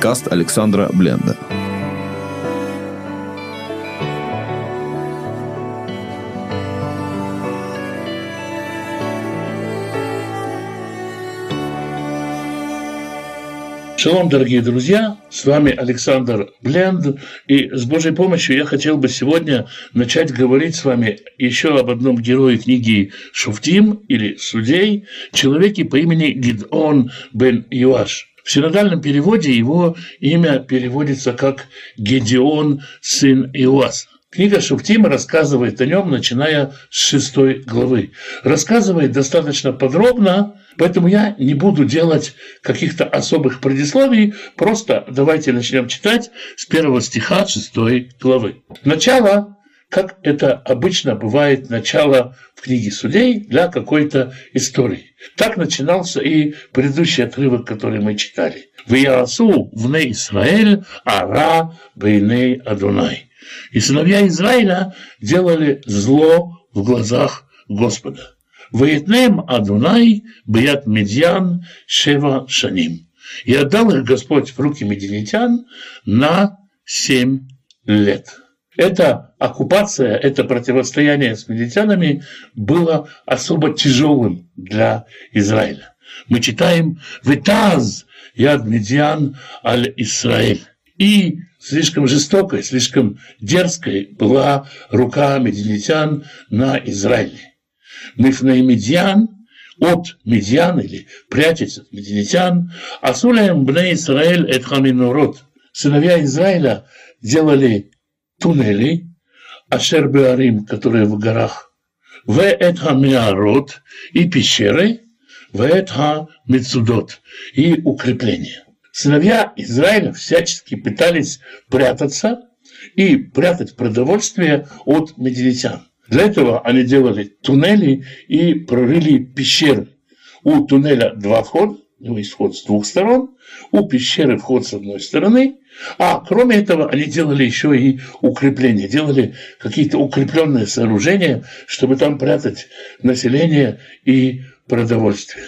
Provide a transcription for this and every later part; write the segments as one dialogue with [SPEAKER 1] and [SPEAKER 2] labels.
[SPEAKER 1] подкаст Александра Бленда.
[SPEAKER 2] Шалом, дорогие друзья, с вами Александр Бленд, и с Божьей помощью я хотел бы сегодня начать говорить с вами еще об одном герое книги Шуфтим или Судей, человеке по имени Гидеон бен Йоаш. В синодальном переводе его имя переводится как Гедеон, сын Иоаса. Книга Шуфтим рассказывает о нем, начиная с 6 главы. Рассказывает достаточно подробно, поэтому я не буду делать каких-то особых предисловий, просто давайте начнем читать с 1 стиха 6 главы. Начало, как это обычно бывает, начало в книге Судей для какой-то истории. Так начинался и предыдущий отрывок, который мы читали. «Вияасу вне Исраэль ара бейней Адонай». И сыновья Израиля делали зло в глазах Господа. «Ваетнем Адонай беят Медьян шева шаним». И отдал их Господь в руки медианитян на 7 лет. Эта оккупация, это противостояние с медианитянами было особо тяжелым для Израиля. Мы читаем «Ветаз яд Медьян аль Исраэль». И слишком жестокой, слишком дерзкой была рука медианитян на Израиле. Мифней Медьян, от Медьян или прячась от медианитян, асулям бней Исраэль эт хаминурот. Сыновья Израиля делали туннели, ашер беарим, которые в горах, в эт хамиарот и пещеры, в эт хамицудот и укрепления. Сыновья Израиля всячески пытались прятаться и прятать продовольствие от медианитян. Для этого они делали туннели и прорыли пещеры. У туннеля 2 входа, у него есть вход с 2 сторон, у пещеры вход с одной стороны, а кроме этого они делали еще и укрепления, делали какие-то укрепленные сооружения, чтобы там прятать население и продовольствие.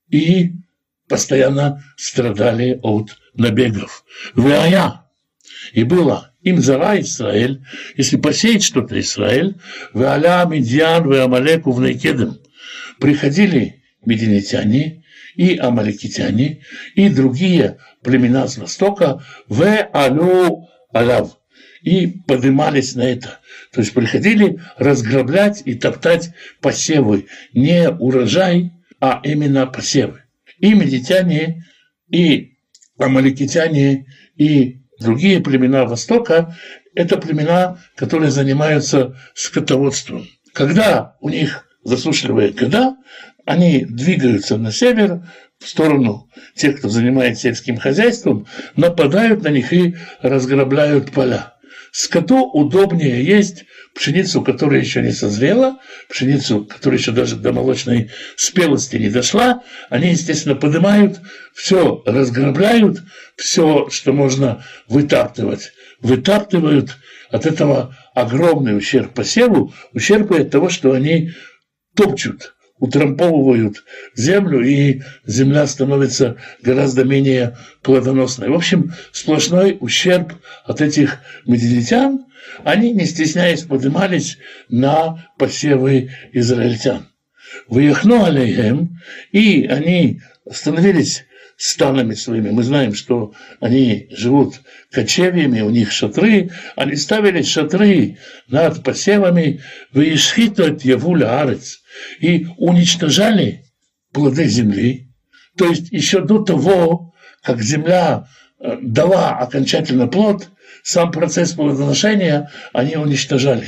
[SPEAKER 2] И постоянно страдали от набегов. «Веая» и было им зара Израиль, если посеять что-то Израиль, «Веаля Медьян ве Амалеку в Нейкедем». Приходили медианитяне и амалекитяне и другие племена с востока «Ве алю алав» и поднимались на это. То есть приходили разграблять и топтать посевы, не урожай, а именно посевы. И медианитяне, и амалекитяне, и другие племена Востока – это племена, которые занимаются скотоводством. Когда у них засушливые года, они двигаются на север, в сторону тех, кто занимается сельским хозяйством, нападают на них и разграбляют поля. Скоту удобнее есть пшеницу, которая еще не созрела, пшеницу, которая еще даже до молочной спелости не дошла. Они, естественно, поднимают, все разграбляют, все, что можно вытаптывать, вытаптывают. От этого огромный ущерб посеву, ущерб от того, что они топчут, утрамбовывают землю, и земля становится гораздо менее плодоносной. В общем, сплошной ущерб от этих медианитян. Они, не стесняясь, поднимались на посевы израильтян. «Выехну алейхем», и они становились станами своими. Мы знаем, что они живут кочевьями, у них шатры. Они ставили шатры над посевами, «Веишхиту эт явуля арец», и уничтожали плоды земли. То есть еще до того, как земля дала окончательно плод, сам процесс плодоношения они уничтожали.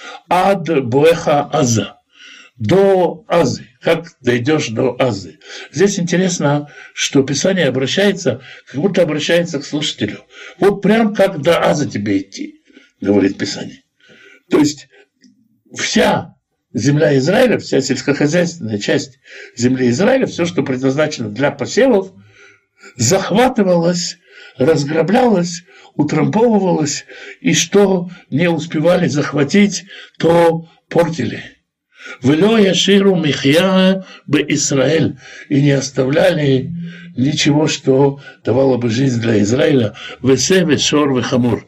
[SPEAKER 2] Ад боэха аза. До Азы. Как дойдешь до Азы? Здесь интересно, что Писание обращается, как будто обращается к слушателю. Вот прям как до Азы тебе идти, говорит Писание. То есть вся земля Израиля, вся сельскохозяйственная часть земли Израиля, все, что предназначено для посевов, захватывалось, разграблялось, утрамбовывалось, и что не успевали захватить, то портили. «Вело яширу михья бе Исраэль» и не оставляли ничего, что давало бы жизнь для Израиля. «Весе вешор вехамур»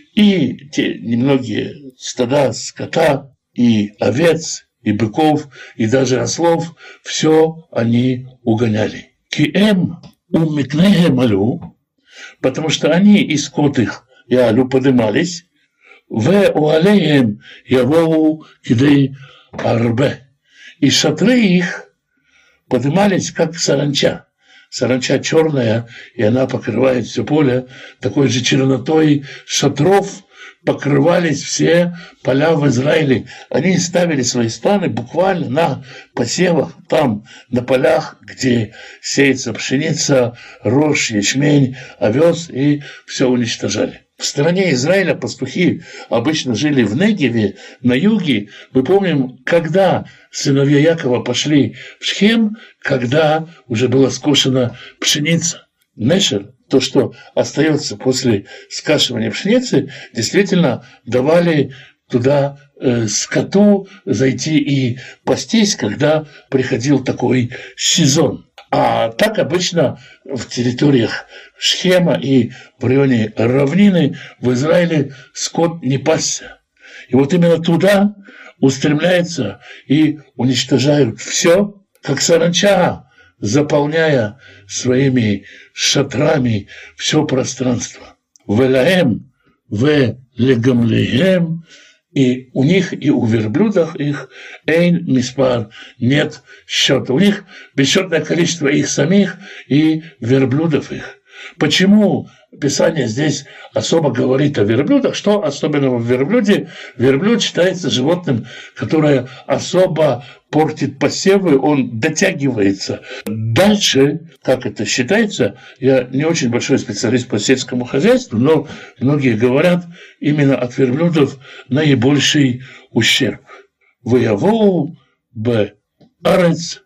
[SPEAKER 2] и те немногие стада скота и овец, и быков, и даже ослов, все они угоняли. «Киэм умикнеhem алю», потому что они и скот их и алю подымались, «ве уалеем явоу кидей арбе», и шатры их поднимались, как саранча. Саранча черная, и она покрывает все поле. Такой же чернотой шатров покрывались все поля в Израиле. Они ставили свои станы буквально на посевах, там, на полях, где сеется пшеница, рожь, ячмень, овес, и все уничтожали. В стране Израиля пастухи обычно жили в Негеве, на юге. Мы помним, когда сыновья Якова пошли в Шхем, когда уже была скошена пшеница. Нешер, то, что остается после скашивания пшеницы, действительно давали туда скоту зайти и пастись, когда приходил такой сезон. А так обычно в территориях Шхема и в районе равнины в Израиле скот не пасся. И вот именно туда устремляются и уничтожают все, как саранча, заполняя своими шатрами все пространство. «Велаэм, велегамлеем», и у них, и у верблюдов их эйн миспар, нет счета. У них бесчетное количество их самих и верблюдов их. Почему Писание здесь особо говорит о верблюдах? Что особенного в верблюде? Верблюд считается животным, которое особо портит посевы, он дотягивается. Дальше, как это считается, я не очень большой специалист по сельскому хозяйству, но многие говорят, именно от верблюдов наибольший ущерб. «Ваявоу бе арец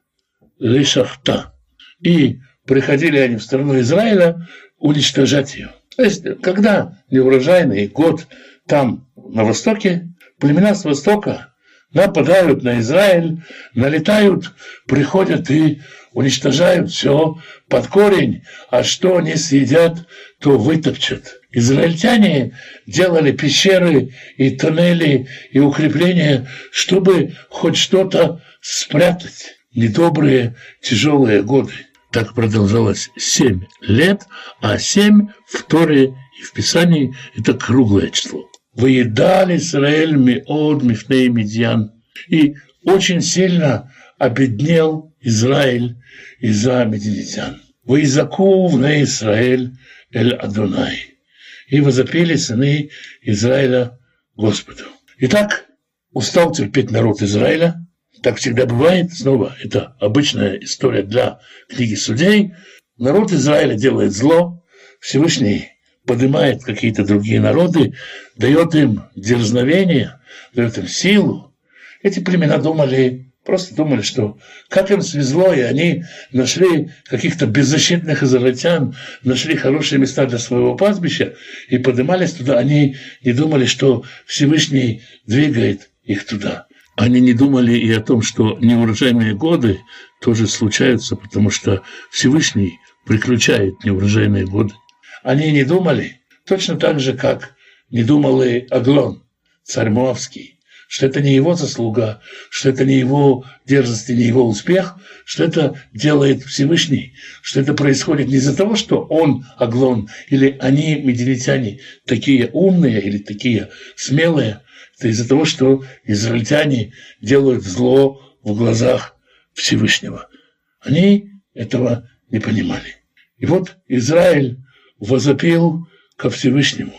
[SPEAKER 2] лишахта». И приходили они в страну Израиля уничтожать ее. То есть, когда неурожайный год там, на востоке, племена с востока нападают на Израиль, налетают, приходят и уничтожают все под корень, а что не съедят, то вытопчут. Израильтяне делали пещеры и тоннели и укрепления, чтобы хоть что-то спрятать. Недобрые, тяжелые годы. Так продолжалось 7 лет, а 7 в Торе и в Писании – это круглое число. «Выедали Израиль меод мифней Мидьян». И очень сильно обеднел Израиль из-за медианитян. «Ваизаку вне Израиль эль Адонай». И возопили сыны Израиля Господу. Итак, устал терпеть народ Израиля. Так всегда бывает, снова, это обычная история для книги Судей. Народ Израиля делает зло, Всевышний поднимает какие-то другие народы, дает им дерзновение, дает им силу. Эти племена просто думали, что как им свезло, и они нашли каких-то беззащитных израильтян, нашли хорошие места для своего пастбища и поднимались туда. Они не думали, что Всевышний двигает их туда. Они не думали и о том, что неурожайные годы тоже случаются, потому что Всевышний приключает неурожайные годы. Они не думали, точно так же, как не думал и Аглон, царь Моавский, что это не его заслуга, что это не его дерзость и не его успех, что это делает Всевышний, что это происходит не из-за того, что он, Аглон, или они, медианитяне, такие умные или такие смелые, это из-за того, что израильтяне делают зло в глазах Всевышнего. Они этого не понимали. И вот Израиль возопил ко Всевышнему.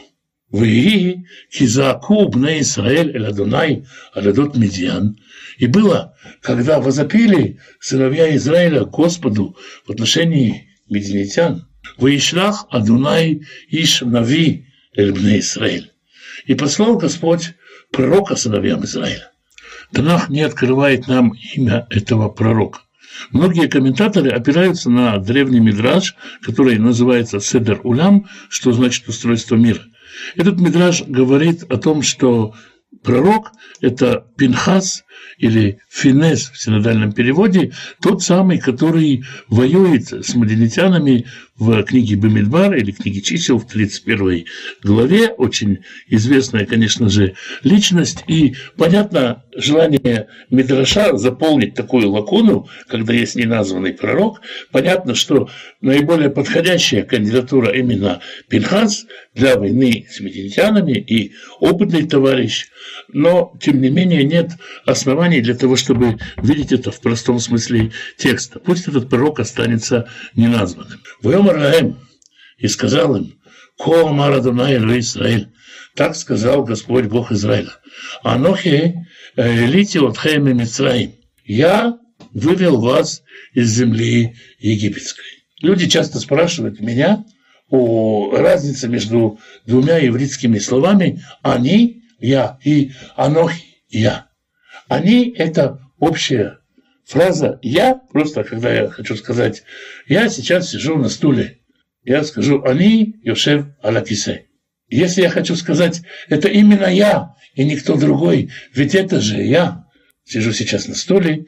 [SPEAKER 2] «Ваи кизааку бне Исраэль эль Адонай аладот Мидьян». И было, когда возопили сыновья Израиля Господу в отношении медианитян, «Ваишлах Адонай иш нави эль бне Исраэль». И послал Господь пророка сыновьям Израиля. Танах не открывает нам имя этого пророка. Многие комментаторы опираются на древний мидраш, который называется Седер Улам, что значит устройство мира. Этот мидраш говорит о том, что пророк – это Пинхас или Финес в синодальном переводе, тот самый, который воюет с мадианитянами в книге Бамидбар или книге Чисел в 31 главе. Очень известная, конечно же, личность. И, понятно, желание Мидраша заполнить такую лакуну, когда есть неназванный пророк. Понятно, что наиболее подходящая кандидатура именно Пинхас для войны с мадианитянами и опытный товарищ. Но, тем не менее, нет оснований для того, чтобы видеть это в простом смысле текста. Пусть этот пророк останется неназванным. «Вайомар лаэм» и сказал им: «Ко амар Адонай Элокей Исраэль», так сказал Господь Бог Израиля: «Анохи элити отхем мимицраим», я вывел вас из земли египетской. Люди часто спрашивают меня о разнице между двумя ивритскими словами «они», «я» и «анохи», «я». «Они» – это общая фраза «я», просто когда я хочу сказать «я сейчас сижу на стуле», я скажу «они йошев аля кисе». Если я хочу сказать «это именно я и никто другой», ведь это же я сижу сейчас на стуле,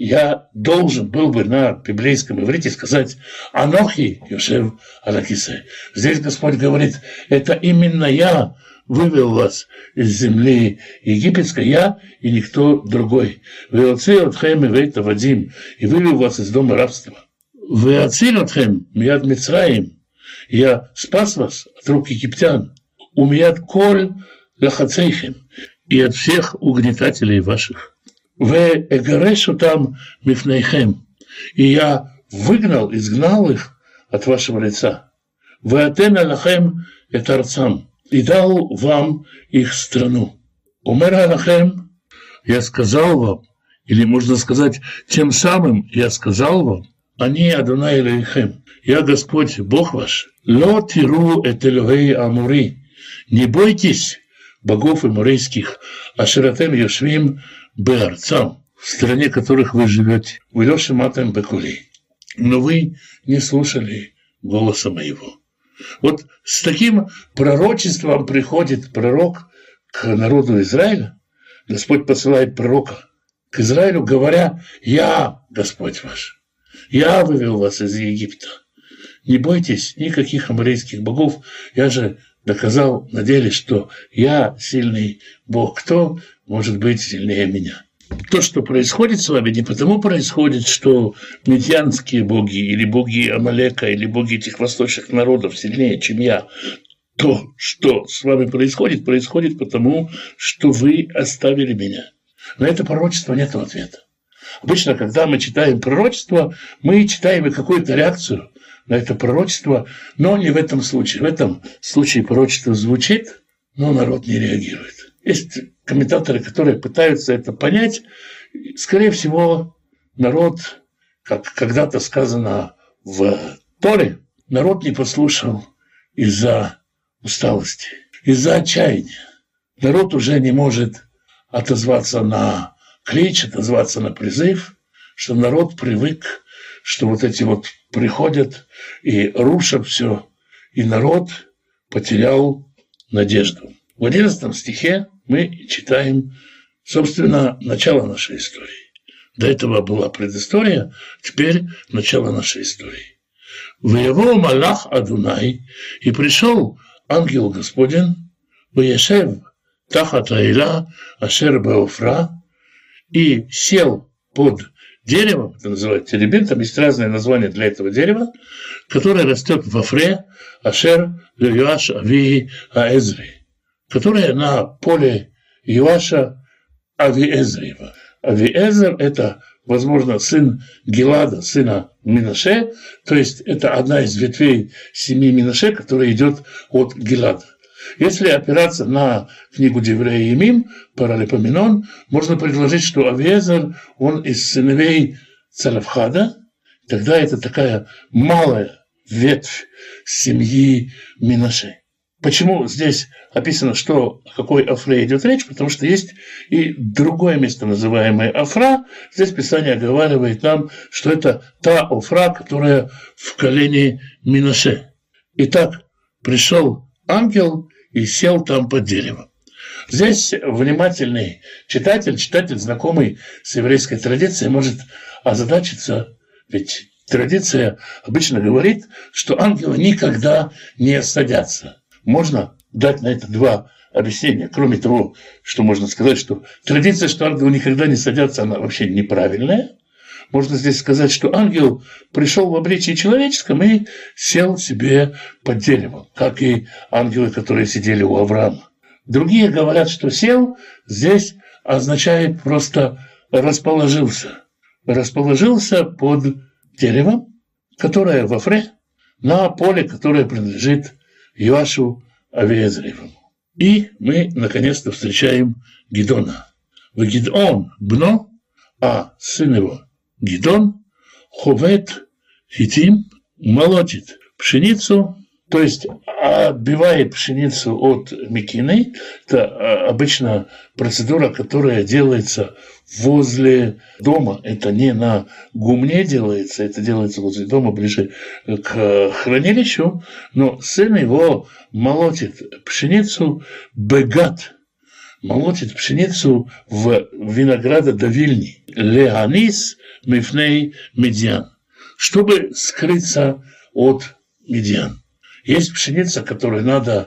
[SPEAKER 2] я должен был бы на библейском иврите сказать «анохи йошев аля кисе». Здесь Господь говорит «это именно я вывел вас из земли египетской, я и никто другой. Веоци отхем мивейт авадим, и вывел вас из дома рабства. Веоци отхем мияд Мицраим, я спас вас от рук египтян. Умияд коль лахацейхем, и от всех угнетателей ваших. Веэгарешу там мифнейхем, и я выгнал, изгнал их от вашего лица. Веатен алахем этарцам, и дал вам их страну. Умер алахем, я сказал вам, или можно сказать, тем самым я сказал вам, они Адонай Элокейхем, я Господь Бог ваш, ло тиру эт Элокей Амури, не бойтесь богов эморейских, ашератем йошвим беарцам, в стране которых вы живете, вело шиматем бекули, но вы не слушали голоса моего. Вот с таким пророчеством приходит пророк к народу Израиля. Господь посылает пророка к Израилю, говоря: «Я Господь ваш, я вывел вас из Египта. Не бойтесь никаких аморейских богов, я же доказал на деле, что я сильный Бог. Кто может быть сильнее меня?» То, что происходит с вами, не потому происходит, что медьянские боги или боги Амалека или боги этих восточных народов сильнее, чем я. То, что с вами происходит, происходит потому, что вы оставили меня. На это пророчество нет ответа. Обычно, когда мы читаем пророчество, мы читаем и какую-то реакцию на это пророчество, но не в этом случае. В этом случае пророчество звучит, но народ не реагирует. Есть комментаторы, которые пытаются это понять. Скорее всего, народ, как когда-то сказано в Торе, народ не послушал из-за усталости, из-за отчаяния. Народ уже не может отозваться на клич, отозваться на призыв, что народ привык, что вот эти вот приходят и рушат все, и народ потерял надежду. В 11 стихе мы читаем, собственно, начало нашей истории. До этого была предыстория, теперь начало нашей истории. «Веяво малах Адунай, и пришел ангел Господень, веешев тахат аэля ашер беофра, и сел под деревом, это называется теребин, там есть разные названия для этого дерева, которое растет в Афре, ашер леюаш ави аэзри, которое на поле Иоаша Авиэзрева. Авиэзер – это, возможно, сын Гилада, сына Минаше, то есть это одна из ветвей семьи Минаше, которая идет от Гилада. Если опираться на книгу Деврея Емим, Паралипоменон, можно предложить, что Авиэзер, он из сыновей Цалевхада, тогда это такая малая ветвь семьи Минаше. Почему здесь описано, что о какой Афре идет речь? Потому что есть и другое место, называемое Афра. Здесь Писание оговаривает нам, что это та Афра, которая в колене Минаше. Итак, пришел ангел и сел там под деревом. Здесь внимательный читатель, знакомый с еврейской традицией, может озадачиться, ведь традиция обычно говорит, что ангелы никогда не садятся. Можно дать на это два объяснения. Кроме того, что можно сказать, что традиция, что ангелы никогда не садятся, она вообще неправильная. Можно здесь сказать, что ангел пришел в обличии человеческом и сел себе под деревом, как и ангелы, которые сидели у Авраама. Другие говорят, что сел здесь означает просто расположился. Расположился под деревом, которое в Афре, на поле, которое принадлежит Йоашу Авиезреву. И мы наконец-то встречаем Гидона. Гидон бно, а сын его Гидон ховет хитим, молотит пшеницу, то есть отбивает пшеницу от мекины. Это обычно процедура, которая делается возле дома. Это не на гумне делается, это делается возле дома, ближе к хранилищу. Но сын его молотит пшеницу бегат, молотит пшеницу в виноградодавильни. Леанис мифней медиан, чтобы скрыться от медиан. Есть пшеница, которую надо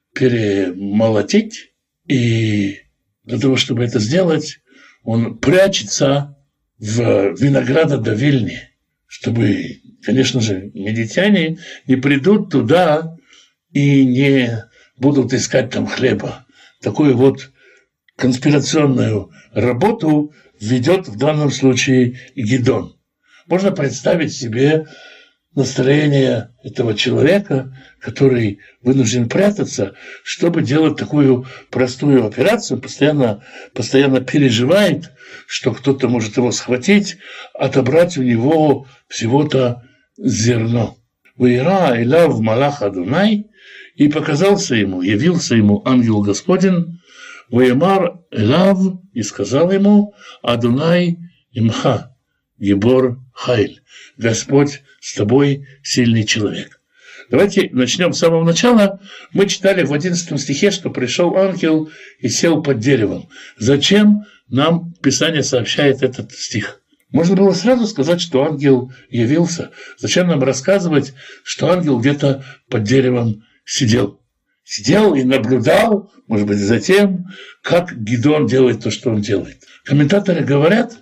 [SPEAKER 2] перемолотить, и для того, чтобы это сделать, он прячется в виноградодавильне, чтобы, конечно же, медитяне не придут туда и не будут искать там хлеба. Такую вот конспирационную работу ведет в данном случае Гидон. Можно представить себе настроение этого человека, который вынужден прятаться, чтобы делать такую простую операцию, постоянно переживает, что кто-то может его схватить, отобрать у него всего-то зерно. «Ваира элав малах Адунай», и показался ему, явился ему ангел Господин, «Ваимар элав», и сказал ему, «Адунай имха, гибор хайль», Господь с тобой, сильный человек. Давайте начнем с самого начала. Мы читали в 11 стихе, что пришел ангел и сел под деревом. Зачем нам Писание сообщает этот стих? Можно было сразу сказать, что ангел явился. Зачем нам рассказывать, что ангел где-то под деревом сидел? Сидел и наблюдал, может быть, за тем, как Гидон делает то, что он делает. Комментаторы говорят,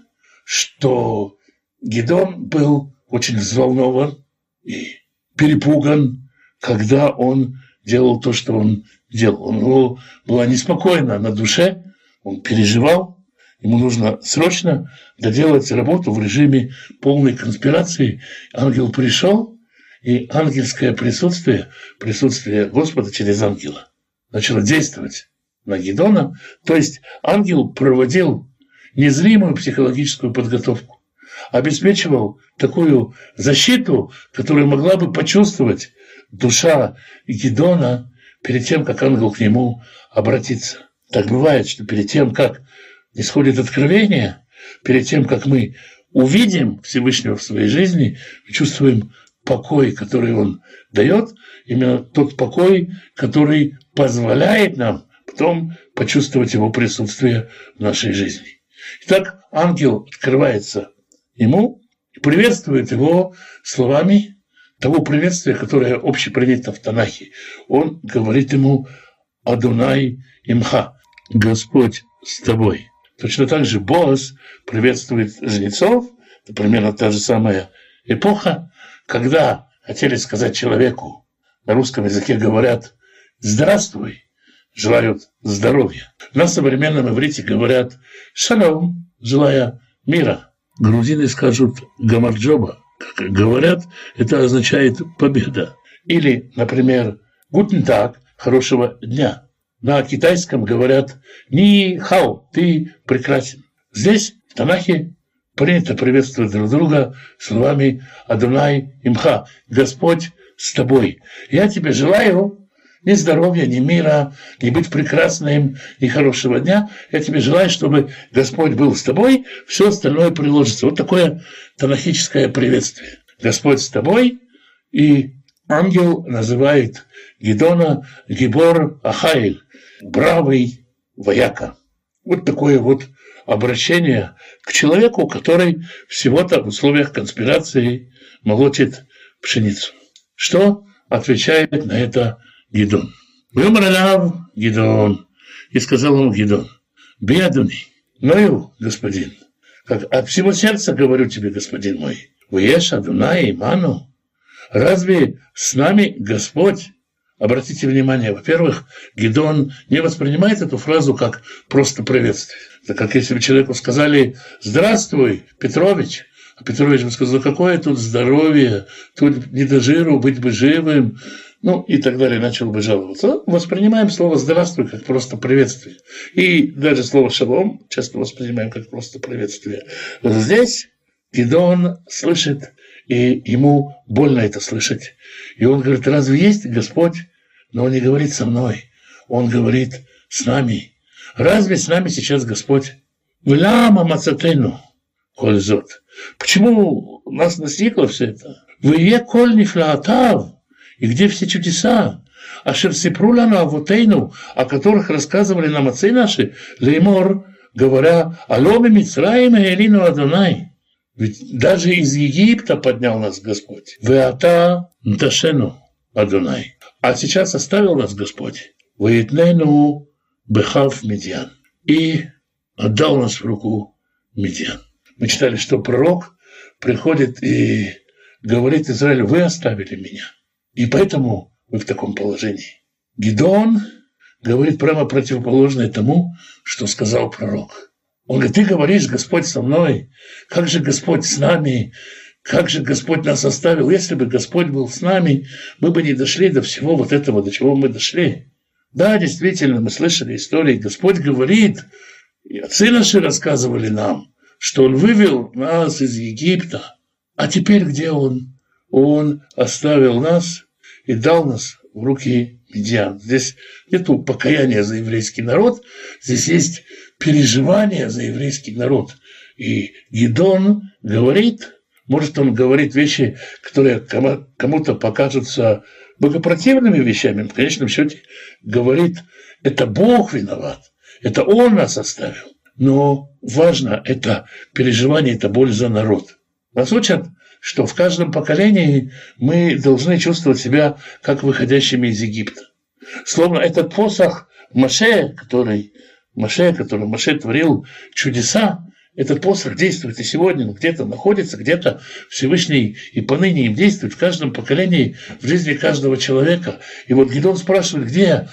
[SPEAKER 2] что Гидон был очень взволнован и перепуган, когда он делал то, что он делал. У него была неспокойно на душе, он переживал, ему нужно срочно доделать работу в режиме полной конспирации. Ангел пришел, и ангельское присутствие Господа через ангела начало действовать на Гидона. То есть ангел проводил незримую психологическую подготовку, обеспечивал такую защиту, которую могла бы почувствовать душа Гидона перед тем, как ангел к нему обратится. Так бывает, что перед тем, как исходит откровение, перед тем, как мы увидим Всевышнего в своей жизни, мы чувствуем покой, который он дает, именно тот покой, который позволяет нам потом почувствовать его присутствие в нашей жизни. Итак, ангел открывается ему и приветствует его словами того приветствия, которое общепринято в Танахе. Он говорит ему «Адунай имха», «Господь с тобой». Точно так же Боаз приветствует жнецов. Это примерно та же самая эпоха, когда хотели сказать человеку, на русском языке говорят «здравствуй», желают здоровья. На современном иврите говорят «шалом», желая мира. Грузины скажут «гамарджоба». Как говорят, это означает «победа». Или, например, «гутен таг», «хорошего дня». На китайском говорят «ни хао», «ты прекрасен». Здесь, в Танахе, принято приветствовать друг друга словами «Адунай имха», «Господь с тобой». Я тебе желаю ни здоровья, ни мира, ни быть прекрасным, ни хорошего дня. Я тебе желаю, чтобы Господь был с тобой, все остальное приложится. Вот такое танахическое приветствие. Господь с тобой, и ангел называет Гидона Гибор Ахайль, бравый вояка. Вот такое вот обращение к человеку, который всего-то в условиях конспирации молотит пшеницу. Что отвечает на это Гидон? «Вымралав Гидон». И сказал ему Гидон: «Бедуни, ною, господин, как от всего сердца говорю тебе, господин мой, «Вееш Адунай иману». Разве с нами Господь?» Обратите внимание, во-первых, Гидон не воспринимает эту фразу как просто приветствие. Это как если бы человеку сказали: «Здравствуй, Петрович». А Петрович бы сказал: «Какое тут здоровье, тут не до жиру, быть бы живым». Ну и так далее, начал бы жаловаться. Воспринимаем слово «здравствуй» как просто приветствие. И даже слово «шалом» часто воспринимаем как просто приветствие. Здесь Гидон слышит, и ему больно это слышать. И он говорит: разве есть Господь? Но он не говорит со мной, он говорит с нами. Разве с нами сейчас Господь? «Вляма мацатену кользот». Почему нас настигло все это? «Вие коль нифлаатав». И где все чудеса? «Ашер сипру лану авотейну», о которых рассказывали нам отцы наши, леймор, говоря: «Аломе Мицраим элину Адонай». Ведь даже из Египта поднял нас Господь. «Веата нташену Адонай». А сейчас оставил нас Господь. «Веетнену бехав Медьян». И отдал нас в руку Медьян. Мы читали, что пророк приходит и говорит Израилю: «Вы оставили меня, и поэтому вы в таком положении». Гидеон говорит прямо противоположное тому, что сказал пророк. Он говорит: «Ты говоришь, Господь со мной, как же Господь с нами, как же Господь нас оставил? Если бы Господь был с нами, мы бы не дошли до всего вот этого, до чего мы дошли». Да, действительно, мы слышали истории. Господь говорит, и отцы наши рассказывали нам, что Он вывел нас из Египта. А теперь где Он? Он оставил нас и дал нас в руки Медьян. Здесь нет покаяния за еврейский народ, здесь есть переживание за еврейский народ. И Гидеон говорит, может, он говорит вещи, которые кому-то покажутся богопротивными вещами, в конечном счете говорит: это Бог виноват, это Он нас оставил. Но важно это переживание, это боль за народ. Нас учат, что в каждом поколении мы должны чувствовать себя как выходящими из Египта. Словно этот посох Моше, который Моше творил чудеса, этот посох действует и сегодня, где-то находится, где-то Всевышний и поныне им действует в каждом поколении, в жизни каждого человека. И вот Гидеон спрашивает: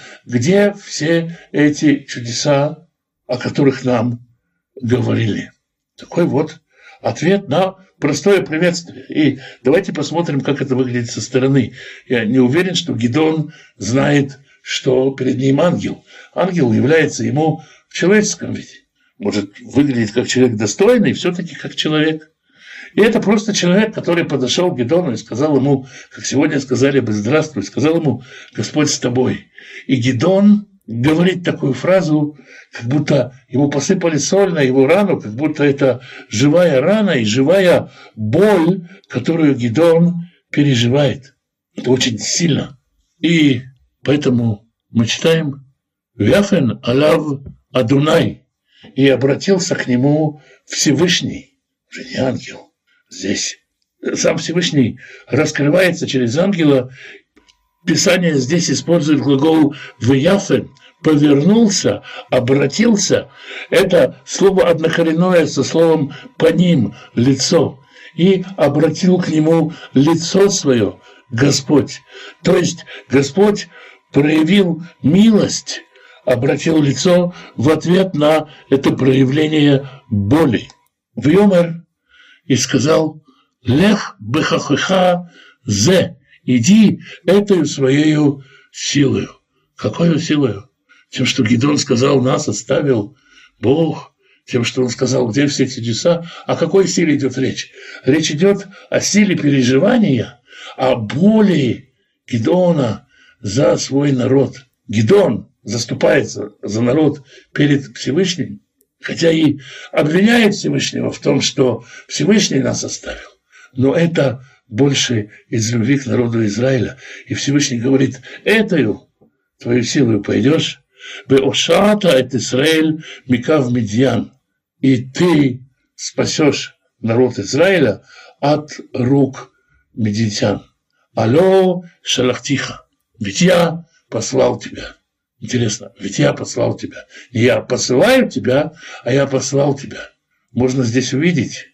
[SPEAKER 2] где все эти чудеса, о которых нам говорили? Такой вот ответ на простое приветствие. И давайте посмотрим, как это выглядит со стороны. Я не уверен, что Гидеон знает, что перед ним ангел. Ангел является ему в человеческом виде. Может выглядеть как человек достойный, все-таки как человек. И это просто человек, который подошел к Гидеону и сказал ему, как сегодня сказали бы: «Здравствуй», сказал ему: «Господь с тобой». И Гидеон говорит такую фразу, как будто ему посыпали соль на его рану, как будто это живая рана и живая боль, которую Гидеон переживает. Это очень сильно. И поэтому мы читаем: «Вяфен алав Адунай», и обратился к нему Всевышний, уже не ангел. Здесь сам Всевышний раскрывается через ангела. Писание здесь использует глагол «вяфен», повернулся, обратился. Это слово однокоренное со словом «паним», лицо. И обратил к нему лицо свое Господь. То есть Господь проявил милость, обратил лицо в ответ на это проявление боли. Вьомер и сказал: «Лех бехахеха зе», иди этой своею силою. Какой силою? Тем, что Гидеон сказал: нас оставил Бог, тем, что он сказал: где все эти чудеса. О какой силе идет речь? Речь идет о силе переживания, о боли Гидеона за свой народ. Гидеон заступается за народ перед Всевышним, хотя и обвиняет Всевышнего в том, что Всевышний нас оставил. Но это больше из любви к народу Израиля. И Всевышний говорит: этою твою силою пойдешь, «Веошата эт Исраэль микав Медьян». И ты спасешь народ Израиля от рук медиатян. Алло, шалахтиха. Ведь я послал тебя. Интересно, ведь я послал тебя. Не я посылаю тебя, а я послал тебя. Можно здесь увидеть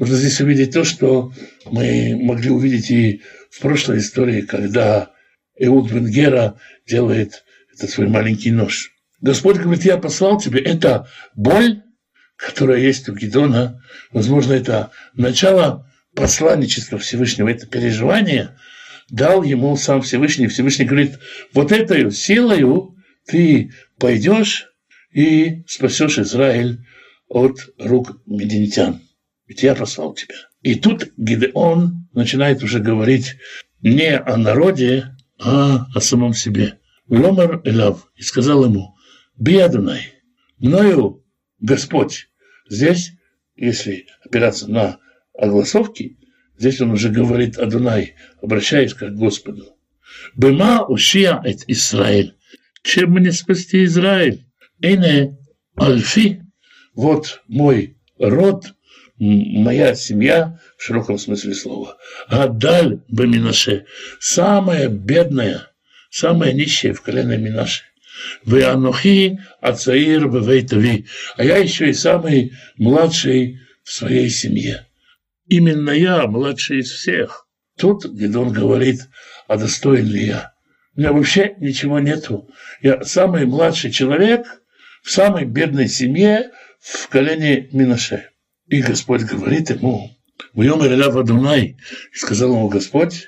[SPEAKER 2] то, что мы могли увидеть и в прошлой истории, когда Эуд бен Гера делает этот свой маленький нож. Господь говорит, я послал тебе. Это боль, которая есть у Гидеона. Возможно, это начало посланничества Всевышнего, это переживание дал ему сам Всевышний. Всевышний говорит, вот этой силою ты пойдешь и спасешь Израиль от рук медиатян. Ведь я послал тебя. И тут Гидеон начинает уже говорить не о народе, а о самом себе. Ломар элав, и сказал ему, би Адонай, мною Господь. Здесь, если опираться на огласовки, здесь он уже говорит Адонай, обращаясь к Господу. Бема ушия эт Исраэль. Чем мне спасти Израиль? Эйне альфи. Вот мой род, моя семья, в широком смысле слова. Гадаль бе-Минаше. Самая бедная, самая нищая в колене Минаше. Вы анохи ацаир бевейтави. А я еще и самый младший в своей семье. Именно я младший из всех. Тут Гидеон говорит, а достоин ли я? У меня вообще ничего нету. Я самый младший человек в самой бедной семье в колене Минаше. И Господь говорит ему, «Вьомер элав Адонай», и сказал ему Господь,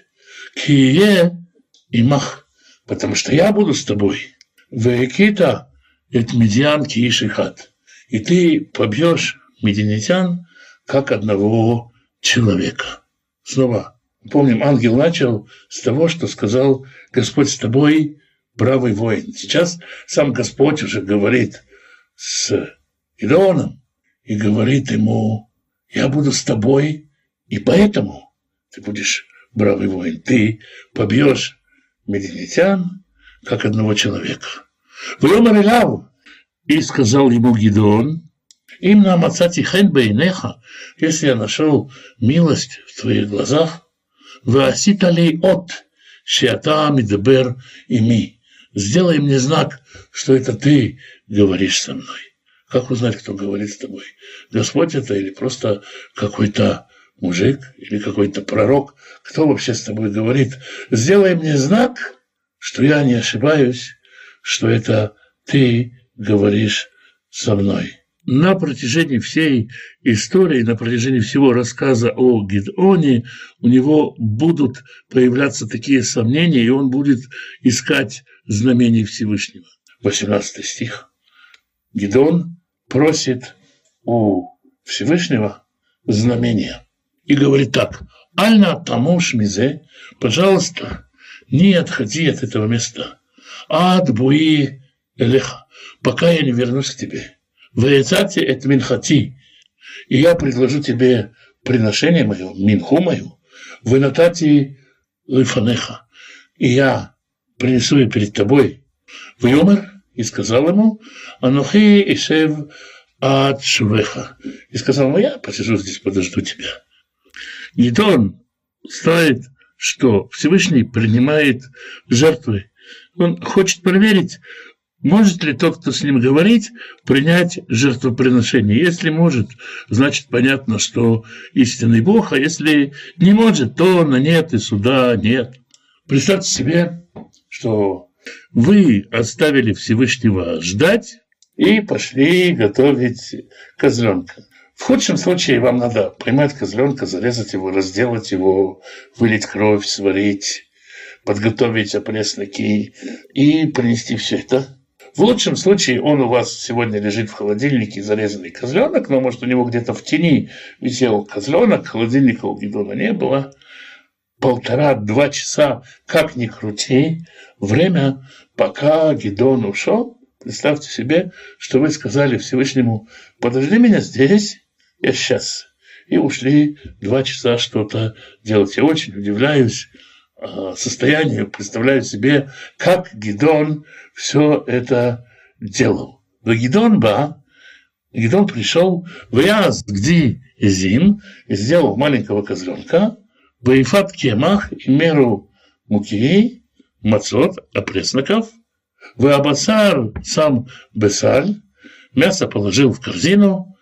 [SPEAKER 2] «Кие имах», потому что я буду с тобой. «Веекита эт Медьян киишихат», и ты побьешь медианитян как одного человека. Снова помним, ангел начал с того, что сказал Господь с тобой, бравый воин. Сейчас сам Господь уже говорит с Гидеоном и говорит ему, я буду с тобой, и поэтому ты будешь бравый воин. Ты побьешь медианитян как одного человека. Вьомер элав, и сказал ему Гидеон, именно мацати хен бейнеха, если я нашел милость в твоих глазах, ваасита ли от шеата мидабер ими, сделай мне знак, что это ты говоришь со мной. Как узнать, кто говорит с тобой? Господь это или просто какой-то мужик, или какой-то пророк? Кто вообще с тобой говорит? Сделай мне знак, что я не ошибаюсь, что это ты говоришь со мной. На протяжении всей истории, на протяжении всего рассказа о Гидеоне у него будут появляться такие сомнения, и он будет искать знамений Всевышнего. 18 стих. Гидеон просит у Всевышнего знамения и говорит так: «Альна тамош мизе, пожалуйста, не отходи от этого места, ад буи элеха, пока я не вернусь к тебе. Ваецати эт минхати, и я предложу тебе приношение мое, минху мою, вынатати лифанеха, и я принесу ее перед тобой. Вьомер, и сказал ему, анухи ишев ад шувеха, и сказал ему, я посижу здесь, подожду тебя». Гидеон знает, что Всевышний принимает жертвы. Он хочет проверить, может ли тот, кто с ним говорит, принять жертвоприношение. Если может, значит понятно, что истинный Бог, а если не может, то на нет и суда нет. Представьте себе, что вы оставили Всевышнего ждать и пошли готовить козленка. В худшем случае вам надо поймать козленка, зарезать его, разделать его, вылить кровь, сварить, подготовить опресноки и принести все это. В лучшем случае он у вас сегодня лежит в холодильнике, зарезанный козленок, но, может, у него где-то в тени висел козленок, холодильника у Гидеона не было. 1,5-2 часа, как ни крути, время, пока Гидеон ушел. Представьте себе, что вы сказали Всевышнему, подожди меня здесь, я сейчас. И ушли 2 часа что-то делать. Я очень удивляюсь состоянию, представляю себе, как Гидеон все это делал. Гидон пришел, вяз где зим, и сделал маленького козленка, Баифат кемах и меру муки, мацот, опресноков, Абасар сам бесаль, мясо положил в корзину,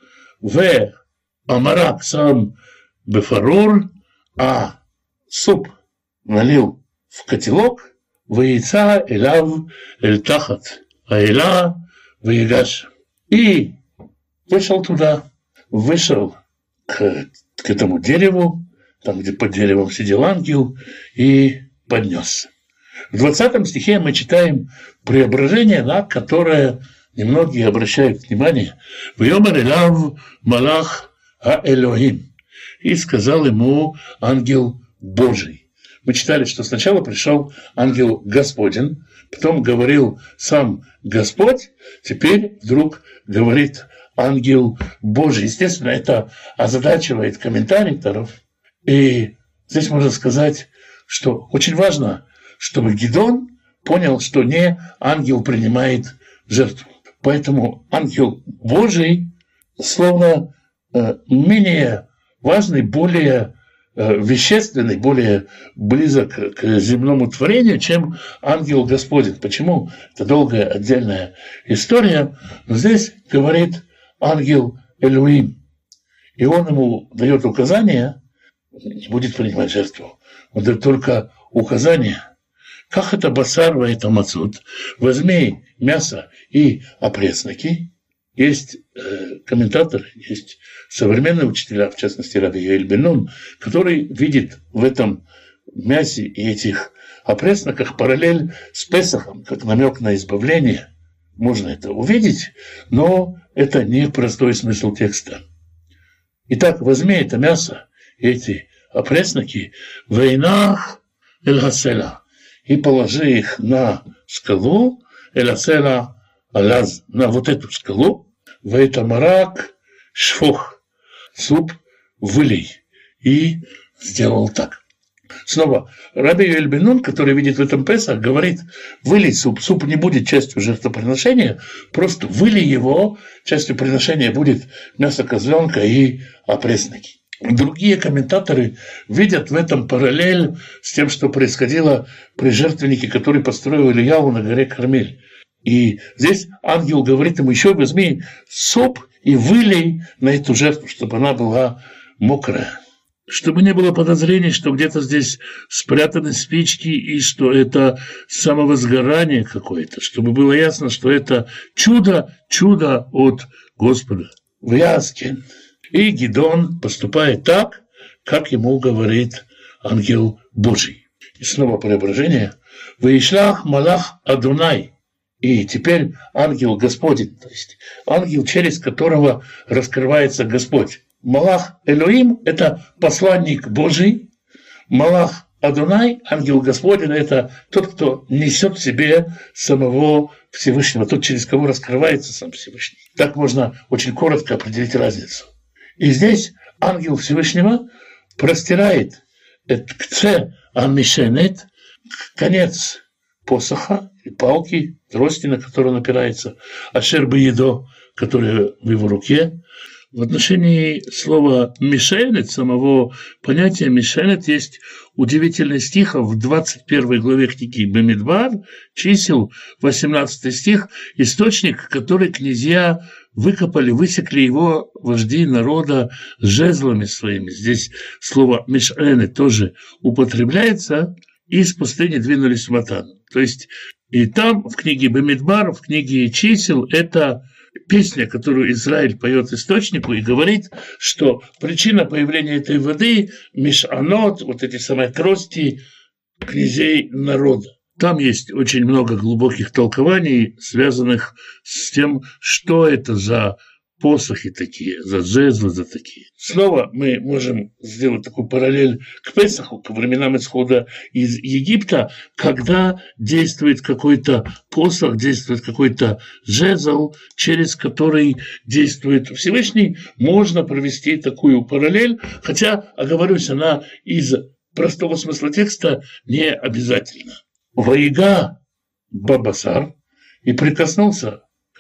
[SPEAKER 2] Амарак сам бефарур, а суп налил в котелок, Яйца элав эль тахат, аэла ваегаш. И вышел туда, вышел к этому дереву, там, где под деревом сидел ангел, и поднес. В 20 стихе мы читаем преображение, на которое немногие обращают внимание. «Вьомер элав малах а-элохим». И сказал ему ангел Божий. Мы читали, что сначала пришел ангел Господень, потом говорил сам Господь, теперь вдруг говорит ангел Божий. Естественно, это озадачивает комментаторов. И здесь можно сказать, что очень важно, чтобы Гидон понял, что не ангел принимает жертву. Поэтому ангел Божий словно менее важный, более вещественный, более близок к земному творению, чем ангел Господень. Почему? Это долгая отдельная история. Но здесь говорит ангел Элюим. И он ему дает указания, не будет принимать жертву. Он дает только указания. Как это басар, это мацут. Возьми мясо и опресноки. Есть комментаторы, есть современные учителя, в частности Раби Йоэль бен Нун, который видит в этом мясе и этих опресноках параллель с Песахом, как намек на избавление. Можно это увидеть, но это не простой смысл текста. Итак, возьми это мясо, эти опресноки, вейнах эль-хасела, и положи их на скалу, эль-хасела алаз, на вот эту скалу, вейтамарак шфох, суп вылей. И сделал так. Снова Раби Йоэль бен Нун, который видит в этом Песах, говорит: вылей суп. Суп не будет частью жертвоприношения, просто вылей его, частью приношения будет мясо козленка и опресноки. Другие комментаторы видят в этом параллель с тем, что происходило при жертвеннике, который построил Ильяу на горе Кармель. И здесь ангел говорит ему: еще возьми суп и вылей на эту жертву, чтобы она была мокрая. Чтобы не было подозрений, что где-то здесь спрятаны спички и что это самовозгорание какое-то, чтобы было ясно, что это чудо от Господа. Вязкин. И Гидон поступает так, как ему говорит ангел Божий. И снова преображение. Ваишлах малах Адунай. И теперь ангел Господень, то есть ангел, через которого раскрывается Господь. Малах Элоим – это посланник Божий. Малах Адунай, ангел Господень – это тот, кто несет в себе самого Всевышнего, тот, через кого раскрывается сам Всевышний. Так можно очень коротко определить разницу. И здесь ангел Всевышнего простирает кце амишенет, конец посоха, палки, трости, на которую он опирается, ашер беедо, которая в его руке. В отношении слова «мишенет», самого понятия «мишенет», есть удивительный стих в 21 главе книги Бамидбар, чисел, 18 стих, источник, который князья выкопали, высекли его вожди народа жезлами своими. Здесь слово «мишенет» тоже употребляется, и из пустыни двинулись в Матан. То есть и там, в книге Бамидбар, в книге чисел, это песня, которую Израиль поет источнику и говорит, что причина появления этой воды – мишанот, вот эти самые трости князей народа. Там есть очень много глубоких толкований, связанных с тем, что это за посохи такие, за жезлы, за такие. Снова мы можем сделать такую параллель к Песаху, к временам исхода из Египта, когда действует какой-то посох, действует какой-то жезл, через который действует Всевышний. Можно провести такую параллель, хотя, оговорюсь, она из простого смысла текста не обязательно. Ваига бабасар, и прикоснулся к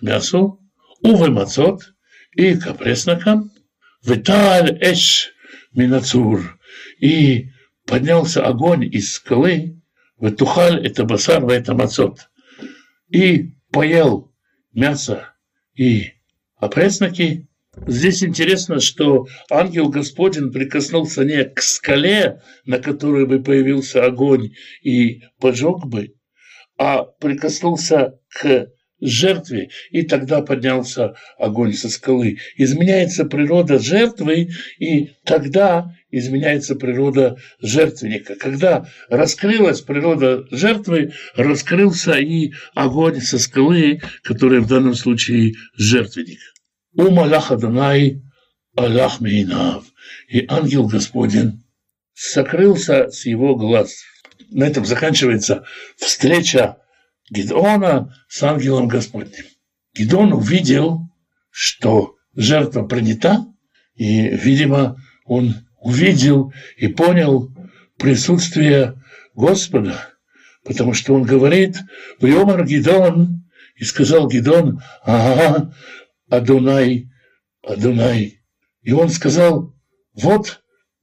[SPEAKER 2] к мясу, увымацот и к опреснокам, виталь эш минацур, и поднялся огонь из скалы, вытухаль это басар, это мацот, и поел мясо и опресноки. Здесь интересно, что ангел Господень прикоснулся не к скале, на которой бы появился огонь и поджег бы, а прикоснулся к жертве, и тогда поднялся огонь со скалы. Изменяется природа жертвы, и тогда изменяется природа жертвенника. Когда раскрылась природа жертвы, раскрылся и огонь со скалы, который в данном случае жертвенник. Умалах Адонай Аллах Мейнав. И ангел Господень сокрылся с его глаз. На этом заканчивается встреча Гидеона с ангелом Господним. Гидеон увидел, что жертва принята, и, видимо, он увидел и понял присутствие Господа, потому что он говорит: «Вьомар Гидеон», и сказал Гидеон: «Ага, Адонай, Адонай». И он сказал: вот,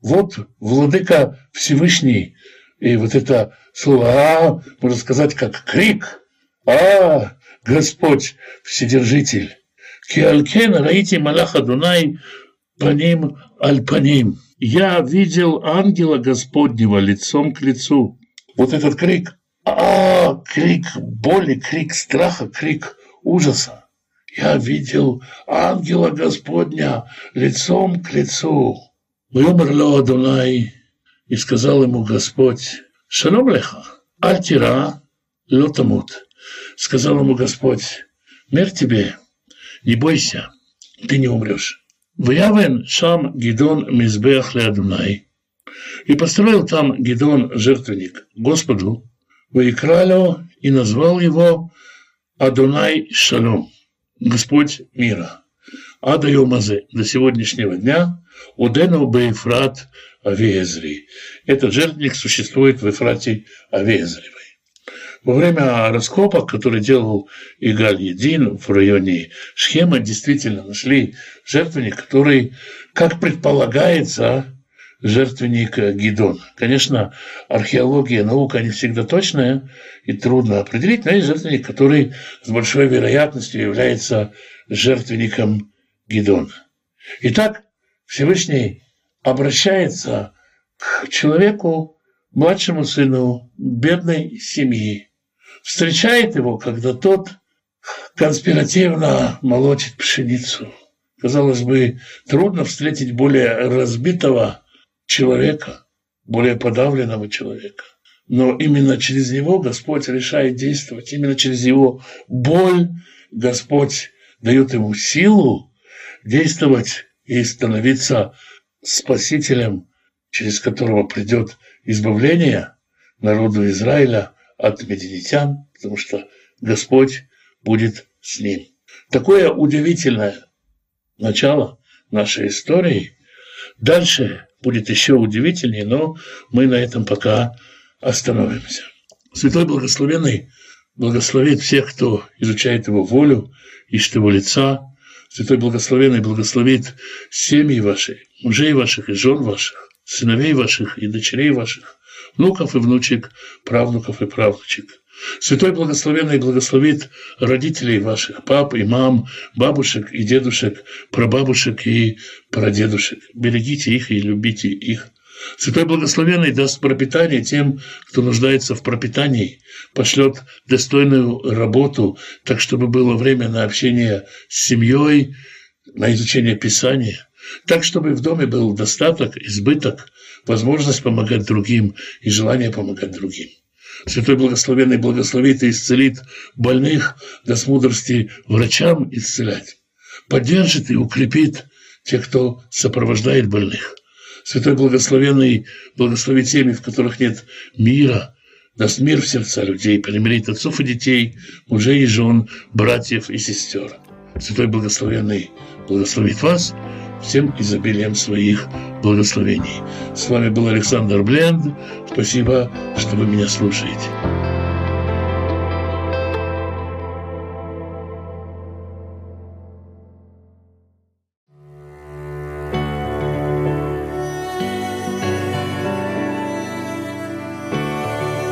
[SPEAKER 2] владыка Всевышний. И вот это слово можно сказать как крик: Господь Вседержитель. Киалькен раити малах Адонай паним аль паним. Я видел ангела Господнего лицом к лицу. Вот этот крик, крик боли, крик страха, крик ужаса. Я видел ангела Господня лицом к лицу. Вьомар Адонай, и сказал ему Господь: «Шалом леха, аль тира ло тамут». Сказал ему Господь: «Мир тебе, не бойся, ты не умрешь». «Ваявен шам Гидеон мизбеах ле Адонай». И построил там Гидеон жертвенник Господу, ваикрало, и назвал его Адонай Шалом, Господь мира. Ада йомазе, до сегодняшнего дня, удену беефрат Авиезри. Этот жертвенник существует в Ефрате Авиезревой. Во время раскопок, который делал Игаль Един в районе Шхема, действительно нашли жертвенник, который, как предполагается, жертвенник Гидеона. Конечно, археология, наука не всегда точная и трудно определить, но есть жертвенник, который с большой вероятностью является жертвенником Гидеона. Итак, Всевышний обращается к человеку, младшему сыну бедной семьи, встречает его, когда тот конспиративно молотит пшеницу. Казалось бы, трудно встретить более разбитого человека, более подавленного человека. Но именно через него Господь решает действовать, именно через его боль Господь дает ему силу действовать и становиться спасителем, через которого придет избавление народу Израиля от медианитян, потому что Господь будет с ним. Такое удивительное начало нашей истории. Дальше будет еще удивительнее, но мы на этом пока остановимся. Святой Благословенный благословит всех, кто изучает Его волю, ищет Его лица. Святой Благословенный благословит семьи ваши, мужей ваших и жен ваших, сыновей ваших и дочерей ваших, внуков и внучек, правнуков и правнучек. Святой Благословенный благословит родителей ваших, пап и мам, бабушек и дедушек, прабабушек и прадедушек. Берегите их и любите их. Святой Благословенный даст пропитание тем, кто нуждается в пропитании, пошлет достойную работу, так чтобы было время на общение с семьей, на изучение Писания, так чтобы в доме был достаток, избыток, возможность помогать другим и желание помогать другим. Святой Благословенный благословит и исцелит больных, даст мудрости врачам исцелять, поддержит и укрепит тех, кто сопровождает больных. Святой Благословенный благословит семьи, в которых нет мира, даст мир в сердца людей, примирит отцов и детей, мужей и жен, братьев и сестер. Святой Благословенный благословит вас всем изобилием своих благословений. С вами был Александр Бленд. Спасибо, что вы меня слушаете.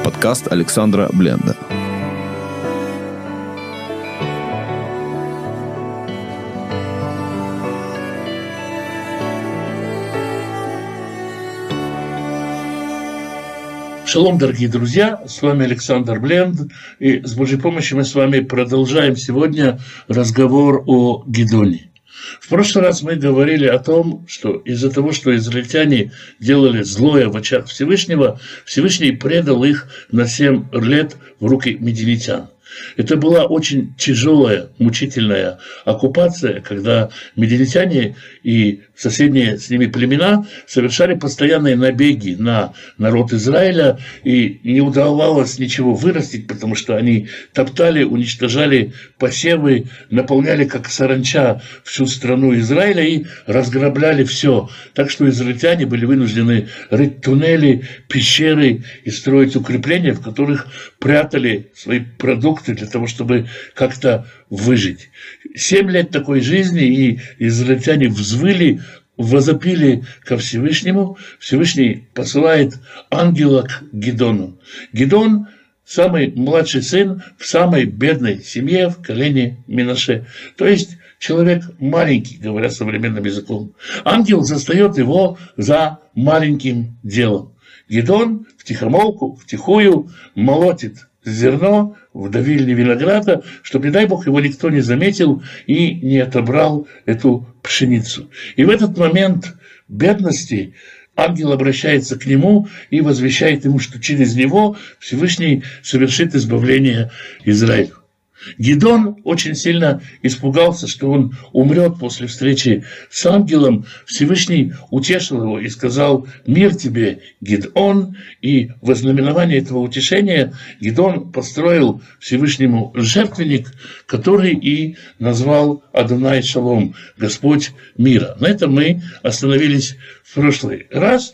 [SPEAKER 1] Подкаст Александра Бленда.
[SPEAKER 2] Шалом, дорогие друзья, с вами Александр Бленд, и с Божьей помощью мы с вами продолжаем сегодня разговор о Гидоне. В прошлый раз мы говорили о том, что из-за того, что израильтяне делали злое в очах Всевышнего, Всевышний предал их на 7 лет в руки медианитян. Это была очень тяжелая, мучительная оккупация, когда медианитяне и соседние с ними племена совершали постоянные набеги на народ Израиля, и не удавалось ничего вырастить, потому что они топтали, уничтожали посевы, наполняли как саранча всю страну Израиля и разграбляли все. Так что израильтяне были вынуждены рыть туннели, пещеры и строить укрепления, в которых прятали свои продукты для того, чтобы как-то выжить. 7 лет такой жизни, и израильтяне взвыли, возопили ко Всевышнему. Всевышний посылает ангела к Гидону. Гидон – самый младший сын в самой бедной семье в колене Менаше. То есть человек маленький, говоря современным языком. Ангел застает его за маленьким делом. Гидон втихомолку, втихую молотит зерно в давильне винограда, чтобы, не дай Бог, его никто не заметил и не отобрал эту пшеницу. И в этот момент бедности ангел обращается к нему и возвещает ему, что через него Всевышний совершит избавление Израилю. Гидон очень сильно испугался, что он умрет после встречи с ангелом. Всевышний утешил его и сказал: «Мир тебе, Гидон». И в ознаменование этого утешения Гидон построил Всевышнему жертвенник, который и назвал Адонай Шалом, Господь мира. На этом мы остановились в прошлый раз.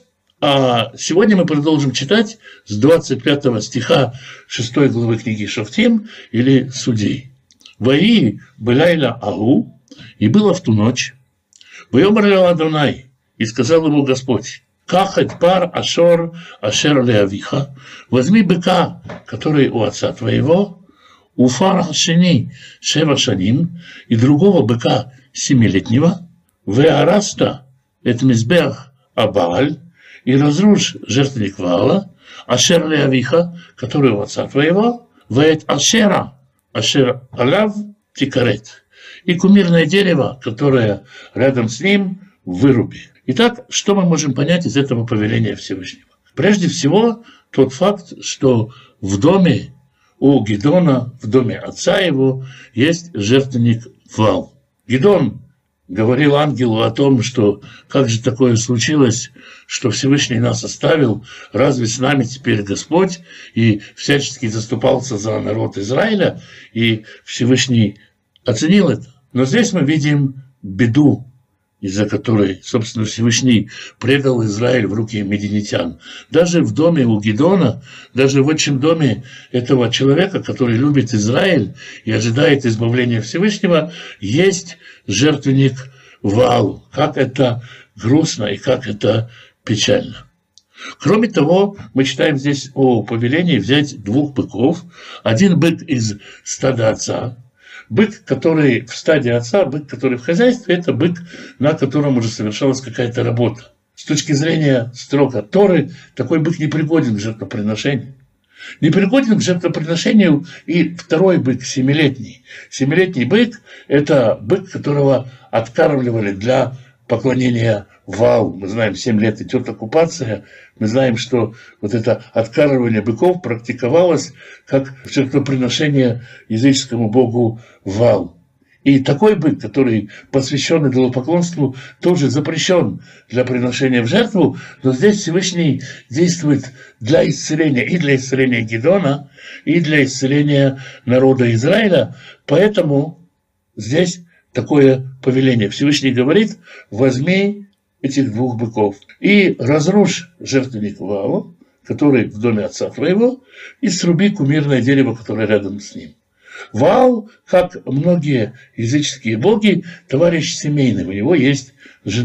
[SPEAKER 2] А сегодня мы продолжим читать с 25 стиха 6 главы книги Шофтим или Судей. «Ваи былайла агу, и было в ту ночь, ваёмар лео Адонай, и сказал ему Господь: кахет пар ашор ашер леавиха, возьми быка, который у отца твоего, у фар хашини шева шаним, и другого быка 7-летнего, веараста эт мизбех абааль, и разрушь жертвенник Ваала, ашер леавиха, который у отца твоего, ваэт ашера, ашер алав тикарет, и кумирное дерево, которое рядом с ним, выруби». Итак, что мы можем понять из этого повеления Всевышнего? Прежде всего, тот факт, что в доме у Гидона, в доме отца его, есть жертвенник Ваал. Гидон говорил ангелу о том, что как же такое случилось, что Всевышний нас оставил, разве с нами теперь Господь, и всячески заступался за народ Израиля, и Всевышний оценил это. Но здесь мы видим беду, из-за которой, собственно, Всевышний предал Израиль в руки медианитян. Даже в доме у Гидона, даже в отчим доме этого человека, который любит Израиль и ожидает избавления Всевышнего, есть жертвенник Ваалу. Как это грустно и как это печально. Кроме того, мы читаем здесь о повелении взять 2 быков. Один бык из стада отца, бык, который в стаде отца, бык, который в хозяйстве, это бык, на котором уже совершалась какая-то работа. С точки зрения строк от Торы, такой бык не пригоден к жертвоприношению. Не пригоден к жертвоприношению и второй бык, 7-летний. 7-летний бык – это бык, которого откармливали для поклонения Ваалу. Мы знаем, 7 лет идет оккупация. Мы знаем, что вот это откармливание быков практиковалось как жертвоприношение языческому богу Ваалу. И такой бык, который посвящен идолопоклонству, тоже запрещен для приношения в жертву, но здесь Всевышний действует для исцеления, и для исцеления Гидона, и для исцеления народа Израиля. Поэтому здесь такое повеление. Всевышний говорит: возьми этих 2 быков и разрушь жертвенник Ваалу, который в доме отца твоего, и сруби кумирное дерево, которое рядом с ним. Ваал, как многие языческие боги, товарищ семейный, у него есть жена.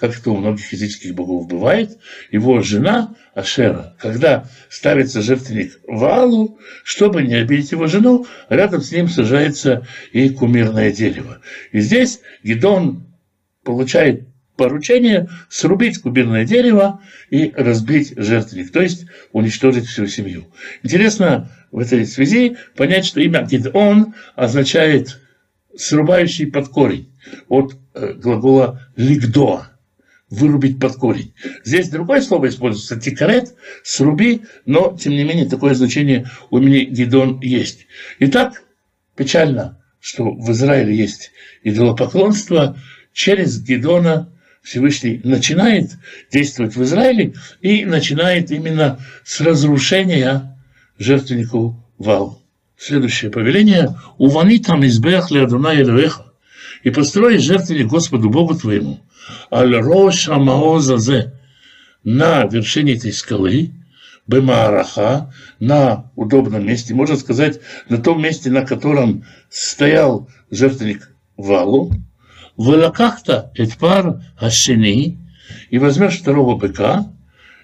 [SPEAKER 2] как это у многих языческих богов бывает, его жена Ашера, когда ставится жертвенник Ваалу, чтобы не обидеть его жену, рядом с ним сажается и кумирное дерево. И здесь Гидеон получает поручение срубить кумирное дерево и разбить жертвенник, то есть уничтожить всю семью. Интересно в этой связи понять, что имя Гидеон означает «срубающий под корень», от глагола «лигдоа», вырубить под корень. Здесь другое слово используется, тикарет, сруби, но, тем не менее, такое значение у имени Гидеон есть. Итак, печально, что в Израиле есть идолопоклонство. Через Гидеона Всевышний начинает действовать в Израиле и начинает именно с разрушения жертвенников Ваалу. Следующее повеление: «Увани там избех ле Адонай Элоэха», и построй жертвенник Господу Богу твоему, аль рош амаоз азе, на вершине этой скалы, бемаараха, на удобном месте, можно сказать, на том месте, на котором стоял жертвенник Ваалу, вылакахта этпар ашени, и возьмешь второго быка,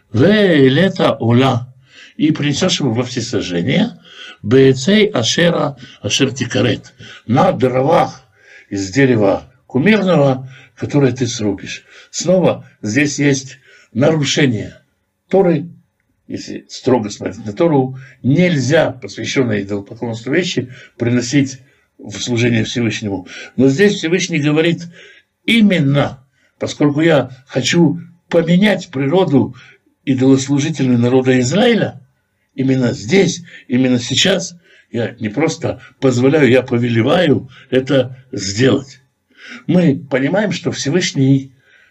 [SPEAKER 2] веэлета ола, и принесешь его во всесожжение, беэцей ашера ашер тикарет, на дровах из дерева кумирного, которое ты срубишь. Снова здесь есть нарушение Торы. Если строго смотреть на Тору, нельзя посвященные идолопоклонству вещи приносить в служение Всевышнему. Но здесь Всевышний говорит: именно поскольку я хочу поменять природу идолослужительного народа Израиля, именно здесь, именно сейчас я не просто позволяю, я повелеваю это сделать. Мы понимаем, что Всевышний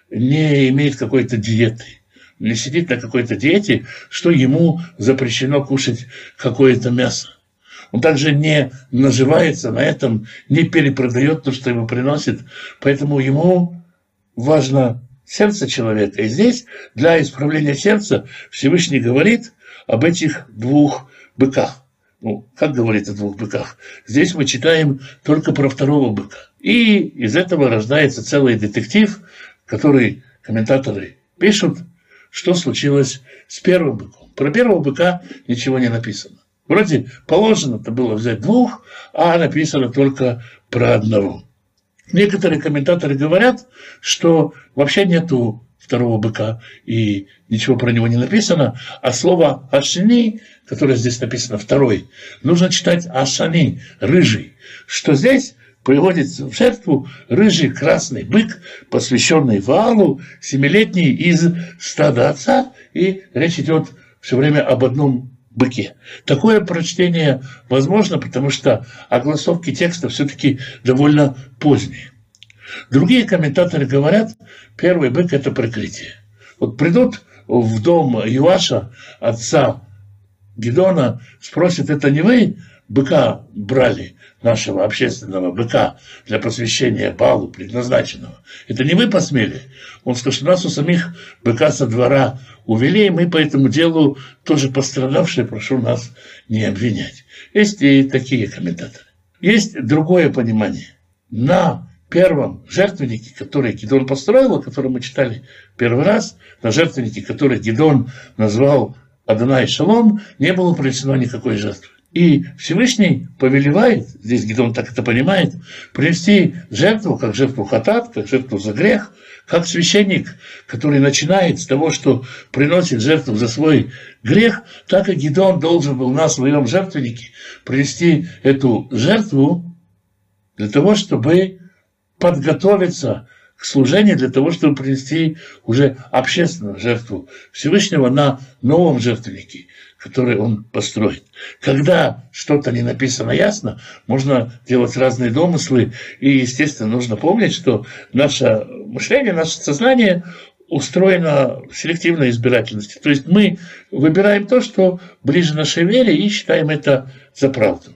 [SPEAKER 2] не имеет какой-то диеты, не сидит на какой-то диете, что ему запрещено кушать какое-то мясо. Он также не наживается на этом, не перепродает то, что ему приносит. Поэтому ему важно сердце человека. И здесь для исправления сердца Всевышний говорит об этих двух быках. Ну, как говорит о двух быках? Здесь мы читаем только про второго быка. И из этого рождается целый детектив, который комментаторы пишут, что случилось с первым быком. Про первого быка ничего не написано. Вроде положено-то было взять двух, а написано только про одного. Некоторые комментаторы говорят, что вообще нету второго быка, и ничего про него не написано, а слово «ашини», которое здесь написано «второй», нужно читать «ашани», «рыжий», что здесь приводится в жертву рыжий красный бык, посвященный Ваалу, 7-летний из стада отца, и речь идет все время об одном быке. Такое прочтение возможно, потому что огласовки текста все-таки довольно поздние. Другие комментаторы говорят, первый бык – это прикрытие. Вот придут в дом Юаша, отца Гидеона, спросят: это не вы быка брали, нашего общественного быка, для посвящения Ваалу предназначенного? Это не вы посмели? Он сказал, что нас у самих быка со двора увели, и мы по этому делу тоже пострадавшие, прошу нас не обвинять. Есть и такие комментаторы. Есть другое понимание. На первом жертвеннике, который Гидеон построил, о котором мы читали первый раз, на жертвеннике, который Гидеон назвал Адонай Шалом, не было принесено никакой жертвы. И Всевышний повелевает, здесь Гидеон так это понимает, принести жертву, как жертву хатат, как жертву за грех, как священник, который начинает с того, что приносит жертву за свой грех, так и Гидеон должен был на своем жертвеннике принести эту жертву для того, чтобы подготовиться к служению, для того, чтобы принести уже общественную жертву Всевышнего на новом жертвеннике, который он построит. Когда что-то не написано ясно, можно делать разные домыслы, и, естественно, нужно помнить, что наше мышление, наше сознание устроено селективной избирательностью. То есть мы выбираем то, что ближе нашей вере, и считаем это за правду.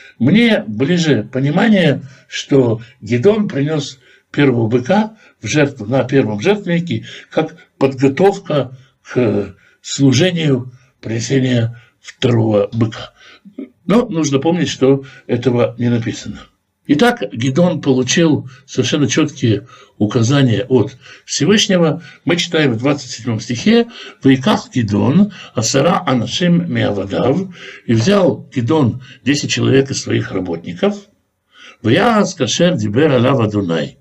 [SPEAKER 2] Мне ближе понимание, что Гидеон принес первого быка в жертву на первом жертвеннике как подготовка к служению принесения второго быка. Но нужно помнить, что этого не написано. Итак, Гидеон получил совершенно четкие указания от Всевышнего. Мы читаем в 27 стихе: «Ваиках Гидеон асара анашим миавадав», и взял Гидеон 10 человек из своих работников, «Ваяс кашер дибер алав Адунай»,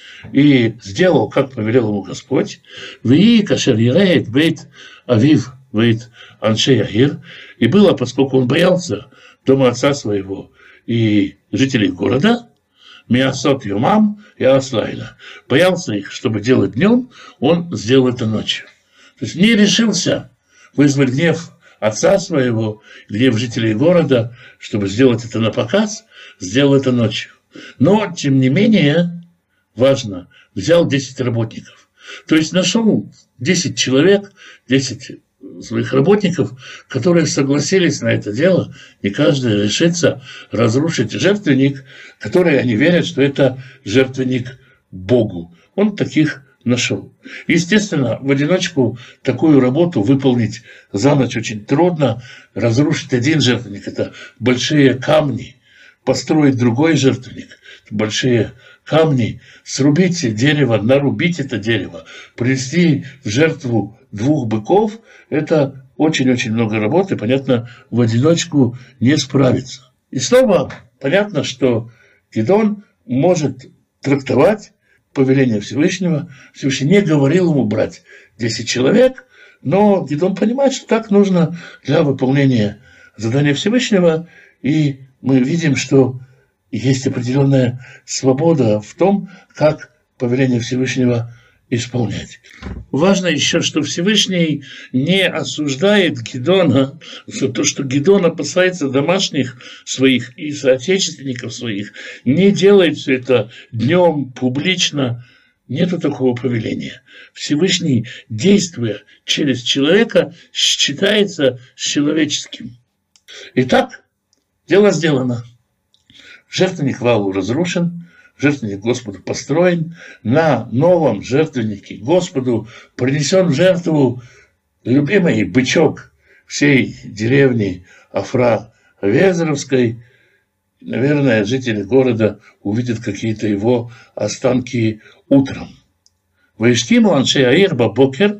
[SPEAKER 2] и сделал, как повелел ему Господь, «Вии кашер ереет бейт авив бейт аншей Агир», и было, поскольку он боялся дома отца своего и жителей города, «Миасот юмам и аслайла», боялся их, чтобы делать днем, он сделал это ночью. То есть не решился вызвать гнев отца своего, гнев жителей города, чтобы сделать это на показ, сделал это ночью. Но, тем не менее, важно, взял 10 работников. То есть нашел 10 человек, 10 своих работников, которые согласились на это дело, и каждый решится разрушить жертвенник, который они верят, что это жертвенник Богу. Он таких нашел. Естественно, в одиночку такую работу выполнить за ночь очень трудно. Разрушить один жертвенник – это большие камни, построить другой жертвенник – большие камни, срубить дерево, нарубить это дерево, принести в жертву 2 быков – это очень-очень много работы, понятно, в одиночку не справиться. И снова понятно, что Гидеон может трактовать повеление Всевышнего. Всевышний не говорил ему брать 10 человек, но Гидеон понимает, что так нужно для выполнения задания Всевышнего, и мы видим, что есть определенная свобода в том, как повеление Всевышнего исполнять. Важно еще, что Всевышний не осуждает Гидеона за то, что Гидеон опасается домашних своих и соотечественников своих, не делает все это днем публично. Нету такого повеления. Всевышний, действуя через человека, считается с человеческим. Итак, дело сделано. Жертвенник Ваалу разрушен, жертвенник Господу построен, на новом жертвеннике Господу принесен в жертву любимый бычок всей деревни Афра-Везеровской. Наверное, жители города увидят какие-то его останки утром. «Ваиштиму аншей Аир бабокер»,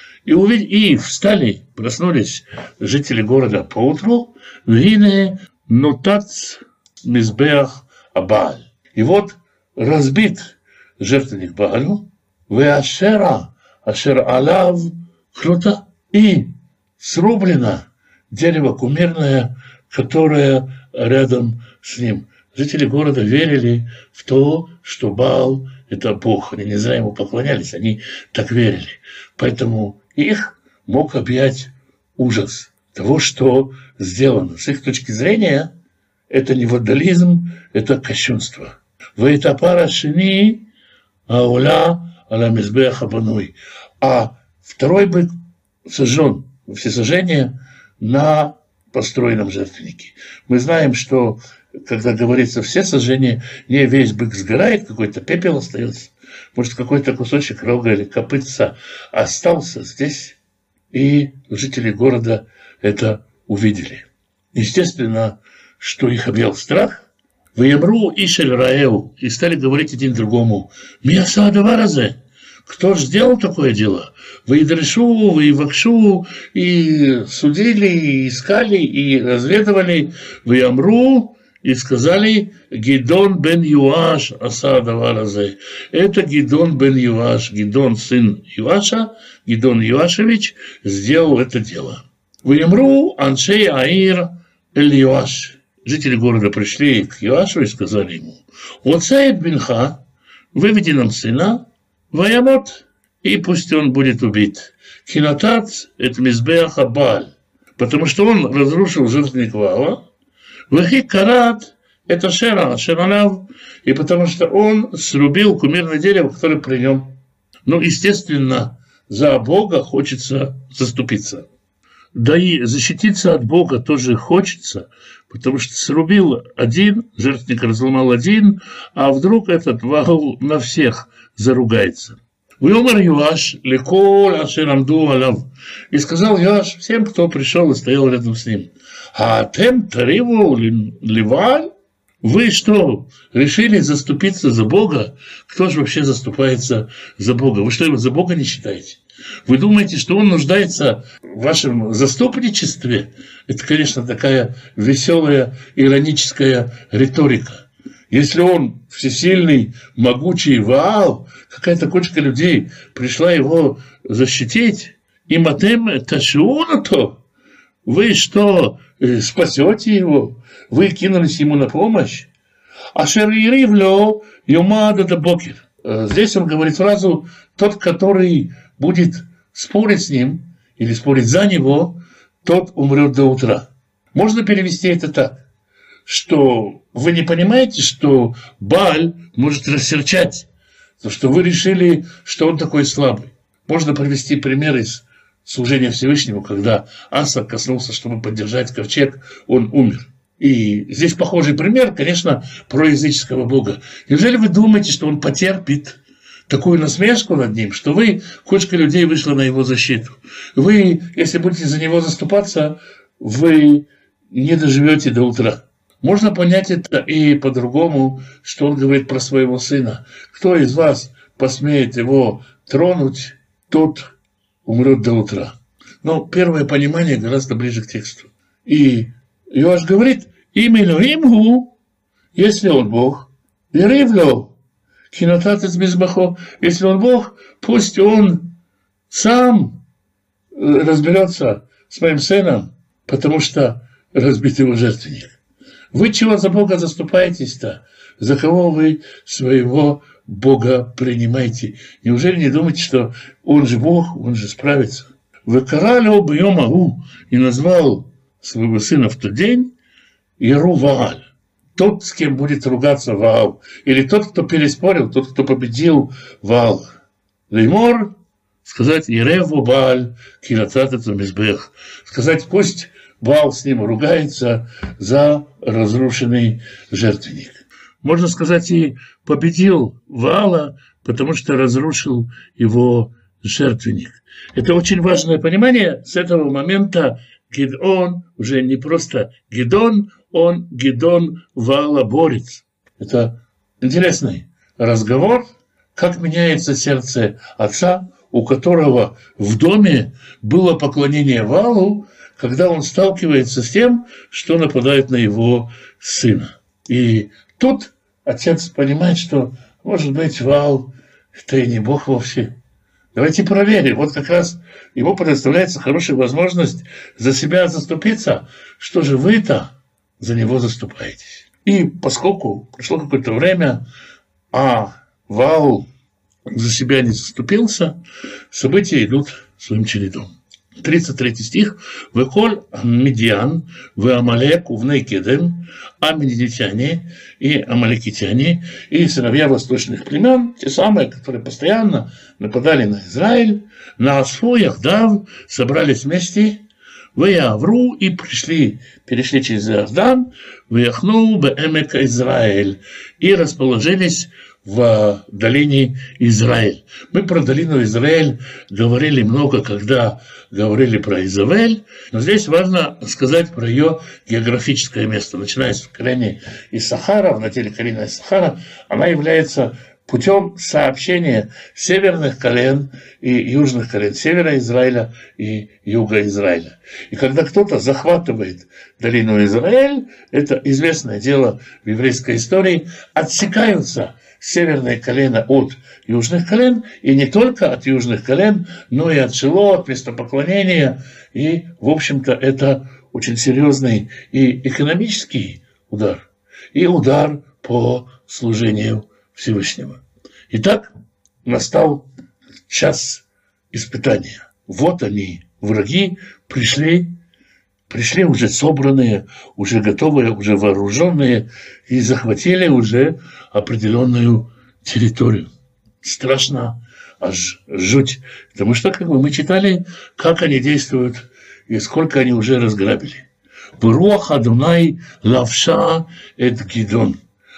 [SPEAKER 2] и встали, проснулись жители города поутру, «Вине нутац мизбеах Абааль». И вот разбит жертвенник Баалю, «Веашера ашер алав хрута», и срублено дерево кумирное, которое рядом с ним. Жители города верили в то, что Баал – это Бог. Они не зря ему поклонялись, они так верили. Поэтому их мог объять ужас того, что сделано. С их точки зрения, это не вандализм, это кощунство. «Ваитапара шини ауля аля мизбеах абануй». А второй бык сожжен, всесожжение на построенном жертвеннике. Мы знаем, что когда говорится все сожжения, не весь бык сгорает, какой-то пепел остается. Может, какой-то кусочек рога или копытца остался здесь, и жители города это увидели. Естественно, что их объял страх. «Ваямру ишель раэу», и стали говорить один другому: «Миаса адаваразе», кто же сделал такое дело? Ваидрешу, ваивакшу, и судили, и искали, и разведывали. Ваямру, и сказали: Гидеон бен Юаш аса адаваразе. Это Гидеон бен Юаш, Гидеон сын Юаша, Гидеон Юашевич сделал это дело. Ваямру аншей Аир эль Юаш. Жители города пришли к Юашу и сказали ему: «Оцеет бинха, выведи нам сына, ваямот, и пусть он будет убит. Кинотац – это мизбеах Абааль, потому что он разрушил жертвенник Ваала. Вахи карат – это шеранав, и потому что он срубил кумирное дерево, которое при нем». Ну, естественно, за Бога хочется заступиться. Да и защититься от Бога тоже хочется, потому что срубил один, жертвенник разломал один, а вдруг этот Ваал на всех заругается. «Вьомар Юаш леколь ашер амду алав». И сказал Юаш всем, кто пришел и стоял рядом с ним: «А тем тариву ливаль». Вы что, решили заступиться за Бога? Кто же вообще заступается за Бога? Вы что, его за Бога не считаете? Вы думаете, что он нуждается в вашем заступничестве? Это, конечно, такая веселая, ироническая риторика. Если он всесильный, могучий Ваал, какая-то кучка людей пришла его защитить, и матем ташиуна-то, вы что, спасете его? Вы кинулись ему на помощь? Ашер-иривлё юмада бокер. Здесь он говорит фразу «тот, который будет спорить с ним или спорить за него, тот умрет до утра». Можно перевести это так, что вы не понимаете, что Бааль может рассерчать, то, что вы решили, что он такой слабый. Можно привести пример из служения Всевышнему, когда Аса коснулся, чтобы поддержать ковчег, он умер. И здесь похожий пример, конечно, про языческого бога. Неужели вы думаете, что он потерпит такую насмешку над ним, что вы, кучка людей вышла на его защиту? Вы, если будете за него заступаться, вы не доживете до утра. Можно понять это и по-другому, что он говорит про своего сына. Кто из вас посмеет его тронуть, тот умрет до утра. Но первое понимание гораздо ближе к тексту. И Йоаш говорит, именно имгу, если он Бог, веривлю, кинотатец безбахо, если он Бог, пусть он сам разберется с моим сыном, потому что разбит его жертвенник. Вы чего за Бога заступаетесь-то? За кого вы своего Бога принимаете? Неужели не думаете, что он же Бог, он же справится? Векаралю бьемагу, и назвал своего сына в тот день Яру Вааль, тот, с кем будет ругаться Ваал, или тот, кто переспорил, тот, кто победил Ваал. Леймор, сказать Иреву Бааль, килататату мизбех, сказать, пусть Ваал с ним ругается за разрушенный жертвенник. Можно сказать, и победил Ваала, потому что разрушил его жертвенник. Это очень важное понимание. С этого момента Гидон уже не просто Гидон, он Гидон Ваала-борец. Это интересный разговор, как меняется сердце отца, у которого в доме было поклонение Ваалу, когда он сталкивается с тем, что нападает на его сына. И тут отец понимает, что, может быть, Ваал – это и не Бог вовсе. Давайте проверим. Вот как раз ему предоставляется хорошая возможность за себя заступиться. Что же вы-то за него заступаетесь? И поскольку прошло какое-то время, а Ваал за себя не заступился, события идут своим чередом. 33 стих. «Веколь Медиан, ве Амалек, увней Кедем, а медиатяне и амалекитяне, и сыновья восточных племен, те самые, которые постоянно нападали на Израиль, на Асфу, Яхдав, собрались вместе, в Явру и перешли через Иордан, в Яхну, Беэмек Израиль, и расположились в долине Израиль. Мы про долину Израиль говорили много, когда говорили про Изавель, но здесь важно сказать про ее географическое место. Начиная с колена Иссахара, в начале колена Иссахара, она является путем сообщения северных колен и южных колен, севера Израиля и юга Израиля. И когда кто-то захватывает долину Израиль, это известное дело в еврейской истории, отсекаются северные колена от южных колен, и не только от южных колен, но и от Шило, от местопоклонения. И, в общем-то, это очень серьезный и экономический удар, и удар по служению Всевышнего. Итак, настал час испытания. Вот они, враги, пришли уже собранные, уже готовые, уже вооруженные, и захватили уже определенную территорию. Страшно, аж жуть. Потому что мы читали, как они действуют и сколько они уже разграбили. «Вруах Адунай лавша эт Гидон».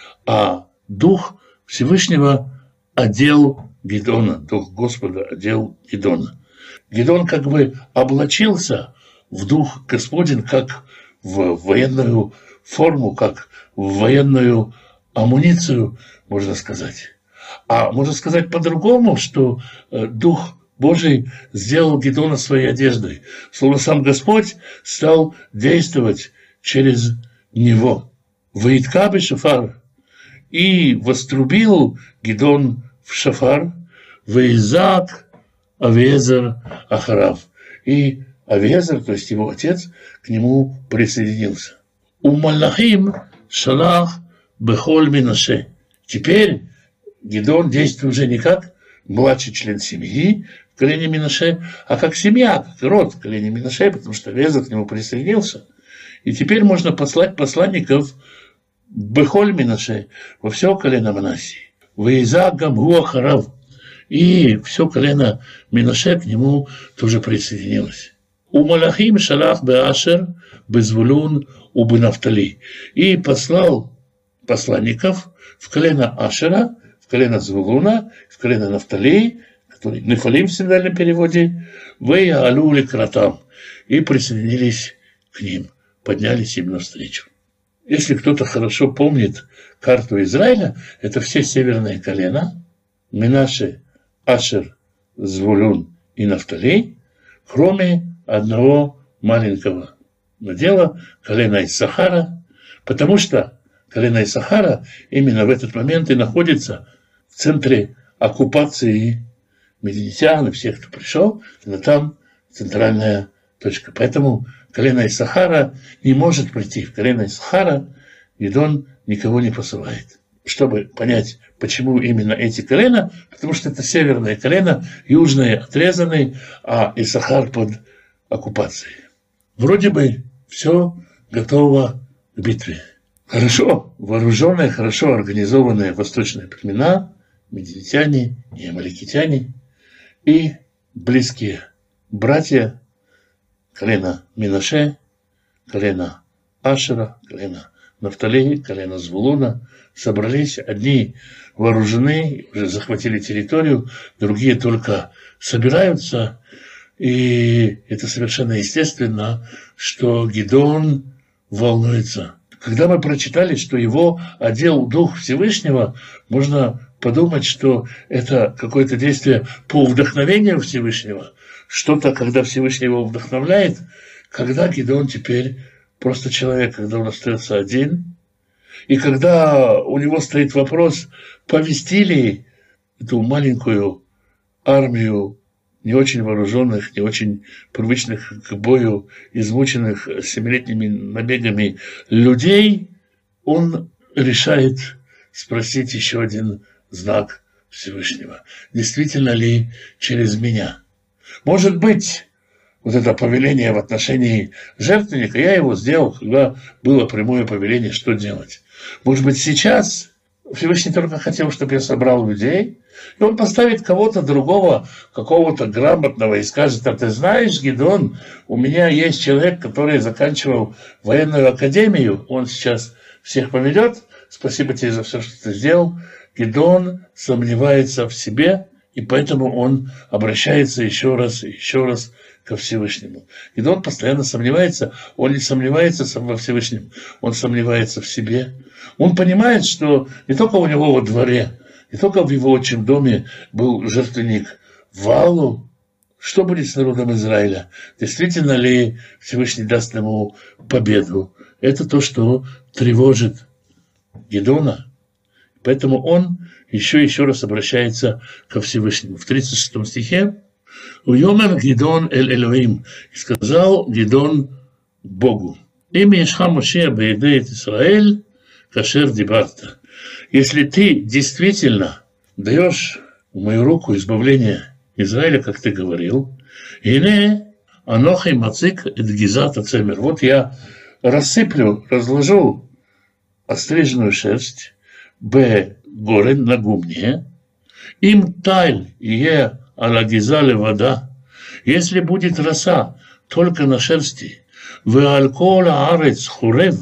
[SPEAKER 2] А дух Всевышнего одел Гидона, дух Господа одел Гидона. Гидон облачился в дух Господень, как в военную форму, как в военную амуницию, можно сказать. А можно сказать по-другому, что Дух Божий сделал Гидеона своей одеждой. Словно сам Господь стал действовать через него. «Ваиткабе шафар» и вострубил Гидеон в шафар, «Ваизак Авиезер Ахарав». И Авиезер, то есть его отец, к нему присоединился. «Умалахим шалах бехоль минаше». Теперь Гидеон действует уже не как младший член семьи в колене Минаше, а как семья, как род в колене Минаше, потому что Авиезер к нему присоединился. И теперь можно послать посланников бехоль Минаше во все колено Манассии. «Ваизак гамгу ахарав». И все колено Минаше к нему тоже присоединилось. «У малахим шалах беашер безвулун у бенафтали». И послал посланников в колено Ашера, в колено Звулуна, в колено Нафтали, который Нефалим в синодальном переводе, «Вея алюли кратам», и присоединились к ним, поднялись им навстречу. Если кто-то хорошо помнит карту Израиля, это все северные колена, Минаше, Ашер, Звулун и Нафтали, кроме одного маленького надела, колена Иссахара, потому что колено Иссахара именно в этот момент и находится в центре оккупации медианитян и всех, кто пришел, но там центральная точка. Поэтому колено Иссахара не может прийти. В колено Иссахара Гидеон никого не посылает. Чтобы понять, почему именно эти колена, потому что это северное колено, южные отрезаны, а Иссахар под оккупацией. Вроде бы все готово к битве. Хорошо вооруженные, хорошо организованные восточные племена, медианитяне и амаликитяне, и близкие братья, колено Минаше, колено Ашера, колено Нафтали, колено Звулуна, собрались, одни вооружены, уже захватили территорию, другие только собираются, и это совершенно естественно, что Гидеон волнуется. Когда мы прочитали, что его одел Дух Всевышнего, можно подумать, что это какое-то действие по вдохновению Всевышнего, что-то, когда Всевышний его вдохновляет, когда Гидеон теперь просто человек, когда он остается один, и когда у него стоит вопрос, повести ли эту маленькую армию не очень вооруженных, не очень привычных к бою, измученных 7-летними набегами людей, он решает спросить еще один знак Всевышнего. Действительно ли через меня? Может быть, вот это повеление в отношении жертвенника, я его сделал, когда было прямое повеление, что делать. Может быть, сейчас Всевышний только хотел, чтобы я собрал людей, и он поставит кого-то другого, какого-то грамотного, и скажет: а ты знаешь, Гидеон, у меня есть человек, который заканчивал военную академию, он сейчас всех поведет, спасибо тебе за все, что ты сделал. Гидеон сомневается в себе, и поэтому он обращается еще раз и еще раз ко Всевышнему. Гидеон постоянно сомневается, он не сомневается во Всевышнем, он сомневается в себе. Он понимает, что не только у него во дворе, не только в его отчим доме был жертвенник Ваалу. Что будет с народом Израиля? Действительно ли Всевышний даст ему победу? Это то, что тревожит Гидеона. Поэтому он еще раз обращается ко Всевышнему. В 36 стихе «Уйомер Гидеон эль Элоим» и сказал Гидеон Богу: «Им ешха Моше беедеет Исраэль кашер дибарта». Если ты действительно даешь в мою руку избавление Израиля, как ты говорил, «Ине анохи мацик эд гизата цемер». Вот я рассыплю, разложу остриженную шерсть, б горен на гумне, им тайль е алагизале вода, если будет роса только на шерсти, в алькола арец хурев,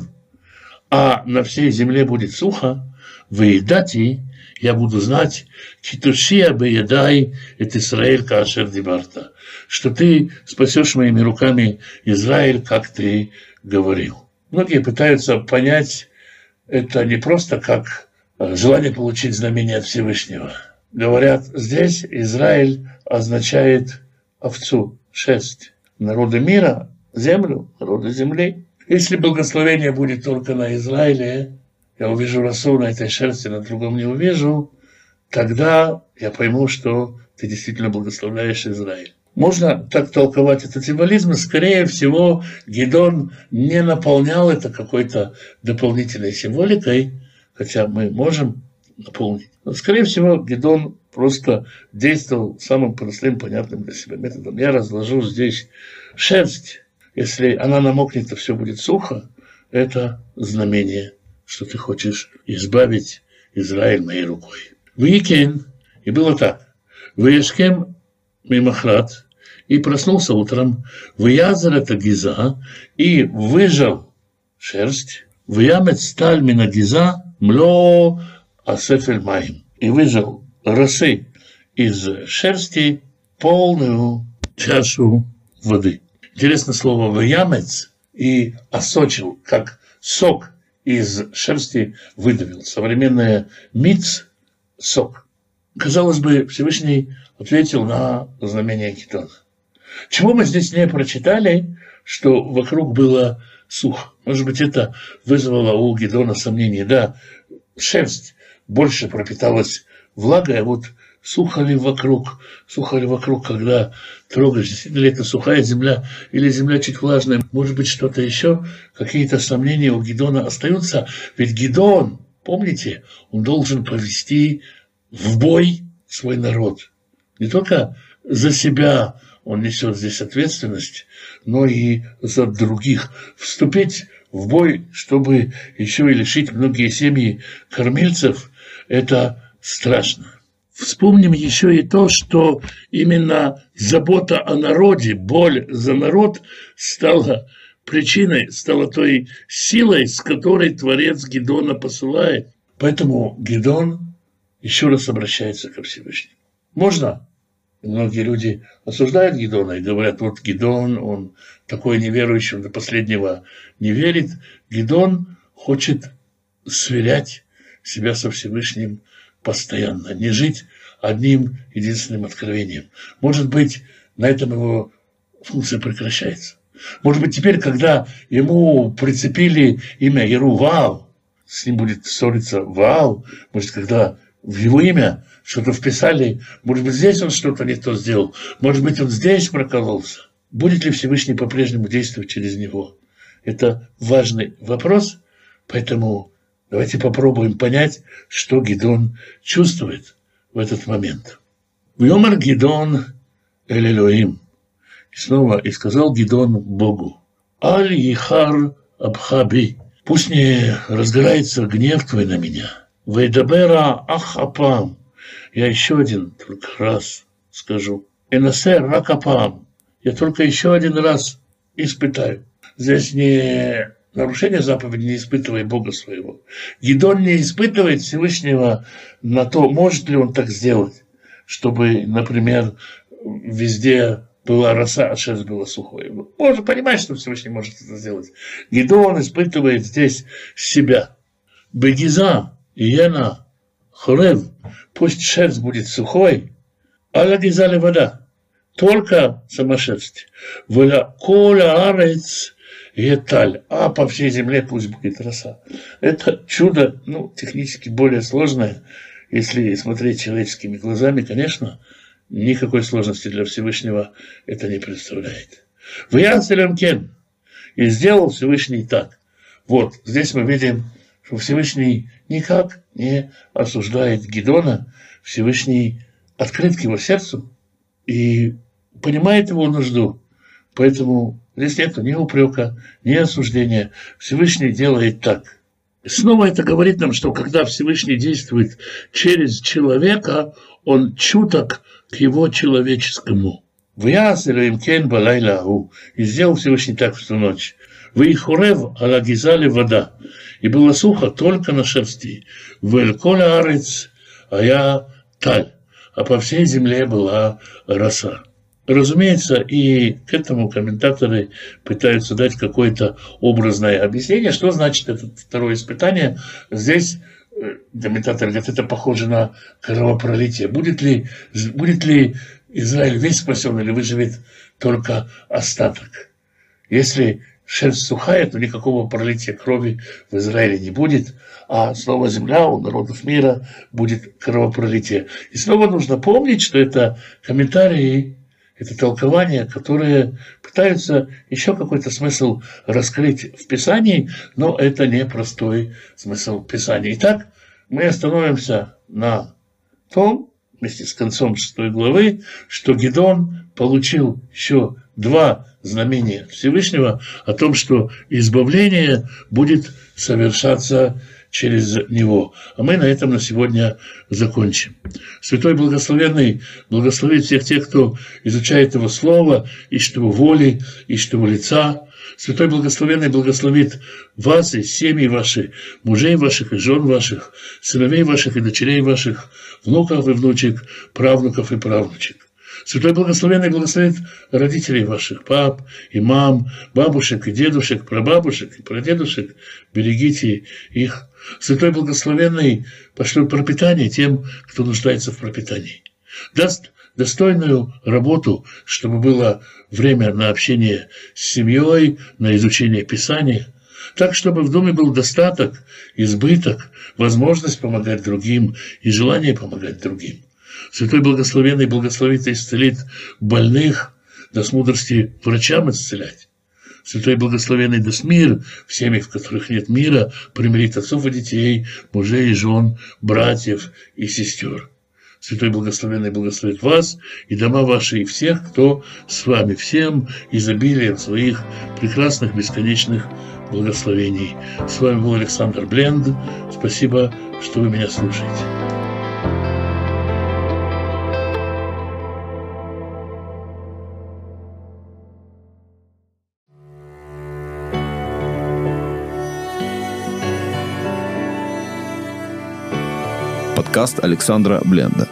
[SPEAKER 2] а на всей земле будет сухо, выедати, я буду знать, китушия беедай эт Исраэль кашер дибарта, что ты спасешь моими руками Израиль, как ты говорил. Многие пытаются понять это не просто как желание получить знамение от Всевышнего. Говорят, здесь Израиль означает овцу, шерсть. Народы мира, землю, народы земли. Если благословение будет только на Израиле, я увижу росу на этой шерсти, на другом не увижу, тогда я пойму, что ты действительно благословляешь Израиль. Можно так толковать этот символизм, но, скорее всего, Гидон не наполнял это какой-то дополнительной символикой, хотя мы можем наполнить. Но, скорее всего, Гидон просто действовал самым простым, понятным для себя методом. Я разложу здесь шерсть. Если она намокнет, то все будет сухо. Это знамение, что ты хочешь избавить Израиль моей рукой. Выкин, и было так. Выешкем мимахрат, и проснулся утром, выязар это гиза, и выжал шерсть, выямет сталь мина гиза, мло асефель маим, и выжал росы из шерсти полную чашу воды. Интересно слово «выямец» и «осочил», как сок из шерсти выдавил. Современное «миц» – сок. Казалось бы, Всевышний ответил на знамение Гидона. Чего мы здесь не прочитали, что вокруг было сухо? Может быть, это вызвало у Гидона сомнение. Да, шерсть больше пропиталась влагой, а вот сухо ли вокруг, когда трогаешь, действительно ли это сухая земля или земля чуть влажная, может быть, что-то еще, какие-то сомнения у Гидона остаются. Ведь Гидон, помните, он должен повести в бой свой народ. Не только за себя он несет здесь ответственность, но и за других. Вступить в бой, чтобы еще и лишить многие семьи кормильцев, это страшно. Вспомним еще и то, что именно забота о народе, боль за народ стала причиной, стала той силой, с которой Творец Гидона посылает. Поэтому Гидон еще раз обращается ко Всевышнему. Можно? Многие люди осуждают Гидона и говорят, вот Гидон, он такой неверующий, он до последнего не верит. Гидон хочет сверять себя со Всевышним постоянно, не жить одним единственным откровением. Может быть, на этом его функция прекращается. Может быть, теперь, когда ему прицепили имя Ерувал, с ним будет ссориться Ваал, может, когда в его имя что-то вписали, может быть, здесь он что-то не то сделал, может быть, он здесь прокололся. Будет ли Всевышний по-прежнему действовать через него? Это важный вопрос, поэтому давайте попробуем понять, что Гидон чувствует в этот момент. «Вьомар Гидон эль Элоим». И снова, и сказал Гидон Богу, «Аль Ихар Абхаби». Пусть не разгорается гнев твой на меня. «Вейдабера Ахапам». Я еще один только раз скажу. «Энасер Ракапам». Я только еще один раз испытаю. Здесь не нарушение заповеди, не испытывай Бога своего. Гидон не испытывает Всевышнего на то, может ли он так сделать, чтобы, например, везде была роса, а шерсть была сухой. Можно понимать, что Всевышний может это сделать. Гидон испытывает здесь себя. Бегиза, иена, хорев, пусть шерсть будет сухой, аля гизали вода, только сама шерсть. Воля коля арец еталь, а по всей земле пусть будет роса. Это чудо, технически более сложное, если смотреть человеческими глазами, конечно, никакой сложности для Всевышнего это не представляет. «Вяселем кен» и сделал Всевышний так. Вот, здесь мы видим, что Всевышний никак не осуждает Гидона, Всевышний открыт к его сердцу и понимает его нужду. Поэтому здесь нет ни упрека, ни осуждения. Всевышний делает так. Снова это говорит нам, что когда Всевышний действует через человека, он чуток к его человеческому. «Вяселем кен балайлаху» и сделал Всевышний так в ту ночь. «Вейхурев ала гизали вода» и было сухо только на шерсти. «Вель коля арец, а я таль», а по всей земле была роса. Разумеется, и к этому комментаторы пытаются дать какое-то образное объяснение, что значит это второе испытание. Здесь комментаторы говорят, это похоже на кровопролитие. Будет ли Израиль весь спасен или выживет только остаток? Если шерсть сухая, то никакого пролития крови в Израиле не будет, а снова земля у народов мира будет кровопролитие. И снова нужно помнить, что это комментарии, это толкования, которые пытаются еще какой-то смысл раскрыть в Писании, но это не простой смысл Писания. Итак, мы остановимся на том, вместе с концом 6 главы, что Гидеон получил еще 2 знамения Всевышнего о том, что избавление будет совершаться через него. А мы на этом на сегодня закончим. Святой Благословенный благословит всех тех, кто изучает Его Слово, ищет Его воли, ищет Его лица. Святой Благословенный благословит вас и семьи ваши, мужей ваших и жен ваших, сыновей ваших и дочерей ваших, внуков и внучек, правнуков и правнучек. Святой Благословенный благословит родителей ваших, пап и мам, бабушек и дедушек, прабабушек и прадедушек. Берегите их. Святой Благословенный пошлет пропитание тем, кто нуждается в пропитании. Даст достойную работу, чтобы было время на общение с семьей, на изучение Писания, так, чтобы в доме был достаток, избыток, возможность помогать другим и желание помогать другим. Святой Благословенный благословит и исцелит больных, даст мудрости врачам исцелять. Святой Благословенный даст мир в семьях, в которых нет мира, примирит отцов и детей, мужей и жен, братьев и сестер. Святой Благословенный благословит вас и дома ваши, и всех, кто с вами, всем изобилием своих прекрасных, бесконечных благословений. С вами был Александр Бленд. Спасибо, что вы меня слушаете.
[SPEAKER 1] Подкаст Александра Бленда.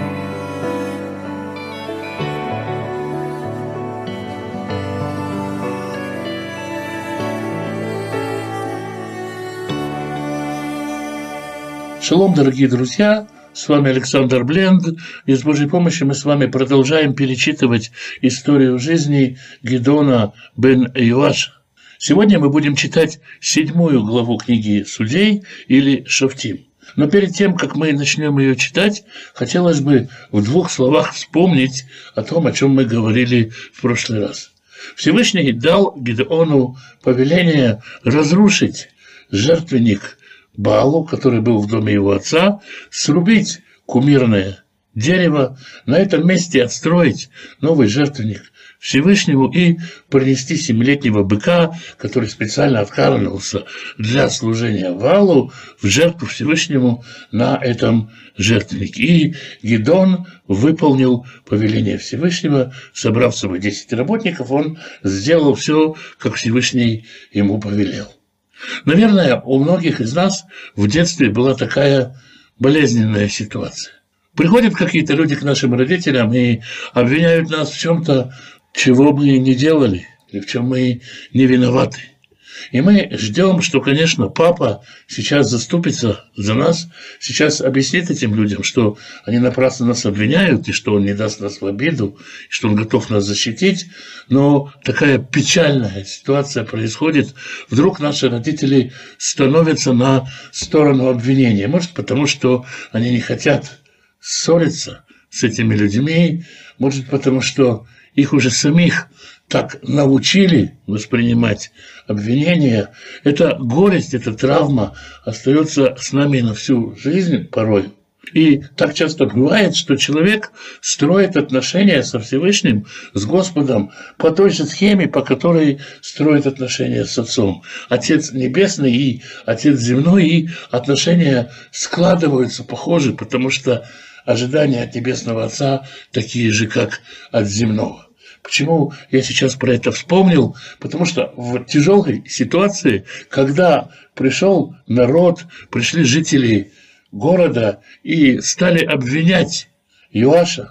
[SPEAKER 2] Шалом, дорогие друзья! С вами Александр Бленд, и с Божьей помощью мы с вами продолжаем перечитывать историю жизни Гидеона бен Иоаша. Сегодня мы будем читать 7 главу книги Судей или Шофтим. Но перед тем, как мы начнем ее читать, хотелось бы в 2 словах вспомнить о том, о чем мы говорили в прошлый раз. Всевышний дал Гидеону повеление разрушить жертвенник Баалу, который был в доме его отца, срубить кумирное дерево, на этом месте отстроить новый жертвенник Всевышнему и принести 7-летнего быка, который специально откармливался для служения Ваалу, в жертву Всевышнему на этом жертвеннике. И Гидеон выполнил повеление Всевышнего, собрав с собой 10 работников, он сделал все, как Всевышний ему повелел. Наверное, у многих из нас в детстве была такая болезненная ситуация. Приходят какие-то люди к нашим родителям и обвиняют нас в чем-то, чего мы не делали, или в чем мы не виноваты. И мы ждем, что, конечно, папа сейчас заступится за нас, сейчас объяснит этим людям, что они напрасно нас обвиняют, и что он не даст нас в обиду, и что он готов нас защитить. Но такая печальная ситуация происходит. Вдруг наши родители становятся на сторону обвинения. Может, потому что они не хотят ссориться с этими людьми, может, потому что их уже самих так научили воспринимать обвинения. Эта горесть, эта травма остается с нами на всю жизнь порой. И так часто бывает, что человек строит отношения со Всевышним, с Господом, по той же схеме, по которой строит отношения с Отцом. Отец Небесный и Отец Земной, и отношения складываются похожи, потому что ожидания от Небесного Отца такие же, как от земного. Почему я сейчас про это вспомнил? Потому что в тяжелой ситуации, когда пришел народ, пришли жители города и стали обвинять Иоаша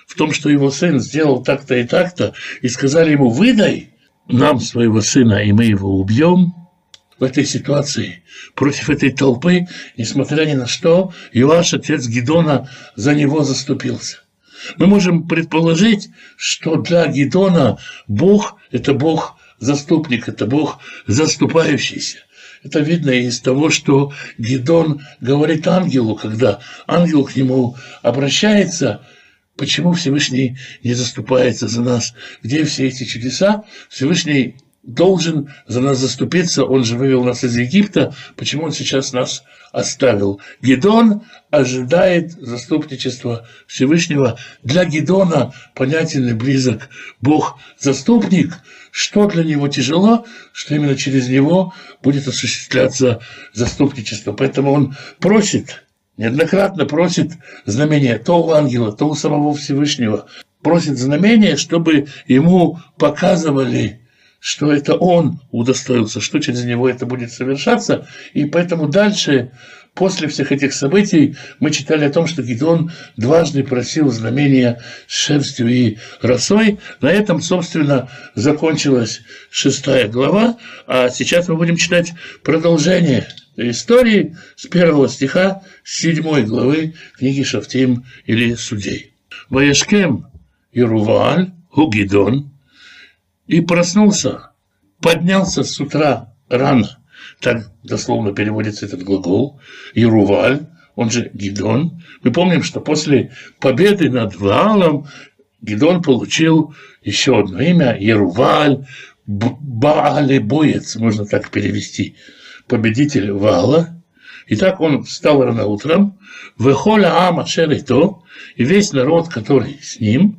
[SPEAKER 2] в том, что его сын сделал так-то и так-то, и сказали ему: выдай нам своего сына, и мы его убьем. В этой ситуации, против этой толпы, несмотря ни на что, Иоаш, отец Гидона, за него заступился. Мы можем предположить, что для Гидона Бог – это Бог-заступник, это Бог заступающийся. Это видно из того, что Гидон говорит ангелу, когда ангел к нему обращается: почему Всевышний не заступается за нас? Где все эти чудеса? Всевышний должен за нас заступиться, он же вывел нас из Египта, почему он сейчас нас оставил? Гидон ожидает заступничества Всевышнего. Для Гидона понятен и близок Бог-заступник. Что для него тяжело, что именно через него будет осуществляться заступничество. Поэтому он просит, неоднократно просит знамения то у ангела, то у самого Всевышнего. Просит знамения, чтобы ему показывали, что это он удостоился, что через него это будет совершаться. И поэтому дальше, после всех этих событий, мы читали о том, что Гидеон дважды просил знамения с шерстью и росой. На этом, собственно, закончилась 6 глава. А сейчас мы будем читать продолжение истории с 1 стиха 7 главы книги Шофтим или Судей. «Ваешкем Ерувааль у Гидеон». И проснулся, поднялся с утра рано, так дословно переводится этот глагол, Ерувааль, он же Гидеон. Мы помним, что после победы над Ваалом Гидеон получил еще одно имя, Ерувааль, Баалебоец, можно так перевести, победитель Ваала. Итак, он встал рано утром, «Вехоля ама шерито», и весь народ, который с ним,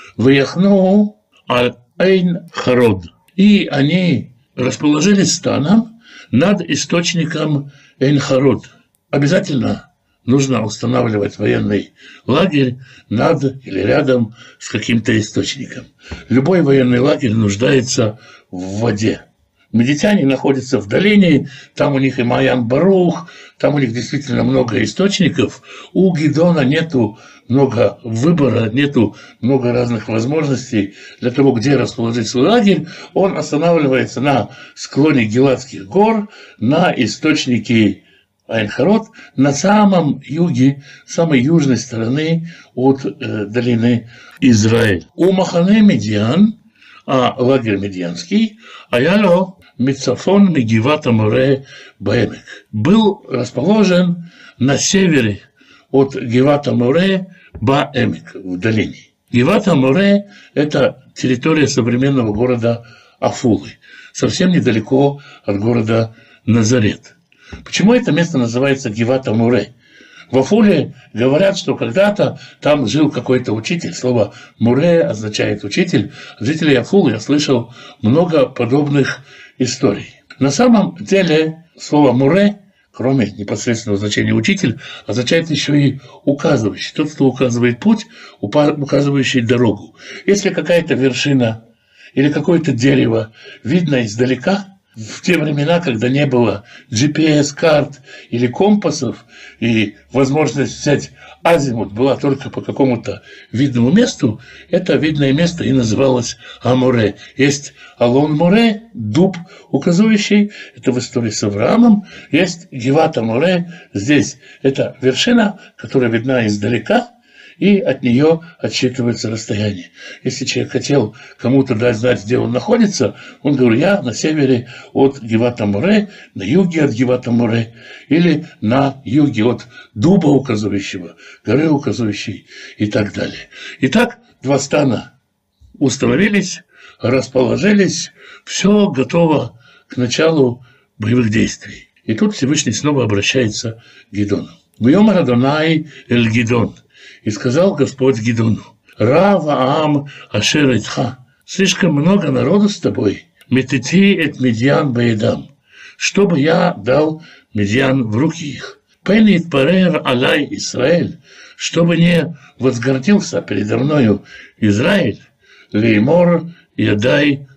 [SPEAKER 2] «Ваяхну аль Эйн-Харод». И они расположились станом над источником Эйн-Харод. Обязательно нужно устанавливать военный лагерь над или рядом с каким-то источником. Любой военный лагерь нуждается в воде. Медитяне находятся в долине, там у них и Маян-Барух, там у них действительно много источников. У Гидеона нету много выбора, нету много разных возможностей для того, где расположить свой лагерь. Он останавливается на склоне Гиладских гор, на источнике Эйн-Харод, на самом юге, самой южной стороны от долины Израиль. У Махане Медиан, а лагерь медианский, Аяло Мицафон Мегивата Море Баэмек, был расположен на севере от Гивата Море Баэмек, в долине. Гивата Море – это территория современного города Афулы, совсем недалеко от города Назарет. Почему это место называется Гивата Море? В Афуле говорят, что когда-то там жил какой-то учитель. Слово «муре» означает «учитель». От жителей Афулы я слышал много подобных историй. На самом деле слово «муре», кроме непосредственного значения «учитель», означает еще и «указывающий». Тот, кто указывает путь, указывающий дорогу. Если какая-то вершина или какое-то дерево видно издалека, в те времена, когда не было GPS-карт или компасов, и возможность взять азимут была только по какому-то видному месту, это видное место и называлось Аморе. Есть Алон-Море, дуб указывающий, это в истории с Авраамом. Есть Гиват-Море, здесь это вершина, которая видна издалека, и от нее отсчитывается расстояние. Если человек хотел кому-то дать знать, где он находится, он говорит: я на севере от Гивата-Море, на юге от Гивата-Море, или на юге от дуба указывающего, горы указывающей и так далее. Итак, два стана установились, расположились, все готово к началу боевых действий. И тут Всевышний снова обращается к Гидеону. «Вьомар Адонай эль Гидеон». И сказал Господь Гидеону: «Рава ам ашер эйтха». Слишком много народу с тобой. «Метити эт Медиан баедам». Чтобы я дал Медиан в руки их. «Пен итпарер алай Исраэль». Чтобы не возгордился передо мною Израиль. «Леймор ядай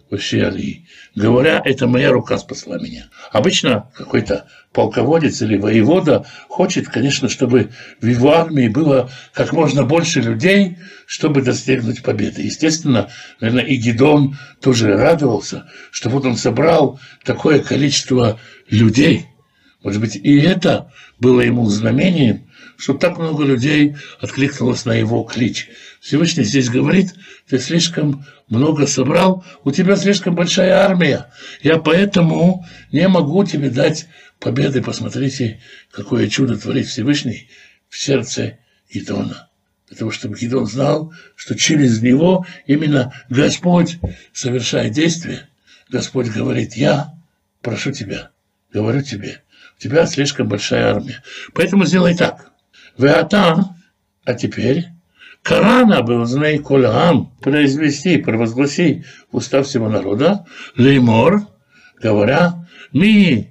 [SPEAKER 2] Ващиали, говоря, это моя рука спасла меня. Обычно какой-то полководец или воевода хочет, конечно, чтобы в его армии было как можно больше людей, чтобы достигнуть победы. Естественно, наверное, и Гидеон тоже радовался, что вот он собрал такое количество людей. Может быть, и это было ему знамением, что так много людей откликнулось на его клич. Всевышний здесь говорит: ты слишком много собрал, у тебя слишком большая армия, я поэтому не могу тебе дать победы. Посмотрите, какое чудо творит Всевышний в сердце Гидеона. Для того, чтобы Гидеон знал, что через него именно Господь совершает действие. Господь говорит: я прошу тебя, говорю тебе, у тебя слишком большая армия, поэтому сделай так. Веата, а теперь Карана был знай колям, произвести, провозгласи в уста всего народа, леймор, говоря, ми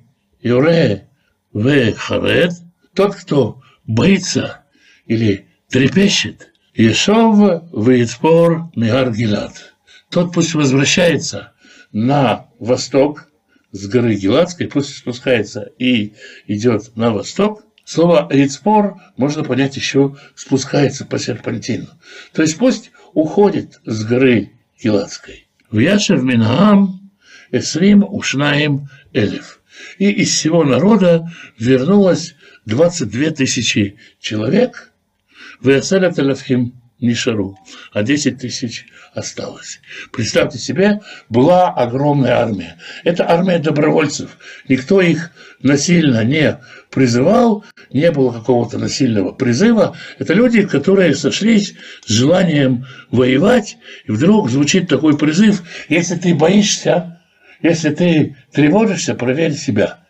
[SPEAKER 2] юре ве харед, тот, кто боится или трепещет, Ешов веицпор мигар Гилад, тот пусть возвращается на восток с горы Гиладской, пусть спускается и идет на восток. Слово «рицпор» можно понять еще «спускается по серпантину». То есть пусть уходит с горы Гиладской. В Яшев Минаам Эсрим Ушнаим Элев. И из всего народа вернулось 22 тысячи человек. В Яселят Элевхим Нишару, а 10 тысяч осталось. Представьте себе, была огромная армия. Это армия добровольцев. Никто их насильно не призывал, не было какого-то насильного призыва. Это люди, которые сошлись с желанием воевать, и вдруг звучит такой призыв: если ты боишься, если ты тревожишься, проверь себя.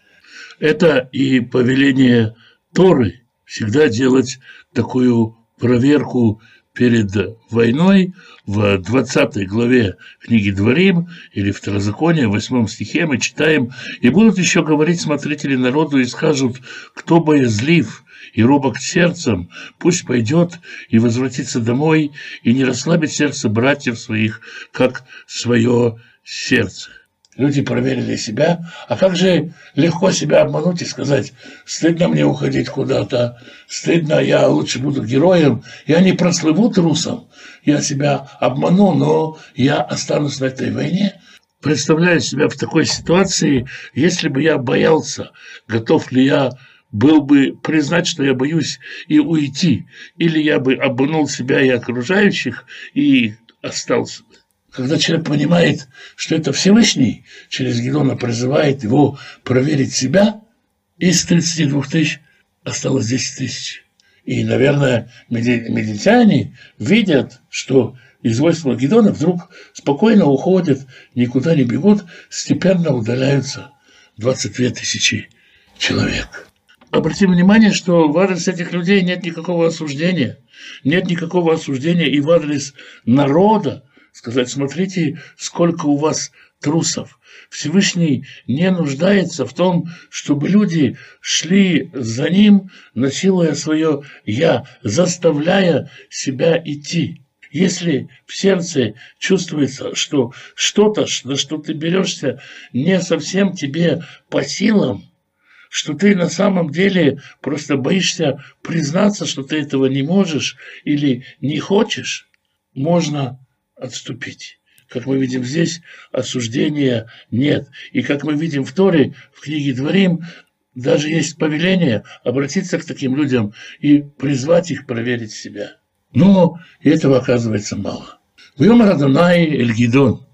[SPEAKER 2] Это и повеление Торы всегда делать такую проверку перед войной. В 20 главе книги Дворим или Второзакония, в 8 стихе мы читаем: «И будут еще говорить смотрители народу и скажут, кто боязлив и робок сердцем, пусть пойдет и возвратится домой, и не расслабит сердце братьев своих, как свое сердце». Люди проверили себя, а как же легко себя обмануть и сказать: стыдно мне уходить куда-то, стыдно, я лучше буду героем, я не прослыву трусом, я себя обману, но я останусь на этой войне. Представляю себя в такой ситуации, если бы я боялся, готов ли я был бы признать, что я боюсь, и уйти, или я бы обманул себя и окружающих и остался бы. Когда человек понимает, что это Всевышний через Гидеона призывает его проверить себя, из 32 тысяч осталось 10 тысяч. И, наверное, медитяне видят, что из войска Гидеона вдруг спокойно уходят, никуда не бегут, степенно удаляются 22 тысячи человек. Обратим внимание, что в адрес этих людей нет никакого осуждения. Нет никакого осуждения и в адрес народа. Сказать: смотрите, сколько у вас трусов. Всевышний не нуждается в том, чтобы люди шли за ним, насилуя свое «я», заставляя себя идти. Если в сердце чувствуется, что что-то, на что ты берешься, не совсем тебе по силам, что ты на самом деле просто боишься признаться, что ты этого не можешь или не хочешь, можно отступить. Как мы видим здесь, осуждения нет. И как мы видим в Торе, в книге Дворим, даже есть повеление обратиться к таким людям и призвать их проверить себя. Но этого оказывается мало. «Вьомар Адонай эль Гидеон»,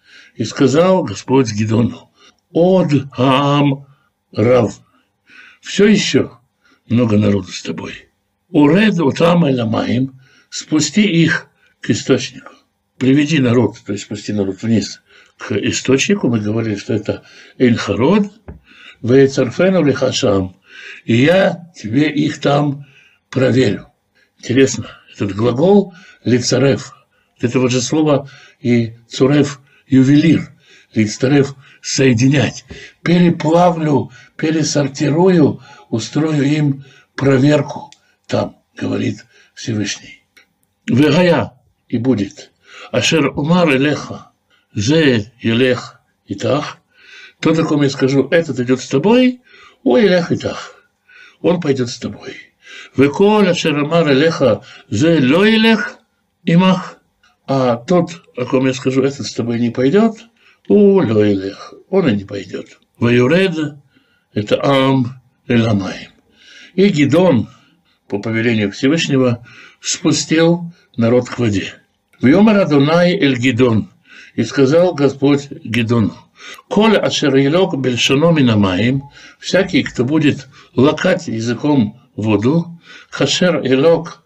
[SPEAKER 2] и сказал Господь Гидеону: «Од хаам рав», все еще много народу с тобой. «Уред утам эль амаим», спусти их к источнику. Приведи народ, то есть спусти народ вниз к источнику. Мы говорили, что это Эль-Харод, Вейцарфену Лихашам, и я тебе их там проверю. Интересно, этот глагол лицарев, от этого же слова и цурев ювелир, лицарев соединять. Переплавлю, пересортирую, устрою им проверку. Там, говорит Всевышний. Вегая, и будет. Ашер умар элеха, зе елех итах, тот, о ком я скажу, этот идет с тобой, о елех итах, он пойдет с тобой. Веколь ашер амар элеха зе ло елех имах, а тот, о ком я скажу, этот с тобой не пойдет, о ло елех, он и не пойдет. Ваюред – это ам эламаим. И Гидон, по повелению Всевышнего, спустил народ к воде. «Вьомар Адонай эль Гидон», и сказал Господь Гидону: «Коль ашер елок бельшано минамаим», всякий, кто будет лакать языком воду, хашер елок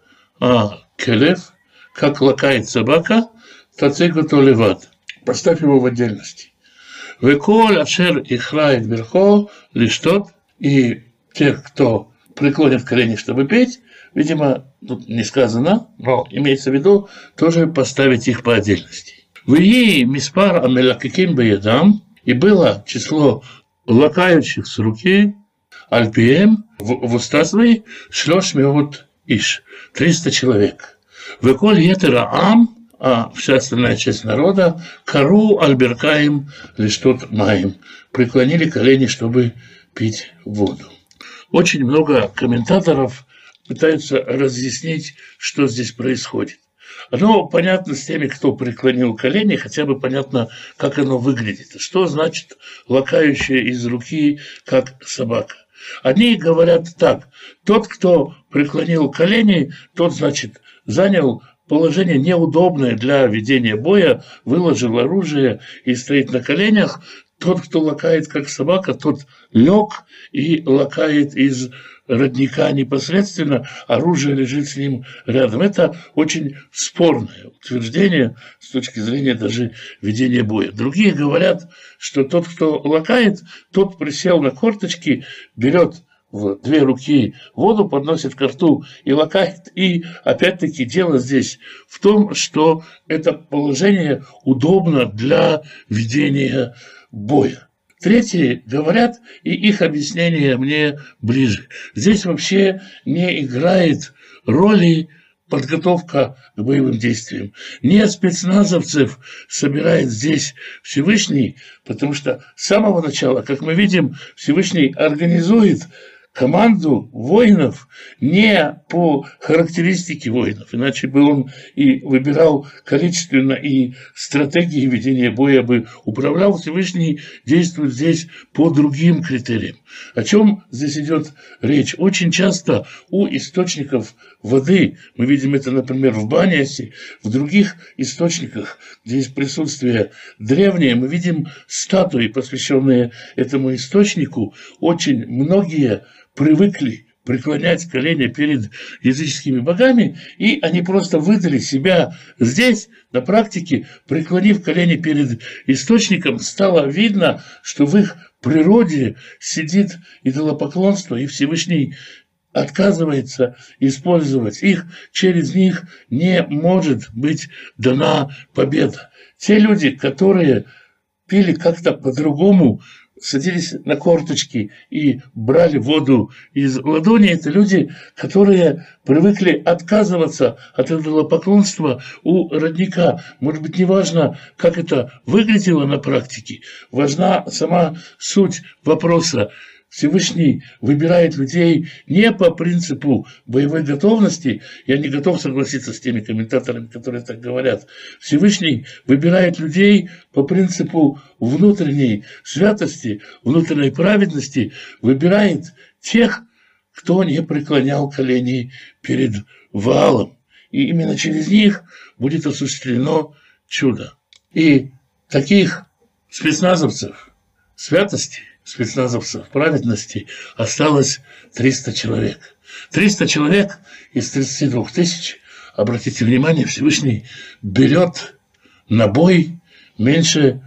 [SPEAKER 2] келев, как лакает собака, тацигуту левад, поставь его в отдельности. «Веколь ашер ихрает верхо лиштот», и тех, кто преклонит колени, чтобы петь, видимо, тут не сказано, но имеется в виду тоже поставить их по отдельности. «Вии миспар амелакиким беядам», и было число лакающих с руки, альпием, в уста свои, шлёш меот иш, 300 человек. «Веколь етера ам», а вся остальная часть народа, кару альберкаем лиштот маем, преклонили колени, чтобы пить воду. Очень много комментаторов пытаются разъяснить, что здесь происходит. Оно понятно с теми, кто преклонил колени, хотя бы понятно, как оно выглядит. Что значит лакающая из руки, как собака? Одни говорят так: тот, кто преклонил колени, тот, значит, занял положение неудобное для ведения боя, выложил оружие и стоит на коленях. Тот, кто лакает, как собака, тот лег и лакает из родника непосредственно, оружие лежит с ним рядом. Это очень спорное утверждение с точки зрения даже ведения боя. Другие говорят, что тот, кто лакает, тот присел на корточки, берет в 2 руки воду, подносит ко рту и лакает. И опять-таки дело здесь в том, что это положение удобно для ведения боя. Третьи говорят, и их объяснение мне ближе. Здесь вообще не играет роли подготовка к боевым действиям. Не спецназовцев собирает здесь Всевышний, потому что с самого начала, как мы видим, Всевышний организует команду воинов не по характеристике воинов, иначе бы он и выбирал количественно, и стратегии ведения боя бы управлял. Всевышний действует здесь по другим критериям. О чем здесь идет речь? Очень часто у источников воды, мы видим это, например, в Баниасе, в других источниках, где есть присутствие древнее, мы видим статуи, посвященные этому источнику. Очень многие привыкли преклонять колени перед языческими богами, и они просто выдали себя здесь, на практике, преклонив колени перед источником, стало видно, что в их природе сидит идолопоклонство, и Всевышний отказывается использовать их, через них не может быть дана победа. Те люди, которые пили как-то по-другому, садились на корточки и брали воду из ладони, это люди, которые привыкли отказываться от идолопоклонства у родника. Может быть, не важно, как это выглядело на практике, важна сама суть вопроса. Всевышний выбирает людей не по принципу боевой готовности. Я не готов согласиться с теми комментаторами, которые так говорят. Всевышний выбирает людей по принципу внутренней святости, внутренней праведности. Выбирает тех, кто не преклонял колени перед Ваалом. И именно через них будет осуществлено чудо. И таких спецназовцев святости, спецназовцев праведности осталось 300 человек. 300 человек из 32 тысяч, обратите внимание, Всевышний берет на бой меньше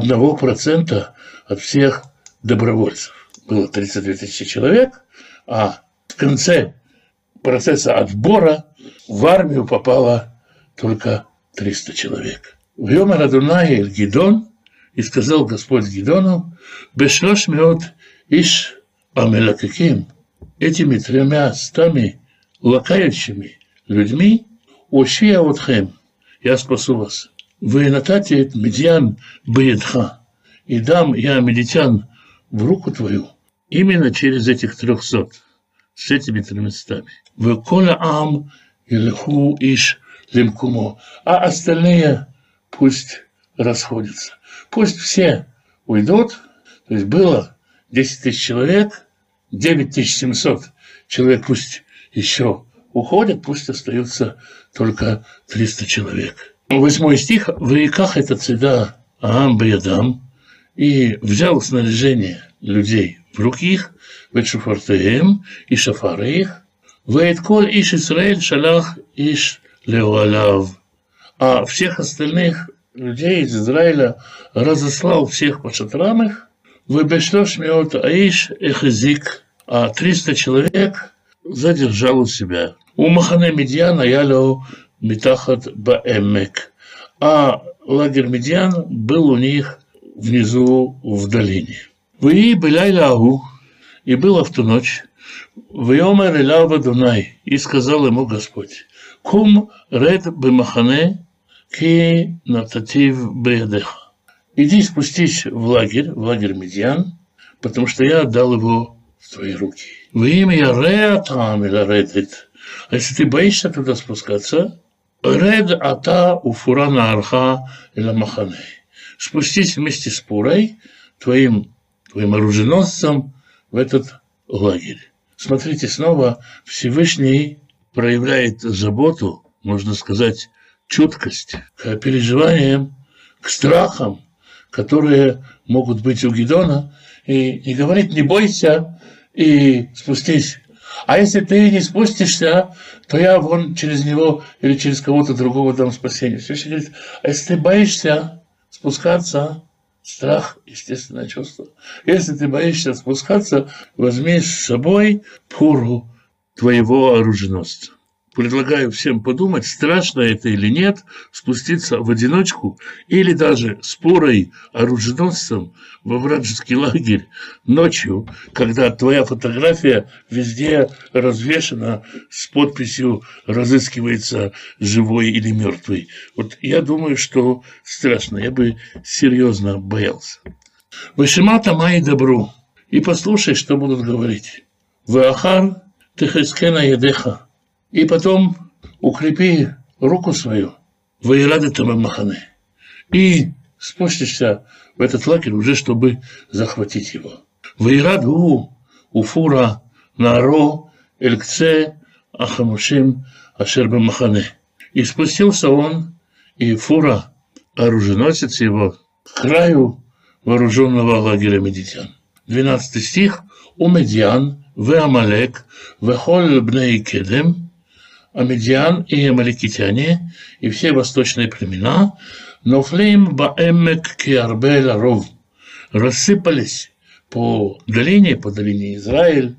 [SPEAKER 2] 1% от всех добровольцев. Было 32 тысячи человек, а в конце процесса отбора в армию попало только 300 человек. «Вьомар Адонай эль Гидон», и сказал Господь Гидону: «Бешрош меот иш амелакаким», этими 300 лакающими людьми, «Ошия отхем», я спасу вас. «Венатати медьян беедха» и дам я медитян в руку твою именно через этих 300, с этими 300. «Векола ам илху иш лимкумо», а остальные пусть расходятся. Пусть все уйдут, то есть было 10 тысяч человек, 9700 человек пусть еще уходят, пусть остаются только 300 человек. 8 стих. «Ваиках это цеда аам беядам», и взял снаряжение людей в руки их, вешуфартеем и шафары их, ваитколь иш Исраэль шалах иш леуалав, а всех остальных людей из Израиля разослал всех по шатрам их, выбешлёшь меот аиш эхезик, а 300 человек задержал у себя. У Махане Медьяна яло митахат баэмек, а лагерь Медьян был у них внизу в долине. «Вы беляйля агу», и было в ту ночь, «Вьомер элав Адонай», и сказал ему Господь, «Кум ред бемахане ки нататив беядеха». Иди спустись в лагерь Медьян, потому что я отдал его в твои руки. «Во имя я реатам или редет», а если ты боишься туда спускаться, «Ред ата уфурана арха или махане», спустись вместе с Пурой, твоим оруженосцем, в этот лагерь. Смотрите, снова Всевышний проявляет заботу, можно сказать, чуткость к переживаниям, к страхам, которые могут быть у Гидеона, и не говорит: не бойся и спустись. А если ты не спустишься, то я вон через него или через кого-то другого дам спасение. Всевышний говорит: а если ты боишься спускаться, страх – естественное чувство. Если ты боишься спускаться, возьми с собой Пуру, твоего оруженосца. Предлагаю всем подумать, страшно это или нет, спуститься в одиночку или даже с Пурой, оруженосцем, во вражеский лагерь ночью, когда твоя фотография везде развешена с подписью «разыскивается живой или мертвый». Вот я думаю, что страшно, я бы серьезно боялся. «Вышимата май добру», и послушай, что будут говорить. «Ваахар техескена едеха», и потом укрепи руку свою, воирадетам махане, и спустишься в этот лагерь уже, чтобы захватить его. Воираду уфура наро элькце ахамушим ашерба махане. И спустился он, и Фура, оруженосец его, к краю вооруженного лагеря медитян. 12 стих. У Медьян, в Амалек, в Холь бней Кедем, а Медьян и амаликитяне, и все восточные племена, нофлеем баэмек киарбе ларов, рассыпались по долине Израиль,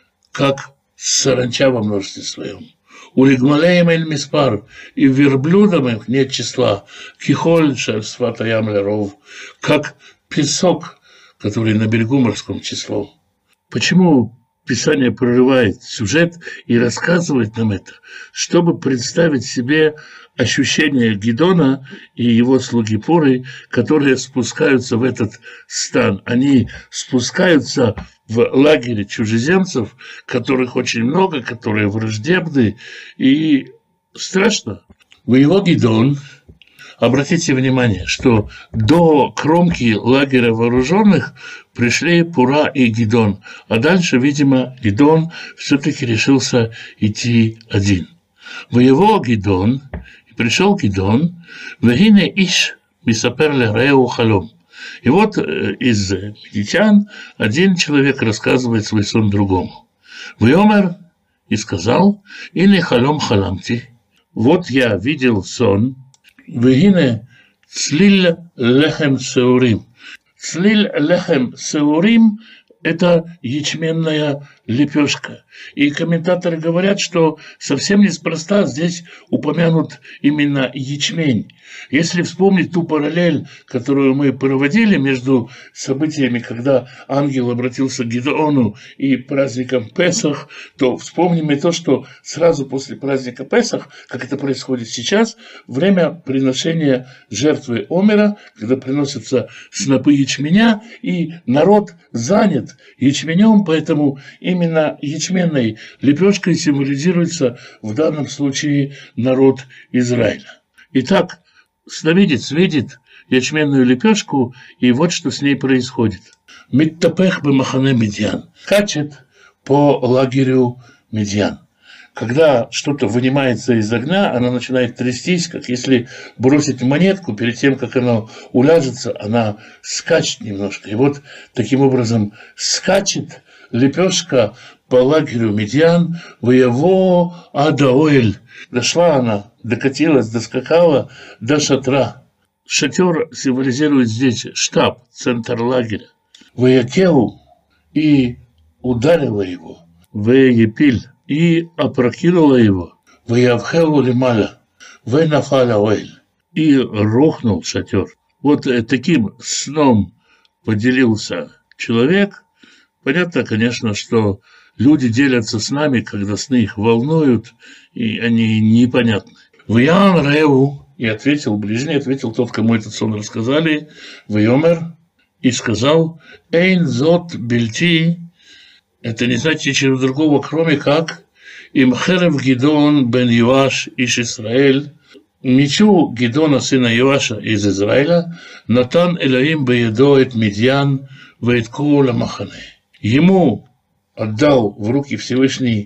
[SPEAKER 2] как саранча во множестве своем. У Лигмалеем эль миспар, и верблюдам их нет числа, кихоль шерсватаям ларов, как песок, который на берегу морском число. Почему Писание прорывает сюжет и рассказывает нам это, чтобы представить себе ощущение Гидеона и его слуги Пуры, которые спускаются в этот стан. Они спускаются в лагере чужеземцев, которых очень много, которые враждебны, и страшно. Воевал Гидеон. Обратите внимание, что до кромки лагеря вооруженных пришли Пура и Гидеон, а дальше, видимо, Гидеон все-таки решился идти один. Воевал Гидеон, и пришел Гидеон, вегине иш мисапер лереу халом. И вот из медитян один человек рассказывает свой сон другому. Вьомер, и сказал: «Или халом халамти». Вот я видел сон. Вегине цлиль лехем сеурим. Цлиль лехем сеурим – это ячменная лепешка. И комментаторы говорят, что совсем неспроста здесь упомянут именно ячмень. Если вспомнить ту параллель, которую мы проводили между событиями, когда ангел обратился к Гидеону и праздником Песах, то вспомним и то, что сразу после праздника Песах, как это происходит сейчас, время приношения жертвы Омера, когда приносятся снопы ячменя, и народ занят ячменем, поэтому именно ячменной лепешкой символизируется в данном случае народ Израиля. Итак, сновидец видит ячменную лепешку, и вот что с ней происходит. Миттапех бемахане Медьян. Качет по лагерю Медьян. Когда что-то вынимается из огня, она начинает трястись, как если бросить монетку, перед тем, как она уляжется, она скачет немножко. И вот таким образом скачет лепешка по лагерю Медьян, воево Адаоэль. Дошла она, докатилась, доскакала до шатра. Шатер символизирует здесь штаб, центр лагеря. Воякеу и ударила его. Веепиль и опрокинула его. Веявхеу лималя. Венафаля оэль. И рухнул шатер. Вот таким сном поделился человек. Понятно, конечно, что люди делятся с нами, когда сны их волнуют, и они непонятны. «Ваян Реу», и ответил ближний, ответил тот, кому этот сон рассказали, «Вайомер», и сказал, «Эйн зот бельти», это не значит ничего другого, кроме как «Им херев Гидон бен Юаш иш Исраэль», мечу Гидона, сына Юаша из Израиля, «Натан Элоим беедо эт Медьян вэт кола махане». Ему отдал в руки Всевышний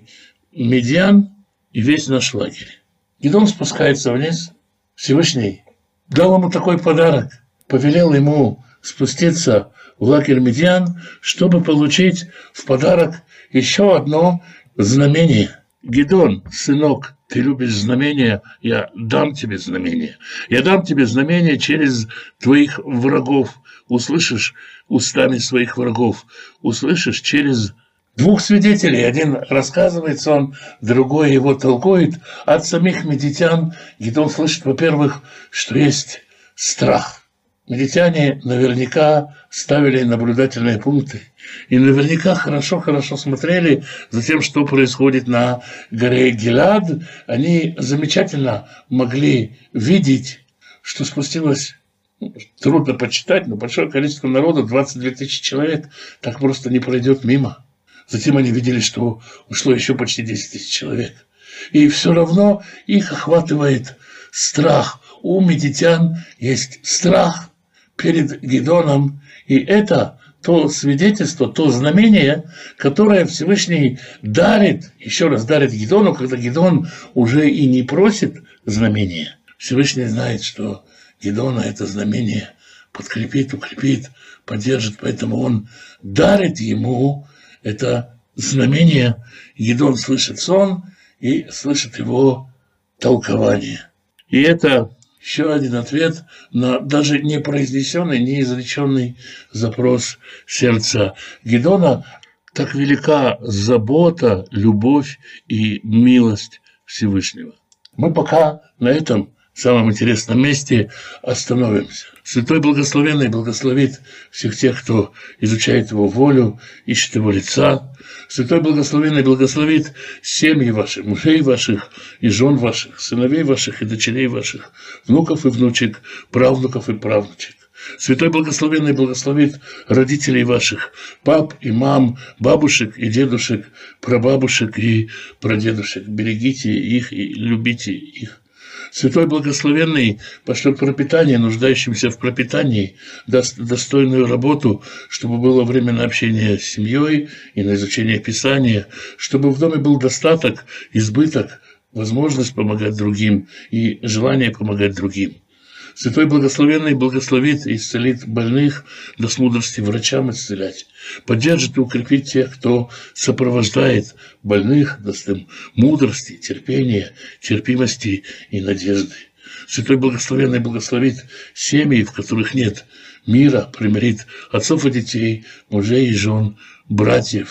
[SPEAKER 2] Медьян и весь наш лагерь. Гидон спускается вниз, Всевышний дал ему такой подарок, повелел ему спуститься в лагерь Медьян, чтобы получить в подарок еще одно знамение. Гидон, сынок, ты любишь знамения, я дам тебе знамение. Я дам тебе знамение через твоих врагов. Услышишь устами своих врагов, услышишь через двух свидетелей. Один рассказывает сон, другой его толкует. От самих медитян Гидон слышит, во-первых, что есть страх. Медитяне наверняка ставили наблюдательные пункты и наверняка хорошо смотрели за тем, что происходит на горе Гилад. Они замечательно могли видеть, что спустилось, трудно почитать, но большое количество народа, 22 тысячи человек, так просто не пройдет мимо. Затем они видели, что ушло еще почти 10 тысяч человек. И все равно их охватывает страх. У медитян есть страх перед Гидоном, и это то свидетельство, то знамение, которое Всевышний дарит, еще раз дарит Гидону, когда Гидон уже и не просит знамения. Всевышний знает, что Гидона это знамение подкрепит, укрепит, поддержит, поэтому он дарит ему это знамение. Гидон слышит сон и слышит его толкование. И это еще один ответ на даже не произнесенный, не изреченный запрос сердца Гидона. Так велика забота, любовь и милость Всевышнего. Мы пока на этом самом интересном месте остановимся. Святой Благословенный благословит всех тех, кто изучает Его волю, ищет Его лица. Святой Благословенный благословит семьи ваших, мужей ваших и жен ваших, сыновей ваших и дочерей ваших, внуков и внучек, правнуков и правнучек. Святой Благословенный благословит родителей ваших, пап и мам, бабушек и дедушек, прабабушек и прадедушек. Берегите их и любите их. Святой Благословенный пошлет пропитание нуждающимся в пропитании, даст достойную работу, чтобы было время на общение с семьей и на изучение Писания, чтобы в доме был достаток, избыток, возможность помогать другим и желание помогать другим. Святой Благословенный благословит и исцелит больных, даст мудрости врачам исцелять, поддержит и укрепит тех, кто сопровождает больных, даст им мудрости, терпения, терпимости и надежды. Святой Благословенный благословит семьи, в которых нет мира, примирит отцов и детей, мужей и жен, братьев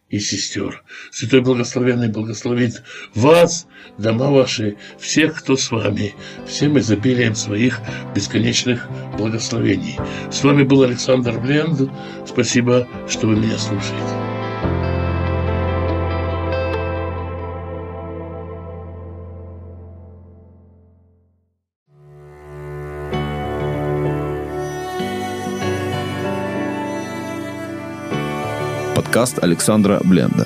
[SPEAKER 2] и сестер. Святой Благословенный благословит вас, дома ваши, всех, кто с вами, всем изобилием своих бесконечных благословений. С вами был Александр Бленд. Спасибо, что вы меня слушаете.
[SPEAKER 1] Подкаст Александра Бленда.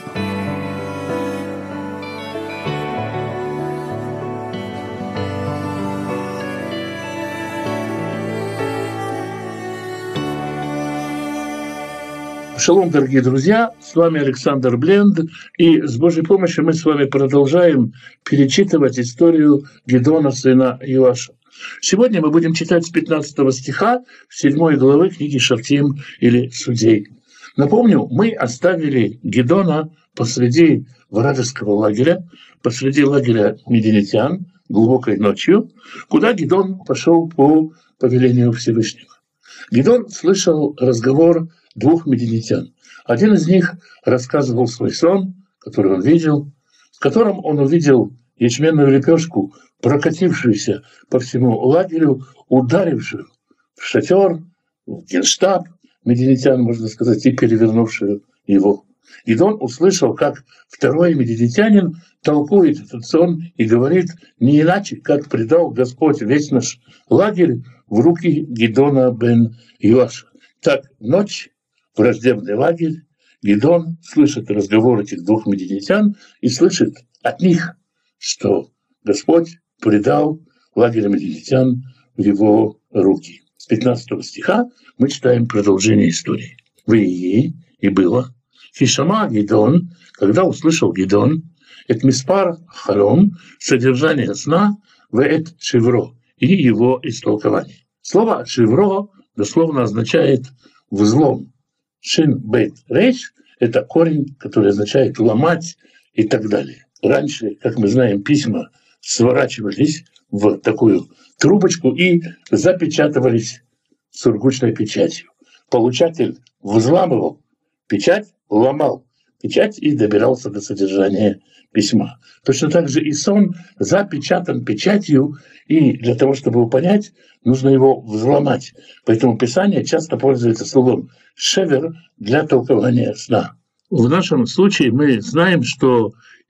[SPEAKER 2] Шалом, дорогие друзья, с вами Александр Бленд, и с Божьей помощью мы с вами продолжаем перечитывать историю Гедеона, сына Иоаша. Сегодня мы будем читать с 15 стиха 7 главы книги Шофтим или Судей. Напомню, мы оставили Гедеона посреди вражеского лагеря, посреди лагеря медианитян глубокой ночью, куда Гедеон пошел по повелению Всевышнего. Гедеон слышал разговор двух медианитян. Один из них рассказывал свой сон, который он видел, в котором он увидел ячменную лепешку, прокатившуюся по всему лагерю, ударившую в шатер, в генштаб медианитян, можно сказать, и перевернувшую его. Гедеон услышал, как второй медианитянин толкует этот сон и говорит не иначе, как предал Господь весь наш лагерь в руки Гедеона бен Иоаша. Так, ночь, враждебный лагерь, Гедеон слышит разговор этих двух медианитян и слышит от них, что Господь предал лагерь медианитян в его руки. С 15 стиха мы читаем продолжение истории. «Веи, и было, Хишама Гедеон, когда услышал Гедеон, эт миспар халом, содержание сна, веэт шевро, и его истолкование». Слово «шевро» дословно означает «взлом». «Шин бейт рейш» — это корень, который означает «ломать» и так далее. Раньше, как мы знаем, письма сворачивались в такую трубочку и запечатывались сургучной печатью. Получатель взламывал печать, ломал печать и добирался до содержания письма. Точно так же и сон запечатан печатью, и для того, чтобы его понять, нужно его взломать. Поэтому Писание часто пользуется словом «шевер» для толкования сна. В нашем случае мы знаем, что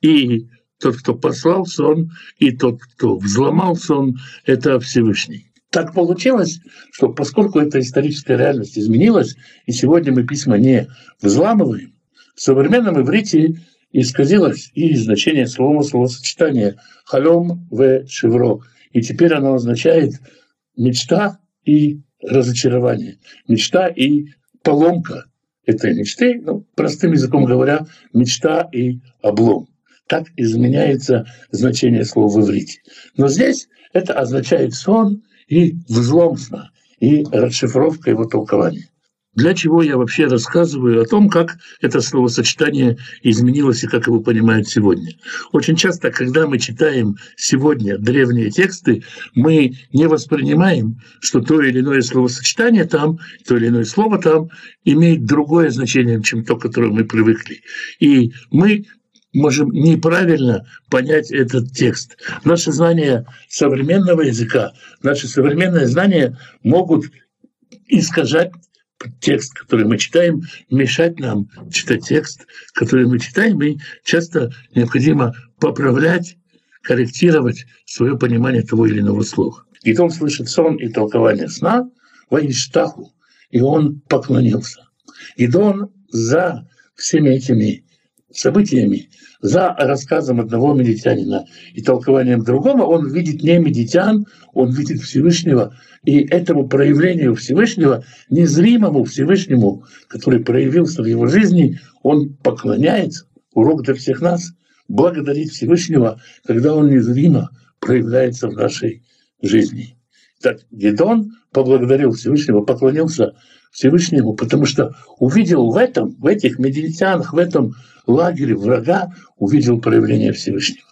[SPEAKER 2] и тот, кто послал сон, и тот, кто взломал сон, это Всевышний. Так получилось, что поскольку эта историческая реальность изменилась, и сегодня мы письма не взламываем, в современном иврите исказилось и значение словосочетания «халом в шевро», и теперь оно означает «мечта» и «разочарование», «мечта» и «поломка» этой мечты, простым языком говоря, «мечта» и «облом». Так изменяется значение слова в иврите. Но здесь это означает сон и взлом сна, и расшифровка его толкования. Для чего я вообще рассказываю о том, как это словосочетание изменилось и как его понимают сегодня? Очень часто, когда мы читаем сегодня древние тексты, мы не воспринимаем, что то или иное словосочетание там, то или иное слово там имеет другое значение, чем то, к которому мы привыкли. И мы можем неправильно понять этот текст. Наши знания современного языка, наши современные знания могут искажать текст, который мы читаем, мешать нам читать текст, который мы читаем, и часто необходимо поправлять, корректировать свое понимание того или иного слова. Гедеон слышит сон и толкование сна, «Ваиштаху», и он поклонился. Гедеон за всеми этими событиями, за рассказом одного медианитянина и толкованием другого, он видит не медиан, он видит Всевышнего, и этому проявлению Всевышнего, незримому Всевышнему, который проявился в его жизни, он поклоняется. Урок для всех нас — благодарить Всевышнего, когда он незримо проявляется в нашей жизни. Так Гедеон поблагодарил Всевышнего, поклонился Всевышнему, потому что увидел в этом, в этих медианитянах, в этом лагере врага, увидел проявление Всевышнего.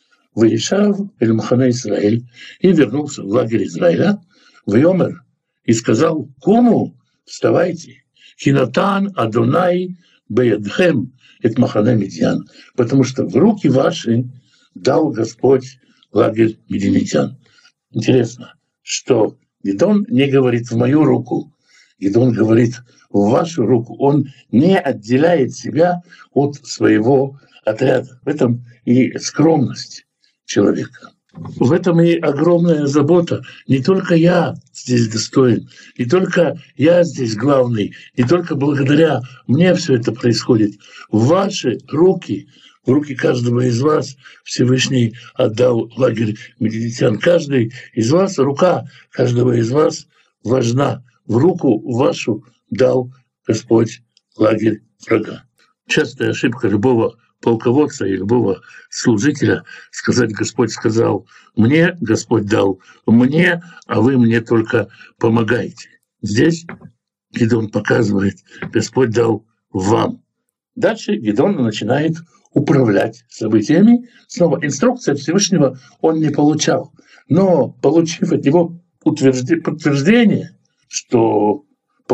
[SPEAKER 2] «Ваишав эль махане Исраэль», и вернулся в лагерь Израиля, «Вайомер», и сказал: «Кому? Вставайте! Хинатан Адонай беядхем эт махане Медьян, потому что в руки ваши дал Господь лагерь медианитян. Интересно, что Гидеон не говорит в мою руку, Гидеон говорит в вашу руку. Он не отделяет себя от своего отряда. В этом и скромность человека. В этом и огромная забота. Не только я здесь достоин, не только я здесь главный, не только благодаря мне все это происходит. В ваши руки, в руки каждого из вас Всевышний отдал лагерь медианитян. Каждый из вас, рука каждого из вас важна. В руку вашу дал Господь лагерь врага. Частая ошибка любого полководца и любого служителя сказать: Господь сказал мне, Господь дал мне, а вы мне только помогаете. Здесь Гидеон показывает: Господь дал вам. Дальше Гидеон начинает управлять событиями. Снова инструкция Всевышнего он не получал, но получив от него подтверждение, что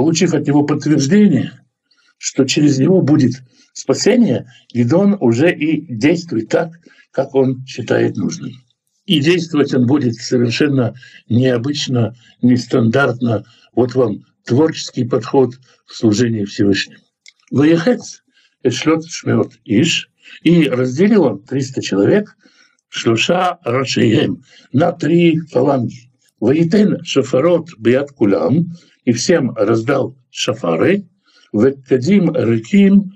[SPEAKER 2] через него будет спасение, Гидеон уже и действует так, как он считает нужным. И действовать он будет совершенно необычно, нестандартно. Вот вам творческий подход в служении Всевышнему. «Ваехец эшлот шмеот иш», и разделил он 300 человек, шлуша рашеем, на 3 фаланги. «Ваитен шафарот бият кулам», и всем раздал шафары, «векадим реким,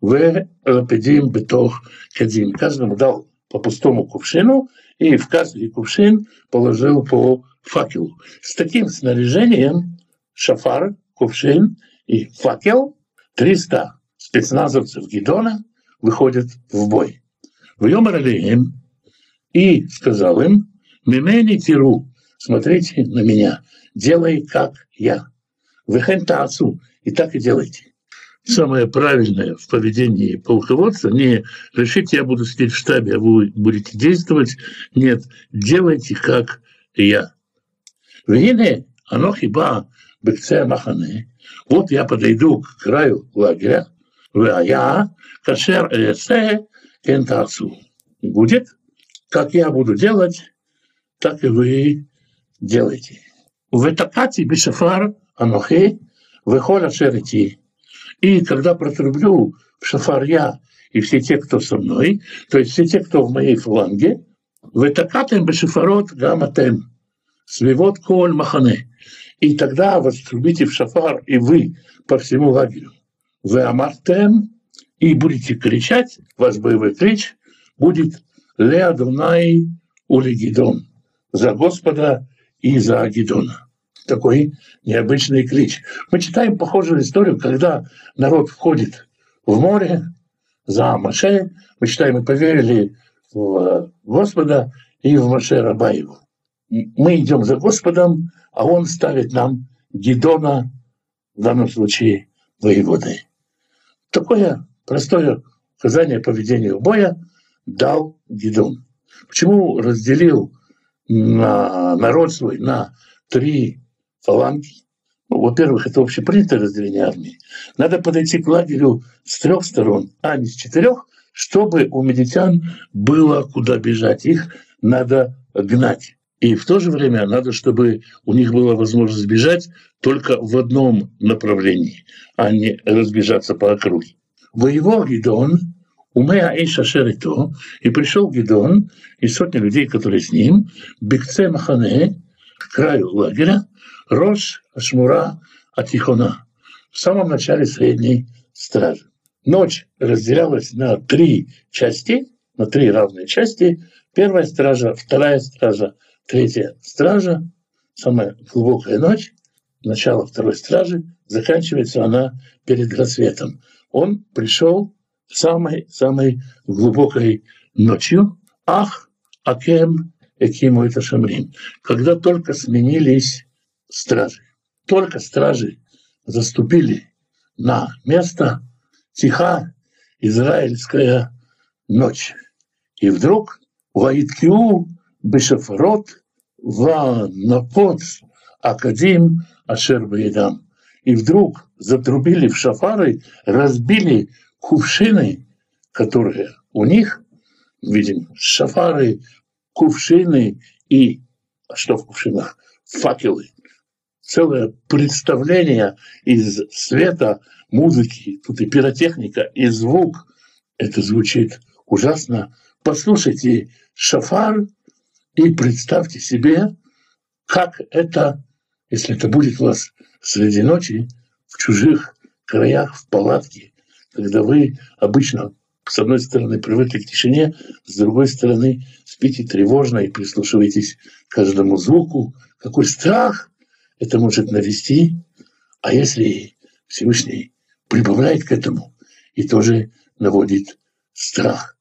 [SPEAKER 2] вепедим бетох кадим». Каждому дал по пустому кувшину, и в каждый кувшин положил по факелу. С таким снаряжением шафар, кувшин и факел 300 спецназовцев Гидеона выходят в бой. «Вьомар алейхим», и сказал им: «Мимени тиру», смотрите на меня, делай, как я. «Вехен таасу», и так и делайте. Самое правильное в поведении полководца — не решите, я буду сидеть в штабе, а вы будете действовать. Нет, делайте, как я. «Вене анохи ба бекце махане», вот я подойду к краю лагеря, «веая кашер эсе кен таасу», будет, как я буду делать, так и вы делайте. «Ветакати бешафар анохи вехоль ашер ити». И когда протрублю в шафар я и все те, кто со мной, то есть все те, кто в моей фаланге, «ветакатем бешафарот гаматем свивот коль махане», и тогда вострубите в шафар и вы по всему лагерю. «Вы амартем», и будете кричать, ваш боевой клич будет «Ле Адонай ули Гидеон», за Господа и за Гидеона. Такой необычный клич. Мы читаем похожую историю, когда народ входит в море за Моше. Мы читаем: «И поверили в Господа и в Моше раба его». Мы идем за Господом, а он ставит нам Гидеона, в данном случае воеводой. Такое простое указание поведению боя дал Гидеон. Почему разделил народ свой на 3 фаланги? Ну, во-первых, это общепринятое разделение армии. Надо подойти к лагерю с 3 сторон, а не с 4, чтобы у медианитян было куда бежать. Их надо гнать. И в то же время надо, чтобы у них была возможность бежать только в одном направлении, а не разбежаться по округе. Воевал Гидеон, умея эйша шерито, и пришел Гидеон и сотни людей, которые с ним, бекце махане, к краю лагеря, рош ашмура атихона, в самом начале средней стражи. Ночь разделялась на 3 части, на 3 равные части. 1 стража, 2 стража, 3 стража. Самая глубокая ночь, начало 2 стражи, заканчивается она перед рассветом. Он пришел самой глубокой ночью. Ах, акем экиму это шамрим. Когда только сменились стражи. Только стражи заступили на место, тиха израильская ночь. И вдруг ваиткиу бешафарот ва напот акадим ашер баедам. И вдруг затрубили в шафары, разбили кувшины, которые у них, видим, шафары, кувшины и, а что в кувшинах? Факелы. Целое представление из света, музыки, тут и пиротехника, и звук. Это звучит ужасно. Послушайте шафар и представьте себе, как это, если это будет у вас среди ночи, в чужих краях, в палатке, когда вы обычно, с одной стороны, привыкли к тишине, с другой стороны, спите тревожно и прислушиваетесь к каждому звуку. Какой страх это может навести, а если Всевышний прибавляет к этому и тоже наводит страх.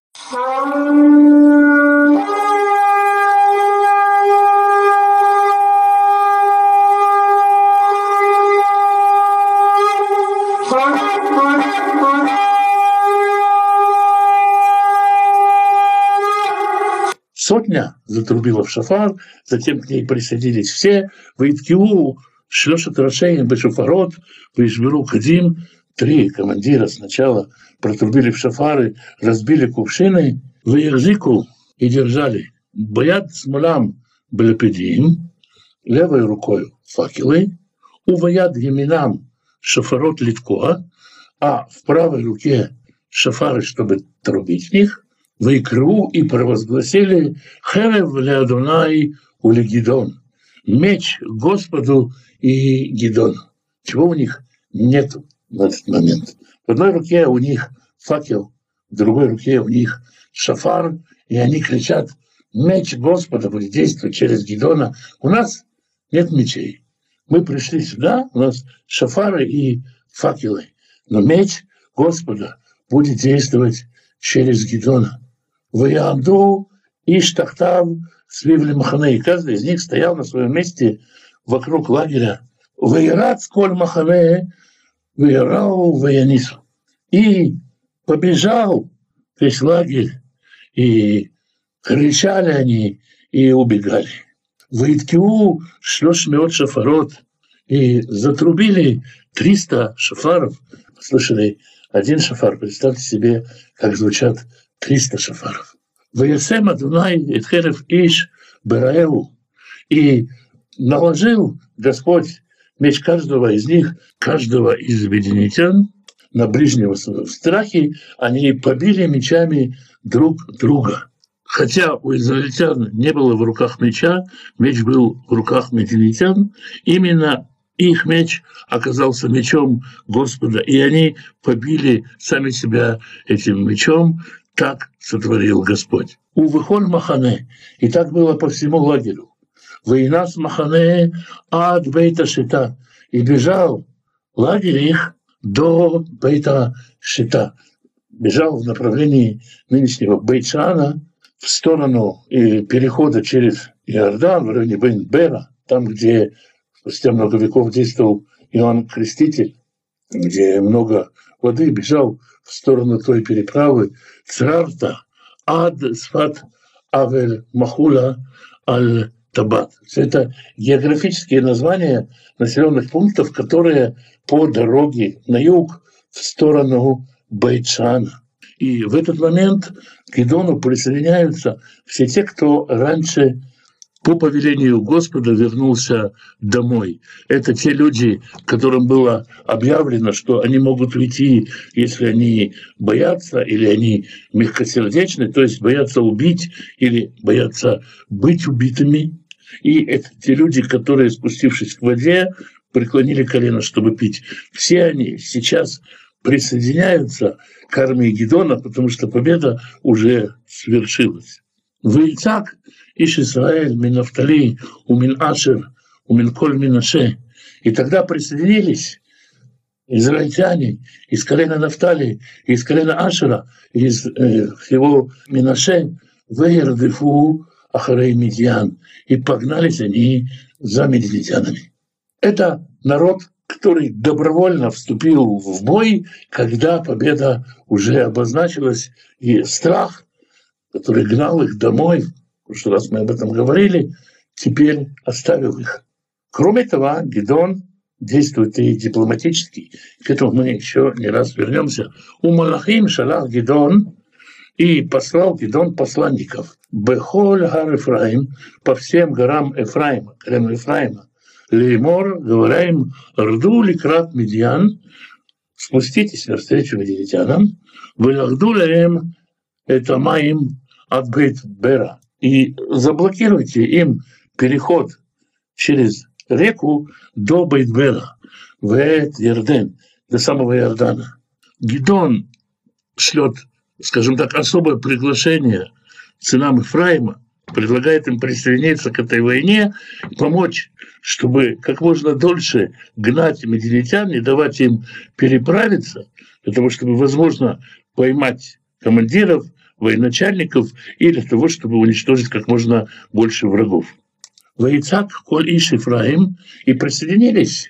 [SPEAKER 2] Сотня затрубила в шафар, затем к ней присоединились все. «Ваиткиу шлёшет рашеем бешофарот, ваишберу кадим». 3 командира сначала протрубили в шафары, разбили кувшины, ваихзику и держали баяд смолам белепедим, левой рукой факелы, уваяд яминам шафарот литкоа, а в правой руке шафары, чтобы трубить в них, выкру и провозгласили «Херев ле Адонай уле Гидон» – «Меч Господу и Гидону». Чего у них нету в этот момент? В одной руке у них факел, в другой руке у них шафар, и они кричат «Меч Господа будет действовать через Гидона». У нас нет мечей. Мы пришли сюда, у нас шафары и факелы, но меч Господа будет действовать через Гидона. «Ваямду иштахтав свивли махане». И каждый из них стоял на своем месте вокруг лагеря. «Ваират сколь махане, ваирау ваянису». И побежал весь лагерь, и кричали они, и убегали. «Ваиткиу шлёшмеот шафарот». И затрубили 300 шафаров. Слышали один шафар. Представьте себе, как звучат 300 шафаров. «Ваясем Адонай эт херев иш бераэу». И наложил Господь меч каждого из них, каждого из медианитян, на ближнего своего. В страхе они побили мечами друг друга. Хотя у израильтян не было в руках меча, меч был в руках медианитян, именно их меч оказался мечом Господа, и они побили сами себя этим мечом. Так сотворил Господь. У выхоль махане, и так было по всему лагерю. Вейнас махане ад бейта шита, и бежал лагерь их до бейта шита. Бежал в направлении нынешнего Бейт-Шана в сторону перехода через Иордан, в районе Бен-Бера, там, где спустя много веков действовал Иоанн Креститель, где много воды, бежал в сторону той переправы Црарта ад сфат авель махула аль табат. Это географические названия населенных пунктов, которые по дороге на юг в сторону Бейт-Шана. И в этот момент к Гидону присоединяются все те, кто раньше по повелению Господа вернулся домой. Это те люди, которым было объявлено, что они могут уйти, если они боятся, или они мягкосердечны, то есть боятся убить или боятся быть убитыми. И это те люди, которые, спустившись к воде, преклонили колено, чтобы пить. Все они сейчас присоединяются к армии Гидона, потому что победа уже свершилась. «Ваицак иш Исраэль мин Нафтали, умин Ашер, умин Коль Минаше». И тогда присоединились израильтяне из колена Нафтали, из колена Ашера, из всего Минаше, «Ваердефу ахарей Мидьян». И погнались они за медианитянами. Это народ, который добровольно вступил в бой, когда победа уже обозначилась, и страх, который гнал их домой, в прошлый раз мы об этом говорили, теперь оставил их. Кроме того, Гидон действует и дипломатически. К этому мы еще не раз вернемся. У Малахим шалах Гидон, и послал Гидон посланников. Бехоль гар Эфраим, по всем горам Эфраима, колена Эфраима. Леймор, говоря им, рду ликрат Медьян, спуститесь навстречу медианитянам, вылахду лаем это маим от Бейт-Бера, и заблокируйте им переход через реку до Бейт-Бера, в Ярден, до самого Иордана. Гидон шлет, скажем так, особое приглашение сынам Эфраима, предлагает им присоединиться к этой войне, помочь, чтобы как можно дольше гнать медианитян, не давать им переправиться, для того, чтобы, возможно, поймать командиров, военачальников и для того, чтобы уничтожить как можно больше врагов. Ваицак, Коль Иш Ефраим, и присоединились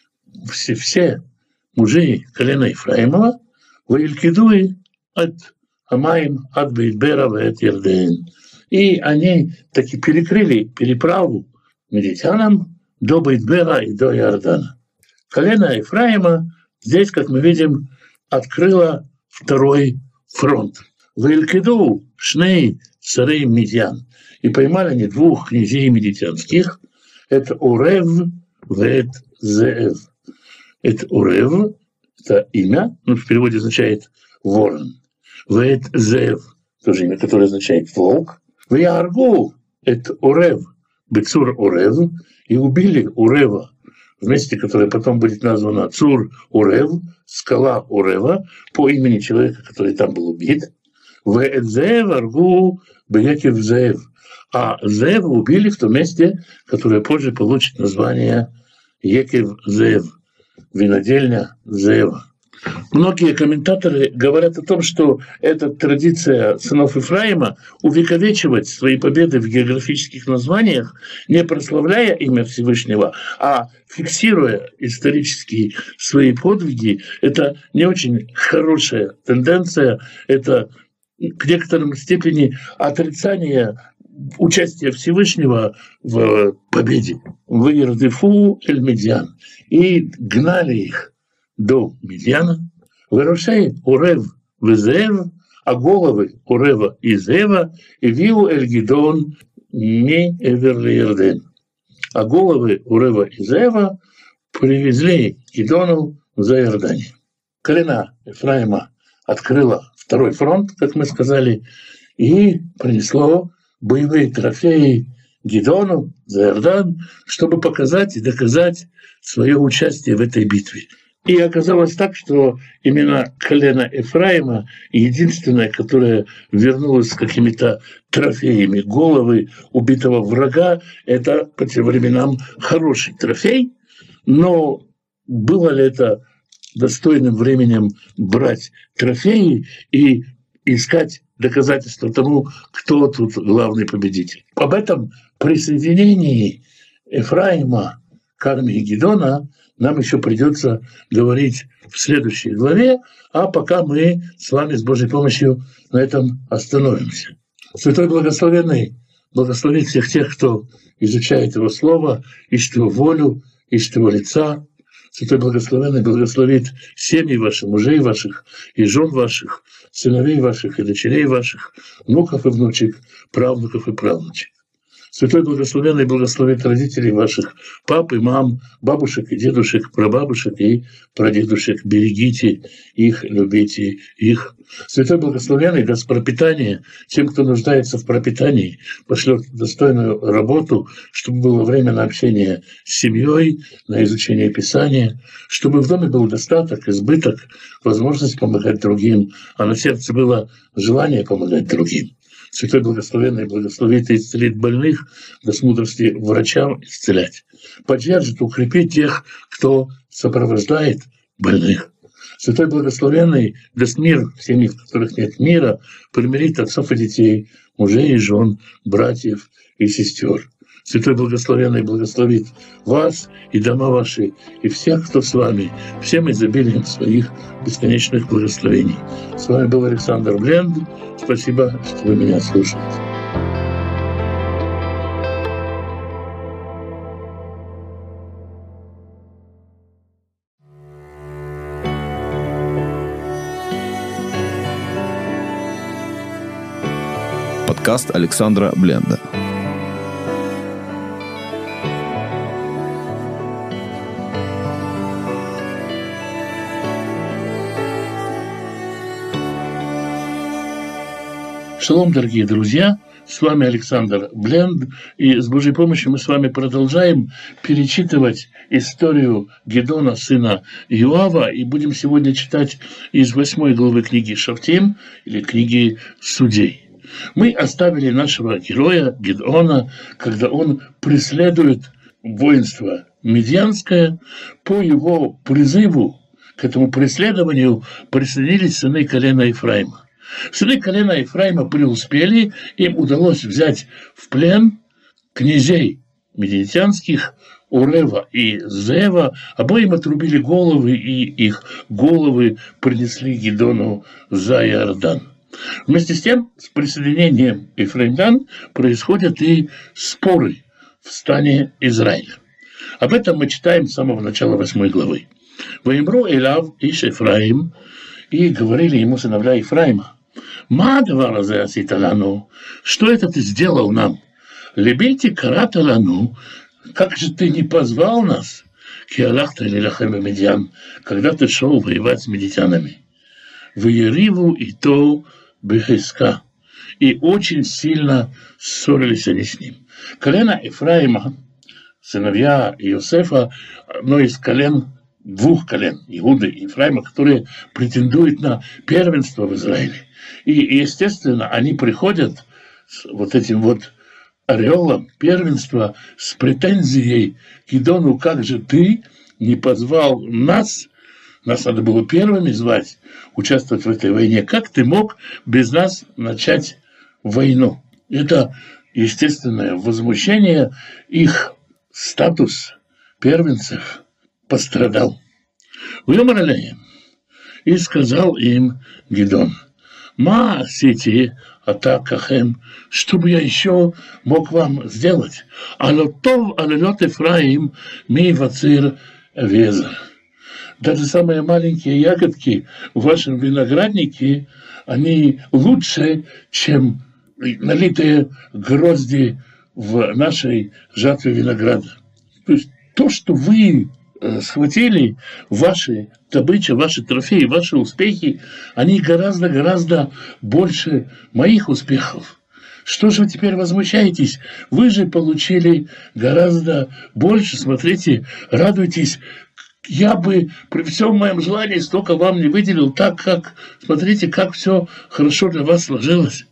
[SPEAKER 2] все мужи колена Ефраимова, Ваилькидуи от Амаим, от Бейт-Бера, от Ярден. И они таки перекрыли переправу медианитянам до Бейт-Бера и до Иордана. Колено Ефраима здесь, как мы видим, открыло второй фронт. Ваилькиду шней царей Медьян. И поймали они двух князей медианских. Это Орев вет Зеев. Это Орев, это имя, в переводе означает ворон. Вет Зеев, тоже имя, которое означает волк. Веаргу, это Орев, Бецур Орев, и убили Урева в месте, которое потом будет названо Цур Орев, скала Урева, по имени человека, который там был убит. Веэдзеев аргу Беякев Зеев. А Зеева убили в том месте, которое позже получит название Екев Зеев, винодельня Зеева. Многие комментаторы говорят о том, что эта традиция сынов Ефраима увековечивать свои победы в географических названиях, не прославляя имя Всевышнего, а фиксируя исторические свои подвиги, это не очень хорошая тенденция, это к некоторой степени отрицание участия Всевышнего в победе. Ваирдефу эль Медьян. И гнали их до Медьяна. Вырушей Орев везеев, а головы Урева и Зева и виу эль Гидон ми эвер Ярден. А головы Урева и Зева привезли Гидону за Иордане. Колено Ефраима открыло второй фронт, как мы сказали, и принесло боевые трофеи Гидону за Иордан, чтобы показать и доказать свое участие в этой битве. И оказалось так, что именно колено Ефраима единственное, которое вернулось с какими-то трофеями головы убитого врага, это по тем временам хороший трофей, но было ли это достойным временем брать трофеи и искать доказательства тому, кто тут главный победитель. Об этом присоединении Ефраима к армии Гидона нам еще придется говорить в следующей главе, а пока мы с вами с Божьей помощью на этом остановимся. Святой Благословенный благословит всех тех, кто изучает Его Слово, ищет Его волю, ищет Его лица. Святой Благословенный благословит семьи ваших, мужей ваших и жен ваших, сыновей ваших и дочерей ваших, внуков и внучек, правнуков и правнучек. Святой Благословенный благословит родителей ваших, пап и мам, бабушек и дедушек, прабабушек и прадедушек. Берегите их, любите их. Святой Благословенный даст пропитание тем, кто нуждается в пропитании, пошлет достойную работу, чтобы было время на общение с семьей, на изучение Писания, чтобы в доме был достаток, избыток, возможность помогать другим, а на сердце было желание помогать другим. Святой Благословенный благословит и исцелит больных, даст мудрости врачам исцелять. Поддержит, укрепит тех, кто сопровождает больных. Святой Благословенный даст мир в семьях, в которых нет мира, примирит отцов и детей, мужей и жен, братьев и сестер. Святой Благословенный благословит вас и дома ваши, и всех, кто с вами, всем изобилием своих бесконечных благословений. С вами был Александр Бленд. Спасибо, что вы меня слушаете.
[SPEAKER 1] Подкаст Александра Бленда.
[SPEAKER 2] Шалом, дорогие друзья! С вами Александр Бленд, и с Божьей помощью мы с вами продолжаем перечитывать историю Гедона, сына Иоава, и будем сегодня читать из 8 главы книги Шофтим, или книги Судей. Мы оставили нашего героя Гедона, когда он преследует воинство медианское. По его призыву к этому преследованию присоединились сыны колена Ефраима. Сыны колена Ефраима преуспели, им удалось взять в плен князей медианских Урева и Зева, обоим отрубили головы, и их головы принесли Гедону за Иордан. Вместе с тем, с присоединением ефраимлян происходят и споры в стане Израиля. Об этом мы читаем с самого начала 8 главы. «Ваимру элав иш Ефраим», и говорили ему сыновья Ефраима: «Ма адавар азе асита лану», что это ты сделал нам? «Лебейти карата лану», как же ты не позвал нас? «Ки алахта лилахем бемидьян», когда ты шел воевать с медианами. «Ваериву ито бехиска», и очень сильно ссорились они с ним. Колено Ефраима, сыновья Иосифа, одно из колен, двух колен, Иуды и Ефраима, которые претендуют на первенство в Израиле. И, естественно, они приходят с вот этим вот орелом первенства, с претензией к Гедону: как же ты не позвал нас? Нас надо было первыми звать, участвовать в этой войне. Как ты мог без нас начать войну? Это естественное возмущение, их статус первенцев пострадал. «Вымер алеем», и сказал им Гедон: «Ма сити атакахем», что бы я еще мог вам сделать? «Алотов алелот Ефраим ми вацир везер». Даже самые маленькие ягодки в вашем винограднике, они лучше, чем налитые грозди в нашей жатве винограда. То есть то, что вы схватили, ваши добычи, ваши трофеи, ваши успехи, они гораздо больше моих успехов. Что же вы теперь возмущаетесь? Вы же получили гораздо больше. Смотрите, радуйтесь. Я бы при всем моем желании столько вам не выделил, так как, смотрите, как все хорошо для вас сложилось.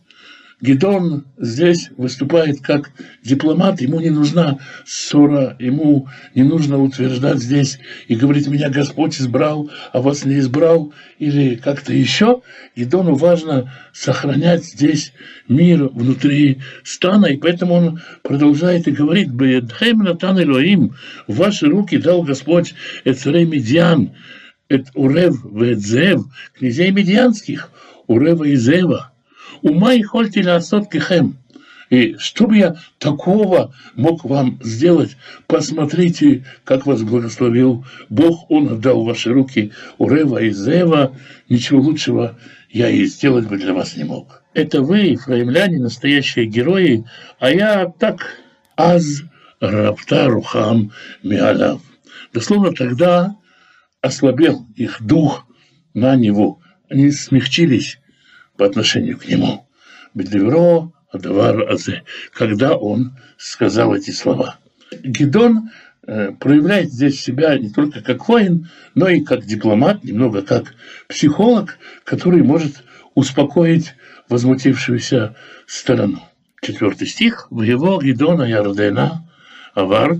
[SPEAKER 2] Гедон здесь выступает как дипломат, ему не нужна ссора, ему не нужно утверждать здесь и говорить: меня Господь избрал, а вас не избрал, или как-то еще. Гедону важно сохранять здесь мир внутри стана, и поэтому он продолжает и говорит: «Беедхэм натан Элоим», в ваши руки дал Господь эт царей Медиан, эт Урев вэт Зев, князей медианских, Урева и Зева. «Ума и хольти лаасот кехем». И что бы я такого мог вам сделать? Посмотрите, как вас благословил Бог. Он отдал в ваши руки Урева и Зева. Ничего лучшего я и сделать бы для вас не мог. Это вы, ефраимляне, настоящие герои, а я так: аз рапта рухам миалав. Дословно, тогда ослабел их дух на него. Они смягчились по отношению к нему. «Бедевро адавар азе», когда он сказал эти слова. Гедон проявляет здесь себя не только как воин, но и как дипломат, немного как психолог, который может успокоить возмутившуюся сторону. 4 стих. «Воево Гедона Ярдена авар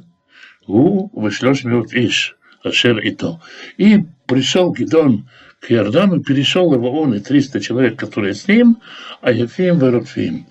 [SPEAKER 2] у вышлёшь меот иш ашер ито». И пришел Гедон к Иордану, перешел его он и 300 человек, которые с ним, а Ефим верафим,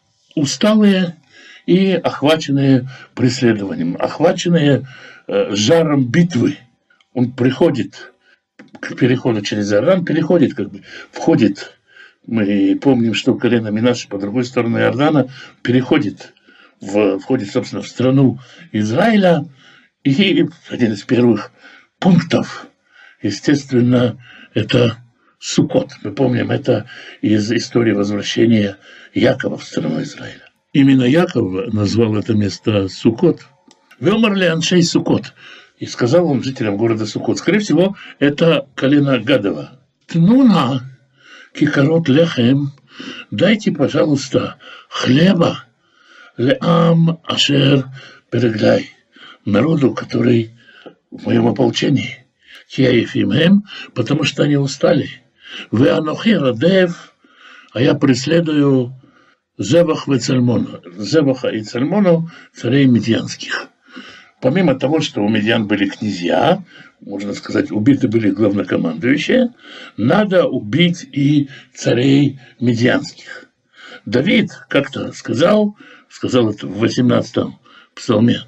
[SPEAKER 2] усталые и охваченные преследованием, охваченные жаром битвы. Он приходит к переходу через Иордан, переходит, входит. Мы помним, что колено Минаше по другой стороне Иордана входит, собственно, в страну Израиля. И один из первых пунктов, естественно, это Суккот. Мы помним это из истории возвращения Якова в страну Израиля. Именно Яков назвал это место Суккот. «Веомар ле аншей Суккот». И сказал он жителям города Суккот. Скорее всего, это колено Гадова. «Тнуна кикарот лехем». Дайте, пожалуйста, хлеба леам ашер перегляй. Народу, который в моем ополчении. Кияефимхем, потому что они устали. Вы анохи радев, а я преследую Зевах и Цальмона. Зеваха и Цальмону, царей медьянских. Помимо того, что у медьян были князья, можно сказать, убиты были главнокомандующие, надо убить и царей медьянских. Давид как-то сказал это в 18-м Псалме,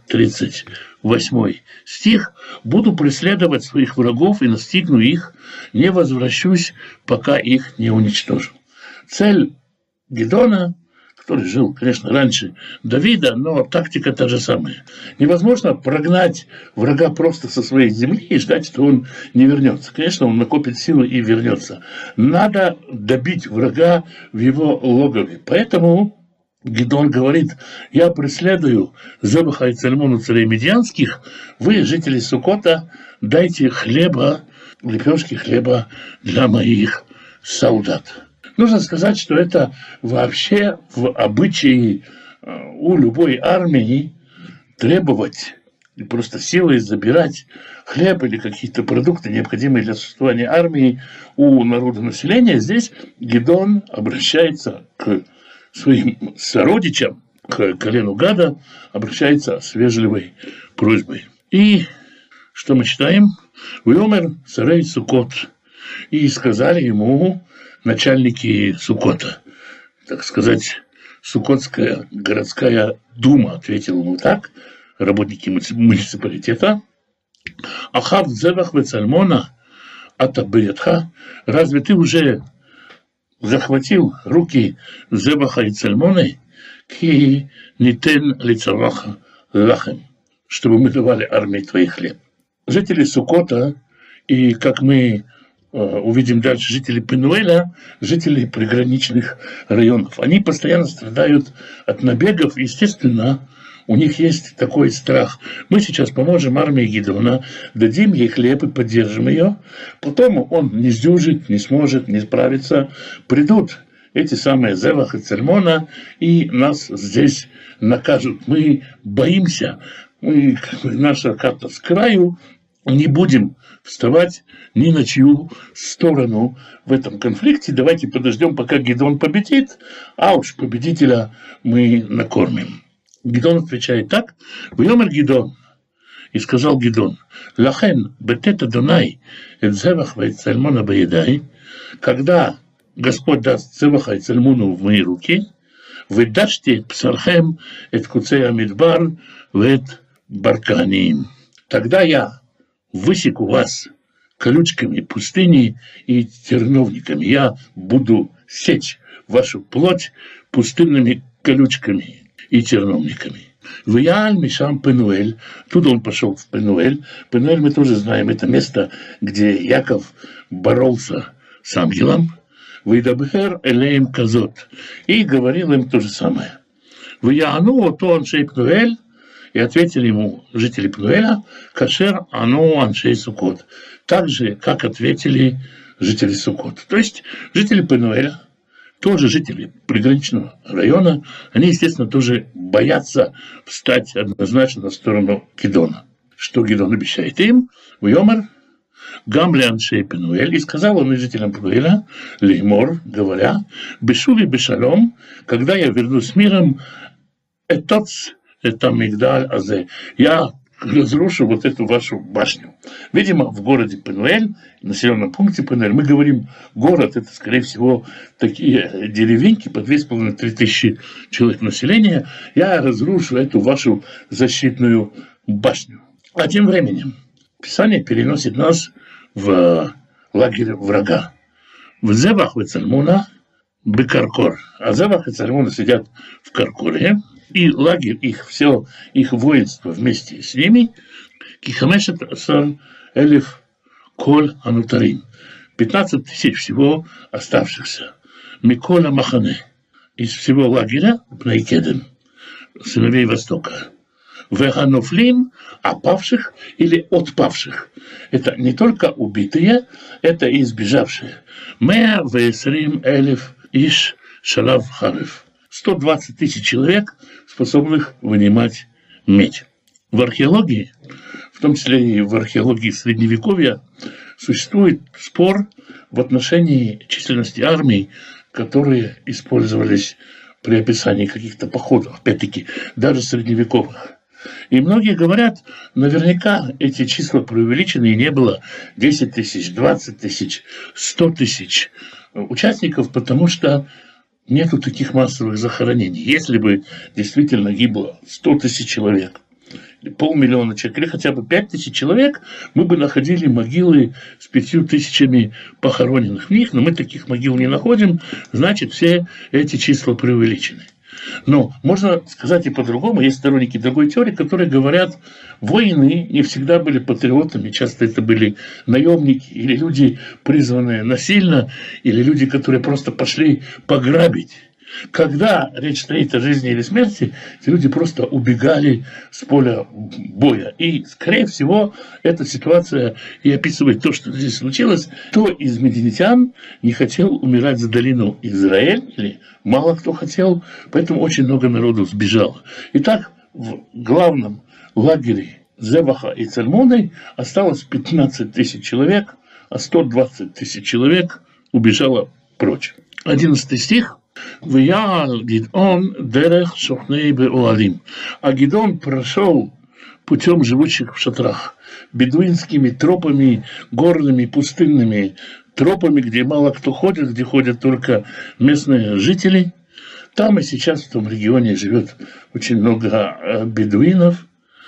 [SPEAKER 2] 38 стих, «Буду преследовать своих врагов и настигну их, не возвращусь, пока их не уничтожу». Цель Гедеона, который жил, конечно, раньше Давида, но тактика та же самая. Невозможно прогнать врага просто со своей земли и ждать, что он не вернется. Конечно, он накопит силы и вернется. Надо добить врага в его логове. Поэтому Гедеон говорит: я преследую Зебаха и Цальмону, царей медьянских, вы, жители Суккота, дайте хлеба, лепешки хлеба для моих солдат. Нужно сказать, что это вообще в обычае у любой армии требовать и просто силой забирать хлеб или какие-то продукты, необходимые для существования армии у народонаселения. Здесь Гедеон обращается к своим сородичам, к колену Гада, обращается с вежливой просьбой. И что мы читаем? «Веомер царей Суккот». И сказали ему начальники Суккота, так сказать, Суккотская городская дума ответила ему так, работники муниципалитета: «Ахав Зевах ве Цальмона атабиятха». Разве ты уже захватил руки Зебаха и Цальмоны, ки нитен лицаваха лахем, чтобы мы давали армии твоей хлеб. Жители Суккота, и, как мы увидим дальше, жители Пенуэля, жители приграничных районов, они постоянно страдают от набегов. Естественно, у них есть такой страх. Мы сейчас поможем армии Гедеона, дадим ей хлеб и поддержим ее. Потом он не сдюжит, не сможет, не справится. Придут эти самые Зевах и Цальмона и нас здесь накажут. Мы боимся, наша карта с краю, не будем вставать ни на чью сторону в этом конфликте. Давайте подождем, пока Гедеон победит, а уж победителя мы накормим. Гедеон отвечает так: «Веомер Гедеон». И сказал Гедеон: «Лахен бетет Адонай эт Зевах ве Цальмона беедай». Когда Господь даст Зеваха и Цальмону в мои руки, «Вы дашьте псархем эт куцей амидбар вет барканим». Тогда я высеку вас колючками пустыни и терновниками. Я буду сечь вашу плоть пустынными колючками и терновниками. Вияаль Мишам Пенуэль. Туда он пошел в Пенуэль. Пенуэль мы тоже знаем. Это место, где Яков боролся с ангелом. Вейдабхер элеем казот. И говорил им то же самое. Вияану то аншей Пенуэль. И ответили ему жители Пенуэля: кашер ану аншей Суккот. Так же, как ответили жители Суккот. То есть жители Пенуэля, тоже жители приграничного района, они, естественно, тоже боятся встать однозначно на сторону Гедеона. Что Гедеон обещает им? «Веомер гам леаншей Пенуэль». И сказал он и жителям Пенуэля, леймор, говоря: «Бешуви бешалом, когда я вернусь с миром, этоц это мигдаль азе, я разрушу вот эту вашу башню». Видимо, в городе Пенуэль, в населенном пункте Пенуэль, мы говорим город, это, скорее всего, такие деревеньки по 2500-3 тысячи человек населения. Я разрушу эту вашу защитную башню. А тем временем Писание переносит нас в лагерь врага. В Зевах и Цальмона бекаркор. А Зевах и Цальмона сидят в Каркоре, и лагерь их, все их воинство вместе с ними, кихамешет асан элиф коль анутарим, 15 тысяч всего оставшихся. Микола Махане. Из всего лагеря Бней-Кедем, сыновей Востока. Веганофлим, опавших или отпавших. Это не только убитые, это и избежавшие. Меа весрим элев иш шалав харев. 120 тысяч человек, способных вынимать медь. В археологии, в том числе и в археологии Средневековья, существует спор в отношении численности армий, которые использовались при описании каких-то походов, опять-таки, даже средневековых. И многие говорят, наверняка эти числа преувеличены, и не было 10 тысяч, 20 тысяч, 100 тысяч участников, потому что нету таких массовых захоронений. Если бы действительно гибло 100 тысяч человек, или 500 000 человек, или хотя бы 5 тысяч человек, мы бы находили могилы с 5 тысячами похороненных в них, но мы таких могил не находим, значит, все эти числа преувеличены. Но можно сказать и по-другому. Есть сторонники другой теории, которые говорят, воины не всегда были патриотами, часто это были наемники или люди, призванные насильно, или люди, которые просто пошли пограбить. Когда речь стоит о жизни или смерти, эти люди просто убегали с поля боя. И, скорее всего, эта ситуация и описывает то, что здесь случилось. Кто из мединитян не хотел умирать за долину Израиль, или мало кто хотел, поэтому очень много народу сбежало. Итак, в главном лагере Зеваха и Цальмоны осталось 15 тысяч человек, а 120 тысяч человек убежало прочь. 11 стих. «Виял Гидон дерех шохней беоалим». А Гидон прошел путем живущих в шатрах, бедуинскими тропами, горными, пустынными тропами, где мало кто ходит, где ходят только местные жители. Там и сейчас в том регионе живет очень много бедуинов.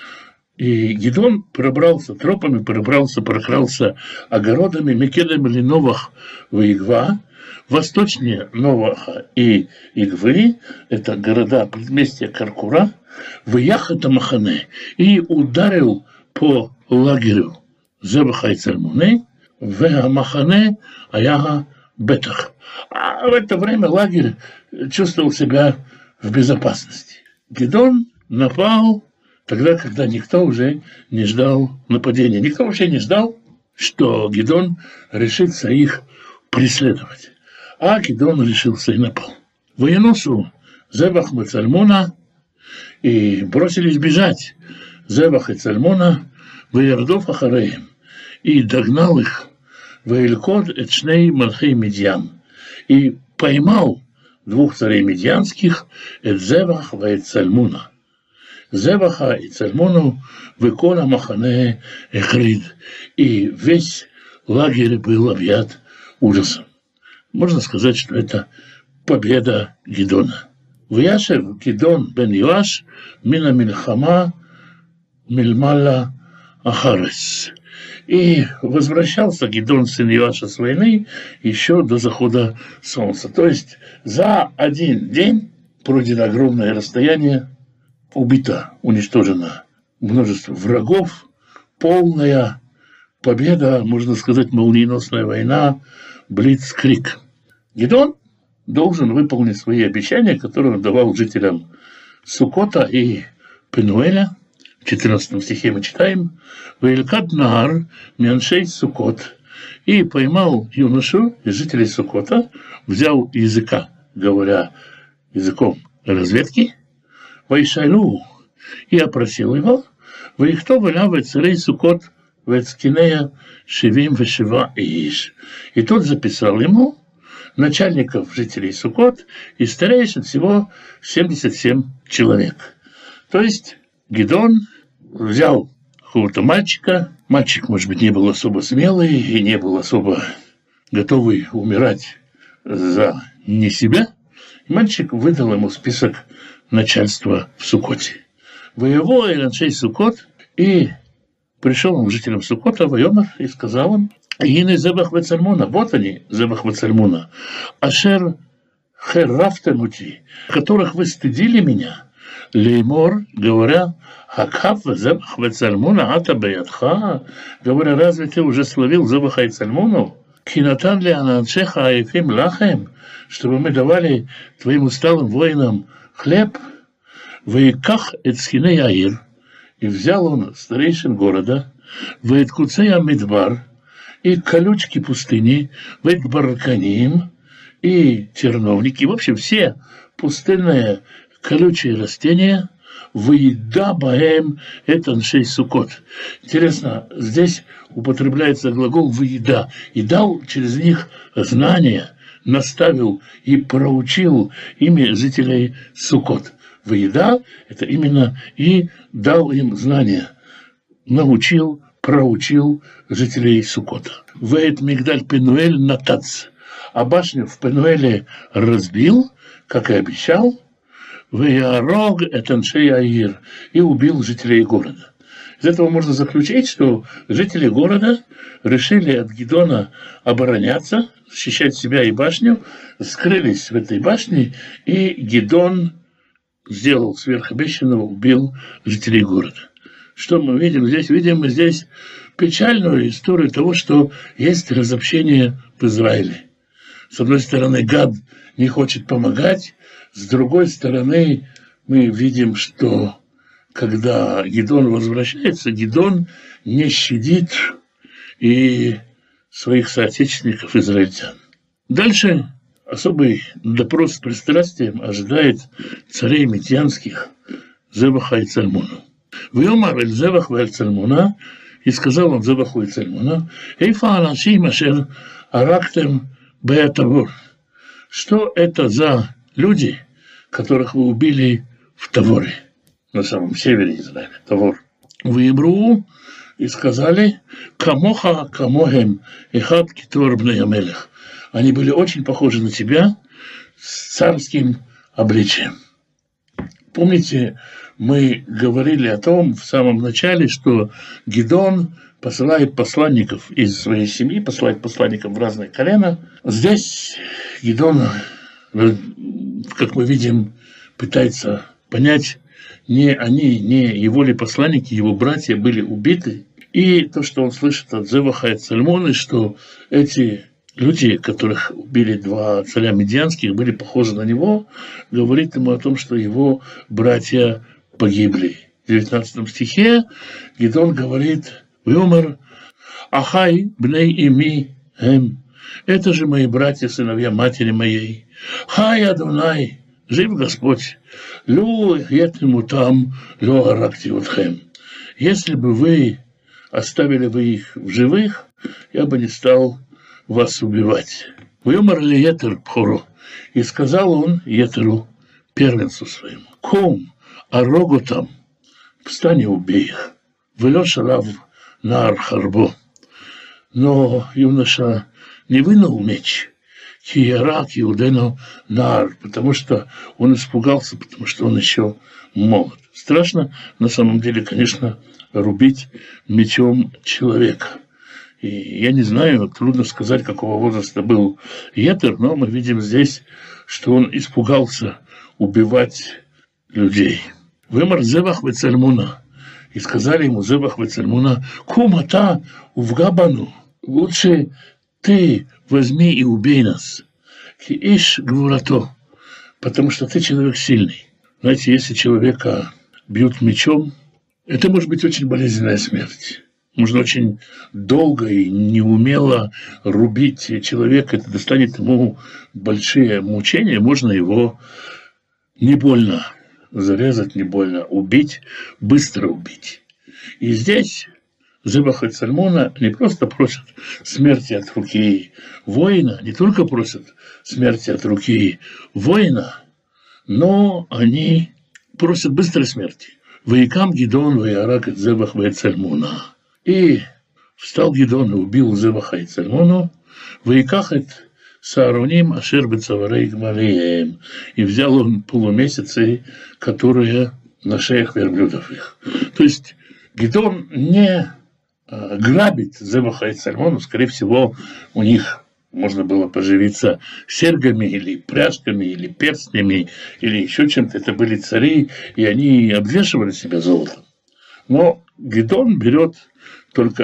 [SPEAKER 2] И Гидон пробрался тропами, прокрался огородами Мекедем или Новах Ваигва. Восточнее Новаха и Игвы, это города предместья Каркура, выехал Махане и ударил по лагерю Зеваха и Цальмоны, в Махане Аяга Бетах. А в это время лагерь чувствовал себя в безопасности. Гидон напал тогда, когда никто уже не ждал нападения. Никто вообще не ждал, что Гидон решится их преследовать. А Гидон решился и напал. Военосу Зевах и Цальмона и бросились бежать. Зевах и Цальмона Ваярдов Ахареем и догнал их Ваилькод Эчней Малхей Медьян и поймал 2 царей медьянских Эдзевах Ваэцальмуна. Зеваха и Цальмону Векона Махане Эхрид, и весь лагерь был объят ужасом. Можно сказать, что это победа Гидона. Вяшев Гидон бен Йоаш мина мильхама мильмала ахарес. И возвращался Гидон, сын Йоаша, с войны еще до захода солнца. То есть за один день пройдено огромное расстояние, убито, уничтожено множество врагов, полная победа, можно сказать, молниеносная война, блицкриг. Гидон должен выполнить свои обещания, которые он давал жителям Сукота и Пенуэля. В 14 стихе мы читаем: «Ваилькад наар мяншей Сукот». И поймал юношу из жителей Сукота, взял языка, говоря языком разведки, Вайшайлу, и опросил его, «Ваихто валява царей Сукот вецкинея шевим вешева иш». И тот записал ему начальников жителей Сукот и старейшин всего 77 человек. То есть Гидон взял какого-то мальчика. Мальчик, может быть, не был особо смелый и не был особо готовый умирать за не себя. И мальчик выдал ему список начальства в Сукоте. Воевал Эланшей Сукот, и пришел он к жителям Сукота, Вайомар, и сказал им: «Ины Зебах Вецальмона, вот они, Зебах Вецальмона, Ашер Херрафтемути, которых вы стыдили меня, Леймор, говоря, Хакав Зебах Вецальмона, Ата Беятха, говоря, разве ты уже словил Зебаха и Цальмону? Кинатан ли ананшеха аефим лахем, чтобы мы давали твоим усталым воинам хлеб, ваиках эцхиней аир, и взял он старейшин города, ваиткуцея мидбар, и колючки пустыни, ваикбарканим, и терновники, в общем, все пустынные колючие растения, выеда баэм это аншей сукот. Интересно, здесь употребляется глагол выеда, и дал через них знания, наставил и проучил ими жителей Сукот. Выеда – это именно и дал им знания, научил, проучил жителей Сукота. Вейт Мигдаль Пенуэль натац, а башню в Пенуэле разбил, как и обещал, Веярог Этаншей Аир, и убил жителей города. Из этого можно заключить, что жители города решили от Гидона обороняться, защищать себя и башню, скрылись в этой башне, и Гидон сделал сверхобещанного, убил жителей города. Что мы видим здесь? Видим мы здесь печальную историю того, что есть разобщение в Израиле. С одной стороны, Гад не хочет помогать, с другой стороны, мы видим, что когда Гидон возвращается, Гидон не щадит и своих соотечественников израильтян. Дальше особый допрос с пристрастием ожидает царей мидьянских Зебаха и Цальмона. «Вьомар эль Зебах вэль Цальмона», и сказал он Зебаху и Цальмона, «Эйфа анашим ашер арактем беатавор». Что это за люди, которых вы убили в Таворе, на самом севере Израиля, Тавор? Выбру и сказали, камоха камохем эхад китор бней амелех. Они были очень похожи на тебя с царским обличием. Помните, мы говорили о том в самом начале, что Гидон посылает посланников из своей семьи, посылает посланников в разные колена. Здесь Гидон, как мы видим, пытается понять, не они, не его ли посланники, его братья были убиты. И то, что он слышит от Зебаха и Цальмона, что эти люди, которых убили два царя медианских, были похожи на него, говорит ему о том, что его братья погибли. В 19 стихе Гидон говорит: «Вьомар ахай бней ими эм». Это же мои братья, сыновья матери моей. Хай Адонай, жив Господь. Лю ятиму там, лю аракти утхэм. Если бы вы оставили бы их в живых, я бы не стал вас убивать. Вьомар ли Етер Пхоро. И сказал он Етеру, первенцу своему: ком, арогу там, встань и убей их. Велё шарав нар харбо. Но юноша не вынул меч, киярак иудену нар, потому что он испугался, потому что он еще молод. Страшно, на самом деле, конечно, рубить мечом человека. И я не знаю, трудно сказать, какого возраста был Етер, но мы видим здесь, что он испугался убивать людей. Вымар Зебах ве Цальмона. И сказали ему Зебах ве Цальмона: кумата увгабану. Лучше ты возьми и убей нас. Иш гвурато. Потому что ты человек сильный. Знаете, если человека бьют мечом, это может быть очень болезненная смерть. Можно очень долго и неумело рубить человека. Это достанет ему большие мучения. Можно его не больно зарезать, не больно убить, быстро убить. И здесь Зебах и Цальмона не просто просят смерти от руки воина, не только просят смерти от руки воина, но они просят быстрой смерти. «Ваикам Гидон ваярак эт Зебах ве Цальмона». И встал Гидон и убил Зебаха и Цальмону. «Ваиках эт Саароним ашер бецаварей гмалием». И взял он полумесяцы, которые на шеях верблюдов их. То есть Гидон не грабит Зебаха и Цальмону, скорее всего, у них можно было поживиться серьгами или пряжками, или перстнями, или еще чем-то. Это были цари, и они обвешивали себя золотом. Но Гидон берет только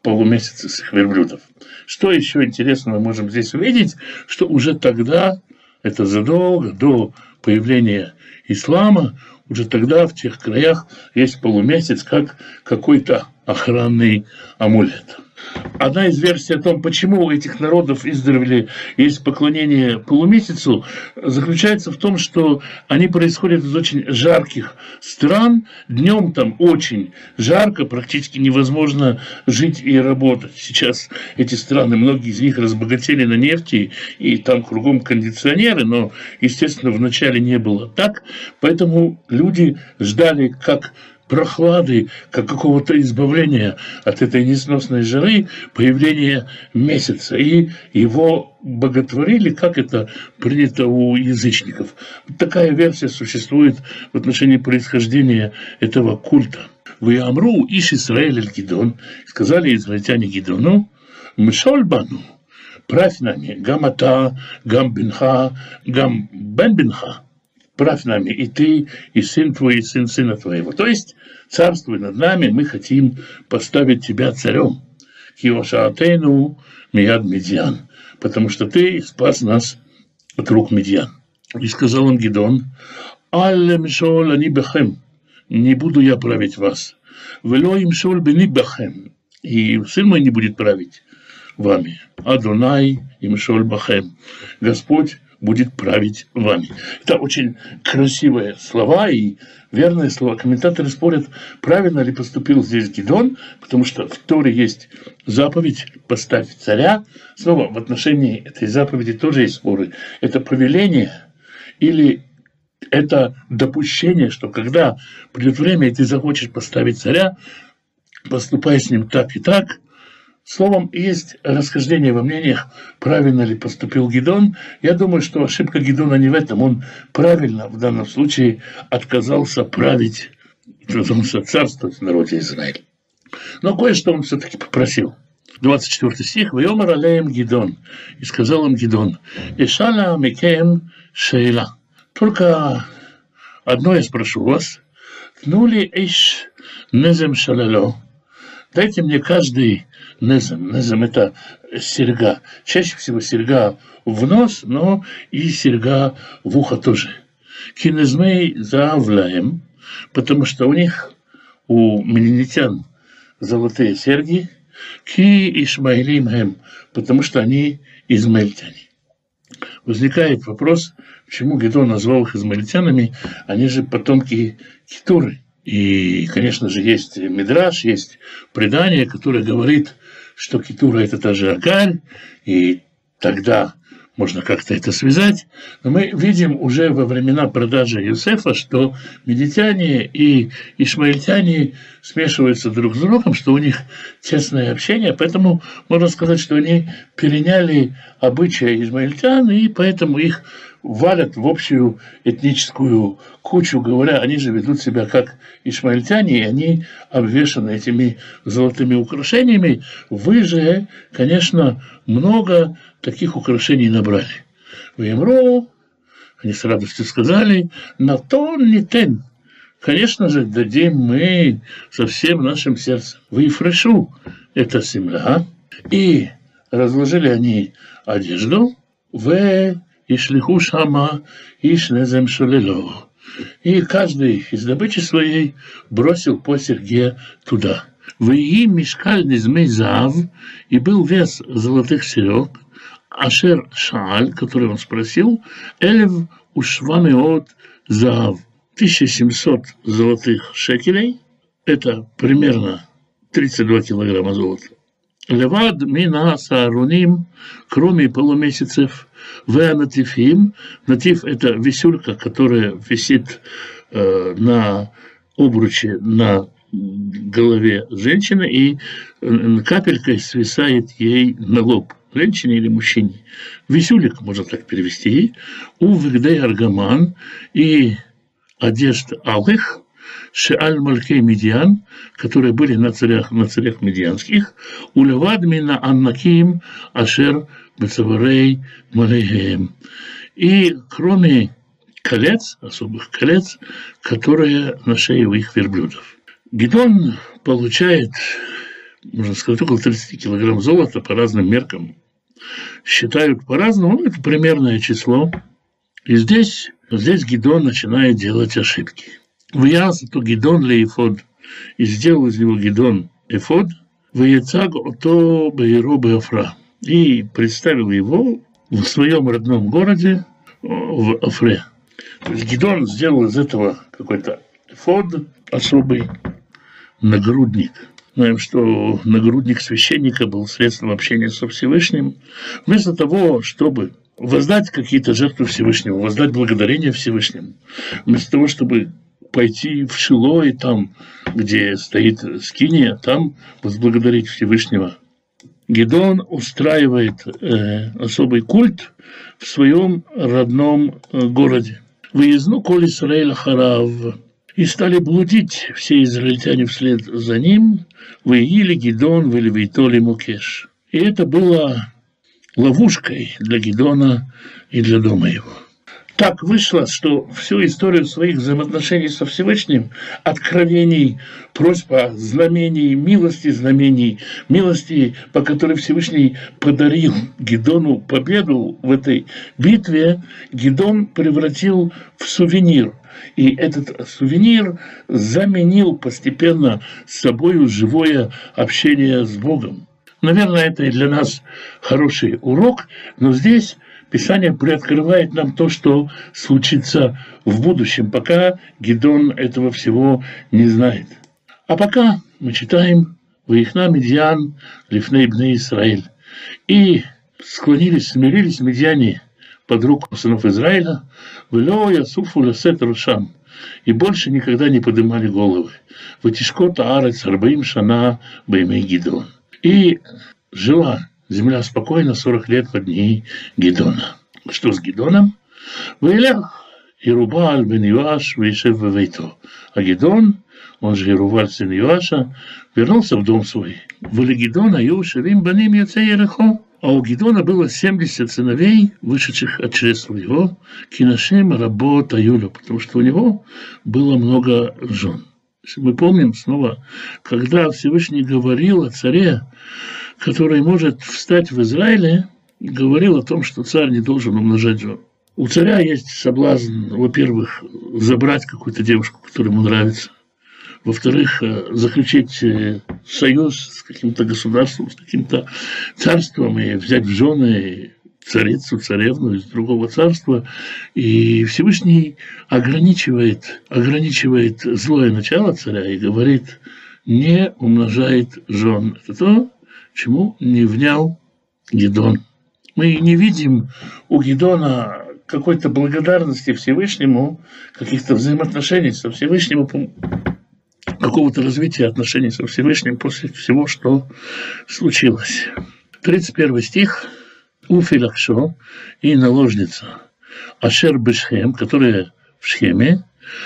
[SPEAKER 2] полумесяца с их верблюдов. Что еще интересно мы можем здесь увидеть, что уже тогда, это задолго до появления ислама, уже тогда в тех краях есть полумесяц как какой-то охранный амулет. Одна из версий о том, почему у этих народов издревле есть поклонение полумесяцу, заключается в том, что они происходят из очень жарких стран. Днем там очень жарко, практически невозможно жить и работать. Сейчас эти страны, многие из них разбогатели на нефти, и там кругом кондиционеры, но, естественно, вначале не было так. Поэтому люди ждали как прохлады, как какого-то избавления от этой несносной жары, появления месяца. И его боготворили, как это принято у язычников. Вот такая версия существует в отношении происхождения этого культа. «Ваямру иш Исраэль эль Гидон», сказали израильтяне Гидону, «Мшоль бану, правь нами, гам ата, гам бинха, гам бен бинха». Правь нами и ты, и сын твой, и сын сына твоего. То есть царствуй над нами, мы хотим поставить тебя царем. Киошаатейну мияд Медиан, потому что ты спас нас от рук Медиан. И сказал им Гидон, алле мишол ани бехем, не буду я править вас. Вело им шол бени бехем, и сын мой не будет править вами. Адонай им шол бахем, Господь будет править вами. Это очень красивые слова и верные слова. Комментаторы спорят, правильно ли поступил здесь Гидон, потому что в Торе есть заповедь «поставь царя». Снова в отношении этой заповеди тоже есть споры. Это повеление или это допущение, что когда придет время, и ты захочешь поставить царя, поступай с ним так и так. Словом, есть расхождение во мнениях, правильно ли поступил Гидон. Я думаю, что ошибка Гидона не в этом. Он правильно в данном случае отказался править, отказался царствовать в народе Израиль. Но кое-что он все-таки попросил. 24 стих. «Вайомар алеем Гидон». И сказал им Гидон, «Ишала микем шейла». Только одно я спрошу вас. «Тнули иш незем шалало». Дайте мне каждый незем. Незем – это серьга. Чаще всего серьга в нос, но и серьга в ухо тоже. Кинезмей заавляем, потому что у них, у менонитян, золотые серьги. Ки ишмаилим хем, потому что они измаильтяне. Возникает вопрос, почему Гидон назвал их измаильтянами, они же потомки Кетуры. И, конечно же, есть мидраш, есть предание, которое говорит, что Кетура – это та же Агарь, и тогда можно как-то это связать. Но мы видим уже во времена продажи Иосифа, что медитяне и ишмаильтяне смешиваются друг с другом, что у них тесное общение, поэтому можно сказать, что они переняли обычаи измаильтян, и поэтому их валят в общую этническую кучу, говоря, они же ведут себя как ишмаильтяне, и они обвешаны этими золотыми украшениями. Вы же, конечно, много таких украшений набрали. В Емру, они с радостью сказали, на то не тен. Конечно же, дадим мы со всем нашим сердцем. Вы фрешу, это земля. И разложили они одежду в Ишлиху шама иш незем шолело. И каждый из добычи своей бросил по серьге туда. Вии мишкаль низмей зав, и был вес золотых серег, ашер шааль, который он спросил, элев ушвамеот зав, 1700 золотых шекелей, это примерно 32 килограмма золота. Левад мина сааруним, кроме полумесяцев, веанатифим. Натиф – это висюлька, которая висит на обруче на голове женщины и капелькой свисает ей на лоб, женщине или мужчине. Висюлик, можно так перевести. У вигдей аргаман и одежда алых, шеаль малькей медиан, которые были на царях медианских, улевад мина аннаким ашер бецаварей малейхем. И кроме колец, особых колец, которые на шее у их верблюдов. Гидон получает можно сказать, около 30 килограмм золота по разным меркам. Считают по-разному, но это примерное число. И здесь Гидеон начинает делать ошибки. Вияз то Гидеон ле эфод, и сделал из него Гидеон эфод, вияцаг ото беиро беофра, и представил его в своем родном городе в Афре. То есть Гидеон сделал из этого какой-то эфод особый, нагрудник. Знаем, что нагрудник священника был средством общения со Всевышним. Вместо того, чтобы воздать какие-то жертвы Всевышнему, воздать благодарение Всевышнему, вместо того, чтобы пойти в Шило и там, где стоит скиния, там возблагодарить Всевышнего, Гидеон устраивает особый культ в своем родном городе. «Выезну коль Исраэль ахарав». И стали блудить все израильтяне вслед за ним, «Выели Гидеон вэлевейтоли мукеш». И это было ловушкой для Гидеона и для дома его. Так вышло, что всю историю своих взаимоотношений со Всевышним, откровений, просьб о знамений, милости, по которой Всевышний подарил Гидеону победу в этой битве, Гидеон превратил в сувенир. И этот сувенир заменил постепенно собой живое общение с Богом. Наверное, это и для нас хороший урок, но здесь Писание приоткрывает нам то, что случится в будущем, пока Гидеон этого всего не знает. А пока мы читаем «Ваихна Медьян лифней бней Исраэль». И смирились медьяне под руку сынов Израиля, «Вело ясуфу ласет рушам», и больше никогда не поднимали головы. «Ватишкота арец арбаим шана баймей Гидеон». И жила земля спокойно 40 лет под дней Гидеона. Что с Гидеоном? «Ваилях Ерубааль бен Йоаш вейшев вевейто». А Гидеон, он же Ерубааль сын Йоаша, вернулся в дом свой. «Вали Гидеона Йошевим баним яцей Ерехо». А у Гидеона было 70 сыновей, вышедших от чресла его, кинашим работ аюля, потому что у него было много жен. Мы помним снова, когда Всевышний говорил о царе, который может встать в Израиле, говорил о том, что царь не должен умножать жен. У царя есть соблазн, во-первых, забрать какую-то девушку, которая ему нравится. Во-вторых, заключить союз с каким-то государством, с каким-то царством и взять в жены царицу, царевну из другого царства. И Всевышний ограничивает злое начало царя и говорит, не умножает жен. Это то, чему не внял Гидеон. Мы не видим у Гидеона какой-то благодарности Всевышнему, каких-то взаимоотношений со Всевышним, какого-то развития отношений со Всевышним после всего, что случилось. 31 стих. «Уфилахшо» и наложница Ашер бешхем, которая в Шхеме.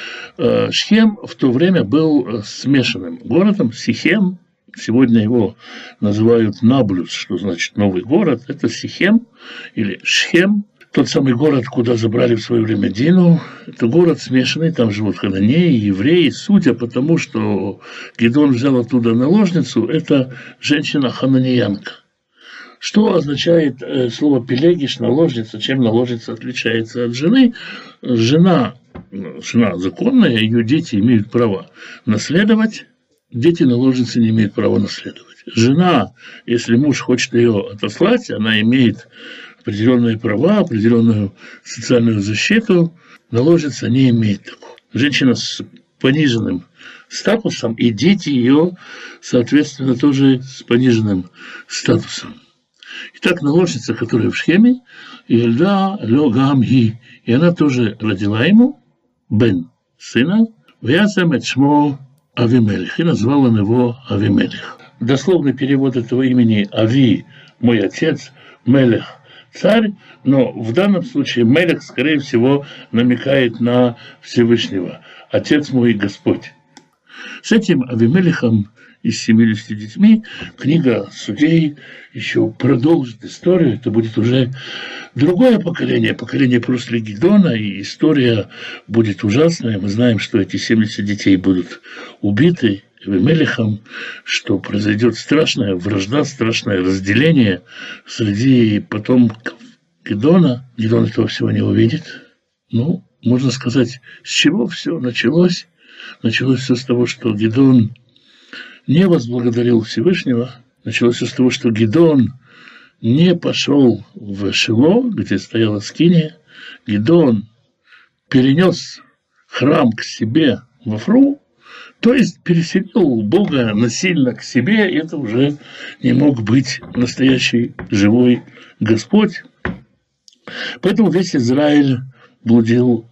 [SPEAKER 2] Шхем в то время был смешанным городом. Сихем, сегодня его называют Наблюс, что значит новый город. Это Сихем или Шхем. Тот самый город, куда забрали в свое время Дину, это город смешанный, там живут хананеи, евреи. Судя по тому, что Гидеон взял оттуда наложницу, это женщина-хананеянка. Что означает слово «пелегиш», наложница? Чем наложница отличается от жены? Жена законная, ее дети имеют право наследовать, дети наложницы не имеют права наследовать. Жена, если муж хочет ее отослать, она имеет определенные права, определенную социальную защиту, наложница не имеет такого. Женщина с пониженным статусом, и дети ее, соответственно, тоже с пониженным статусом. Итак, наложница, которая в Шхеме, Ильда Логамги, и она тоже родила ему Бен, сына, Вясам Эчмо Авимелих, и назвал он его Авимелих. Дословный перевод этого имени Ави, мой отец, Мелех, царь, но в данном случае Мелех, скорее всего, намекает на Всевышнего. Отец мой Господь. С этим Авимелихом и с 70 детьми книга Судей еще продолжит историю. Это будет уже другое поколение после Гидеона, и история будет ужасная. Мы знаем, что эти 70 детей будут убиты, Авимелехом, что произойдет страшная вражда, страшное разделение среди потомков Гидона. Гидон этого всего не увидит. Ну, можно сказать, с чего все началось. Началось все с того, что Гидон не возблагодарил Всевышнего. Началось все с того, что Гидон не пошел в Шило, где стояла скиния. Гидон перенес храм к себе в Офру, то есть переселил Бога насильно к себе. Это уже не мог быть настоящий живой Господь. Поэтому весь Израиль блудил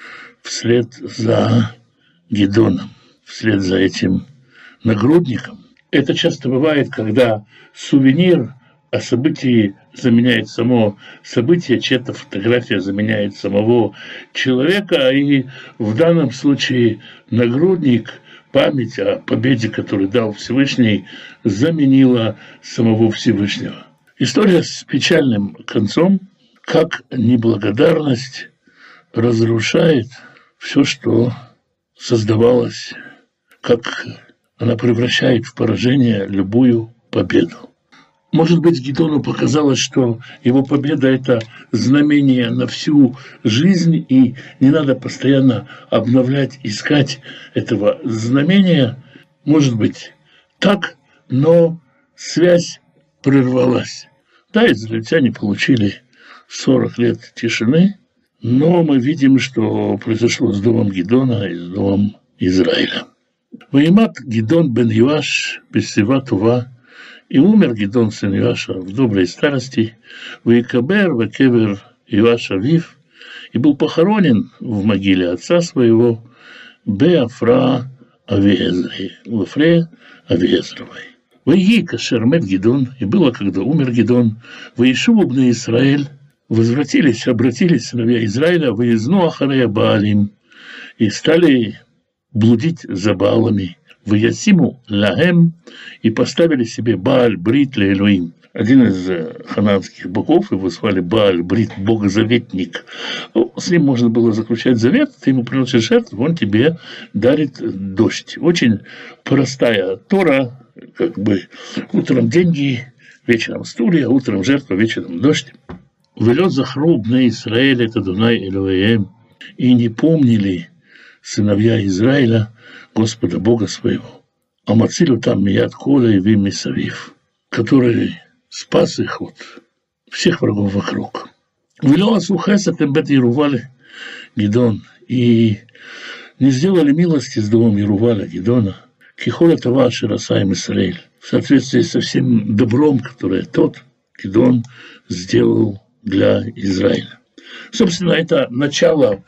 [SPEAKER 2] вслед за Гидоном, вслед за этим нагрудником. Это часто бывает, когда сувенир о событии заменяет само событие, чья-то фотография заменяет самого человека, и в данном случае нагрудник, память о победе, которую дал Всевышний, заменила самого Всевышнего. История с печальным концом, как неблагодарность разрушает все, что создавалось, как она превращает в поражение любую победу. Может быть, Гидону показалось, что его победа – это знамение на всю жизнь, и не надо постоянно обновлять, искать этого знамения. Может быть, так, но связь прервалась. Да, израильтяне получили 40 лет тишины, но мы видим, что произошло с домом Гидона и с домом Израиля. Ваимат Гидон бен Юаш бессива това, и умер Гидон сын Юаша в доброй старости, ваикабер вакевер Юаша вив, и был похоронен в могиле отца своего Беафра Авиезри, в Афре Авиезровой. Ваиги кашер мет Гидон, и было, когда умер Гидон, ваишуву бне Исраэль, возвратились, обратились сыновья Израиля, выезну ахарея Баалим, и стали блудить за Баалами. Ваясиму лагем, и поставили себе Бааль Брит ле Элоим. Один из хананских богов, его звали Бааль Брит, богозаветник. Ну, с ним можно было заключать завет, ты ему приносишь жертву, он тебе дарит дождь. Очень простая Тора, как бы утром деньги, вечером стулья, утром жертва, вечером дождь. Велет захру бне Исраэль, это Дунай Элоэм, и не помнили сыновья Израиля Господа Бога своего. А Мацилю там Мияд Кола и Вим Мисавив, который спас их от всех врагов вокруг. Велела Сухеса Тембет Ерували Гидон, и не сделали милости с домом Еруваля Гидона, Кихоля Това Ширасаем Исраэль, в соответствии со всем добром, которое тот Гидон сделал для Израиля. Собственно, это начало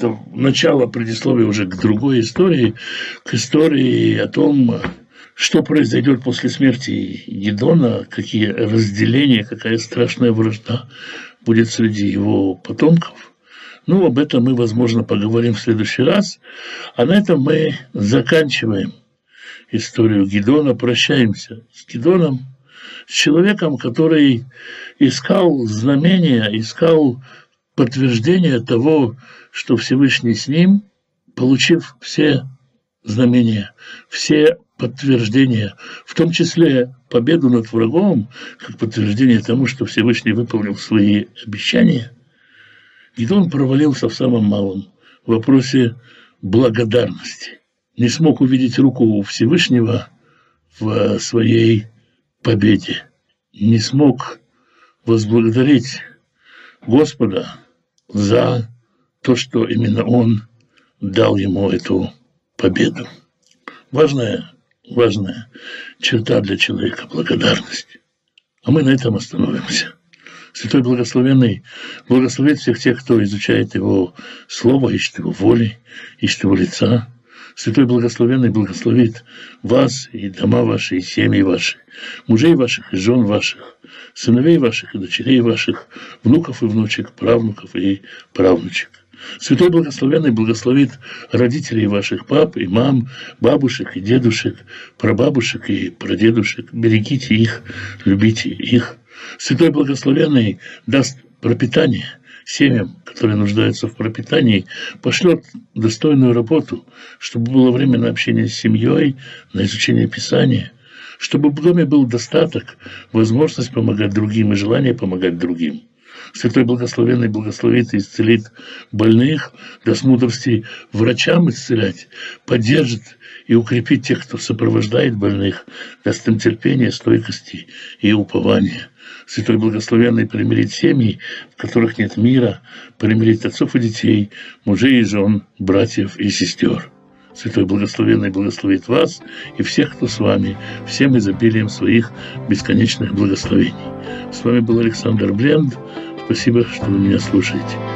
[SPEAKER 2] предисловия уже к другой истории, к истории о том, что произойдет после смерти Гидона, какие разделения, какая страшная вражда будет среди его потомков. Ну, об этом мы, возможно, поговорим в следующий раз. А на этом мы заканчиваем историю Гидона, прощаемся с Гидоном, с человеком, который искал знамения, искал подтверждение того, что Всевышний с ним, получив все знамения, все подтверждения, в том числе победу над врагом, как подтверждение тому, что Всевышний выполнил свои обещания, Гидон провалился в самом малом, в вопросе благодарности. Не смог увидеть руку Всевышнего в своей победе, не смог возблагодарить Господа за то, что именно Он дал ему эту победу. Важная черта для человека – благодарность. А мы на этом остановимся. Святой Благословенный благословит всех тех, кто изучает Его Слово, ищет Его воли, ищет Его лица. Святой Благословенный благословит вас и дома ваши, и семьи ваши, мужей ваших и жен ваших, сыновей ваших и дочерей ваших, внуков и внучек, правнуков и правнучек. Святой Благословенный благословит родителей ваших пап и мам, бабушек и дедушек, прабабушек и прадедушек. Берегите их, любите их. Святой Благословенный даст пропитание семьям, которые нуждаются в пропитании, пошлет достойную работу, чтобы было время на общение с семьей, на изучение Писания, чтобы в доме был достаток, возможность помогать другим и желание помогать другим. Святой Благословенный благословит и исцелит больных, даст мудрости врачам исцелять, поддержит и укрепит тех, кто сопровождает больных, даст им терпение, стойкости и упования. Святой Благословенный примирит семьи, в которых нет мира, примирит отцов и детей, мужей и жен, братьев и сестер. Святой Благословенный благословит вас и всех, кто с вами, всем изобилием своих бесконечных благословений. С вами был Александр Бленд. Спасибо, что вы меня слушаете.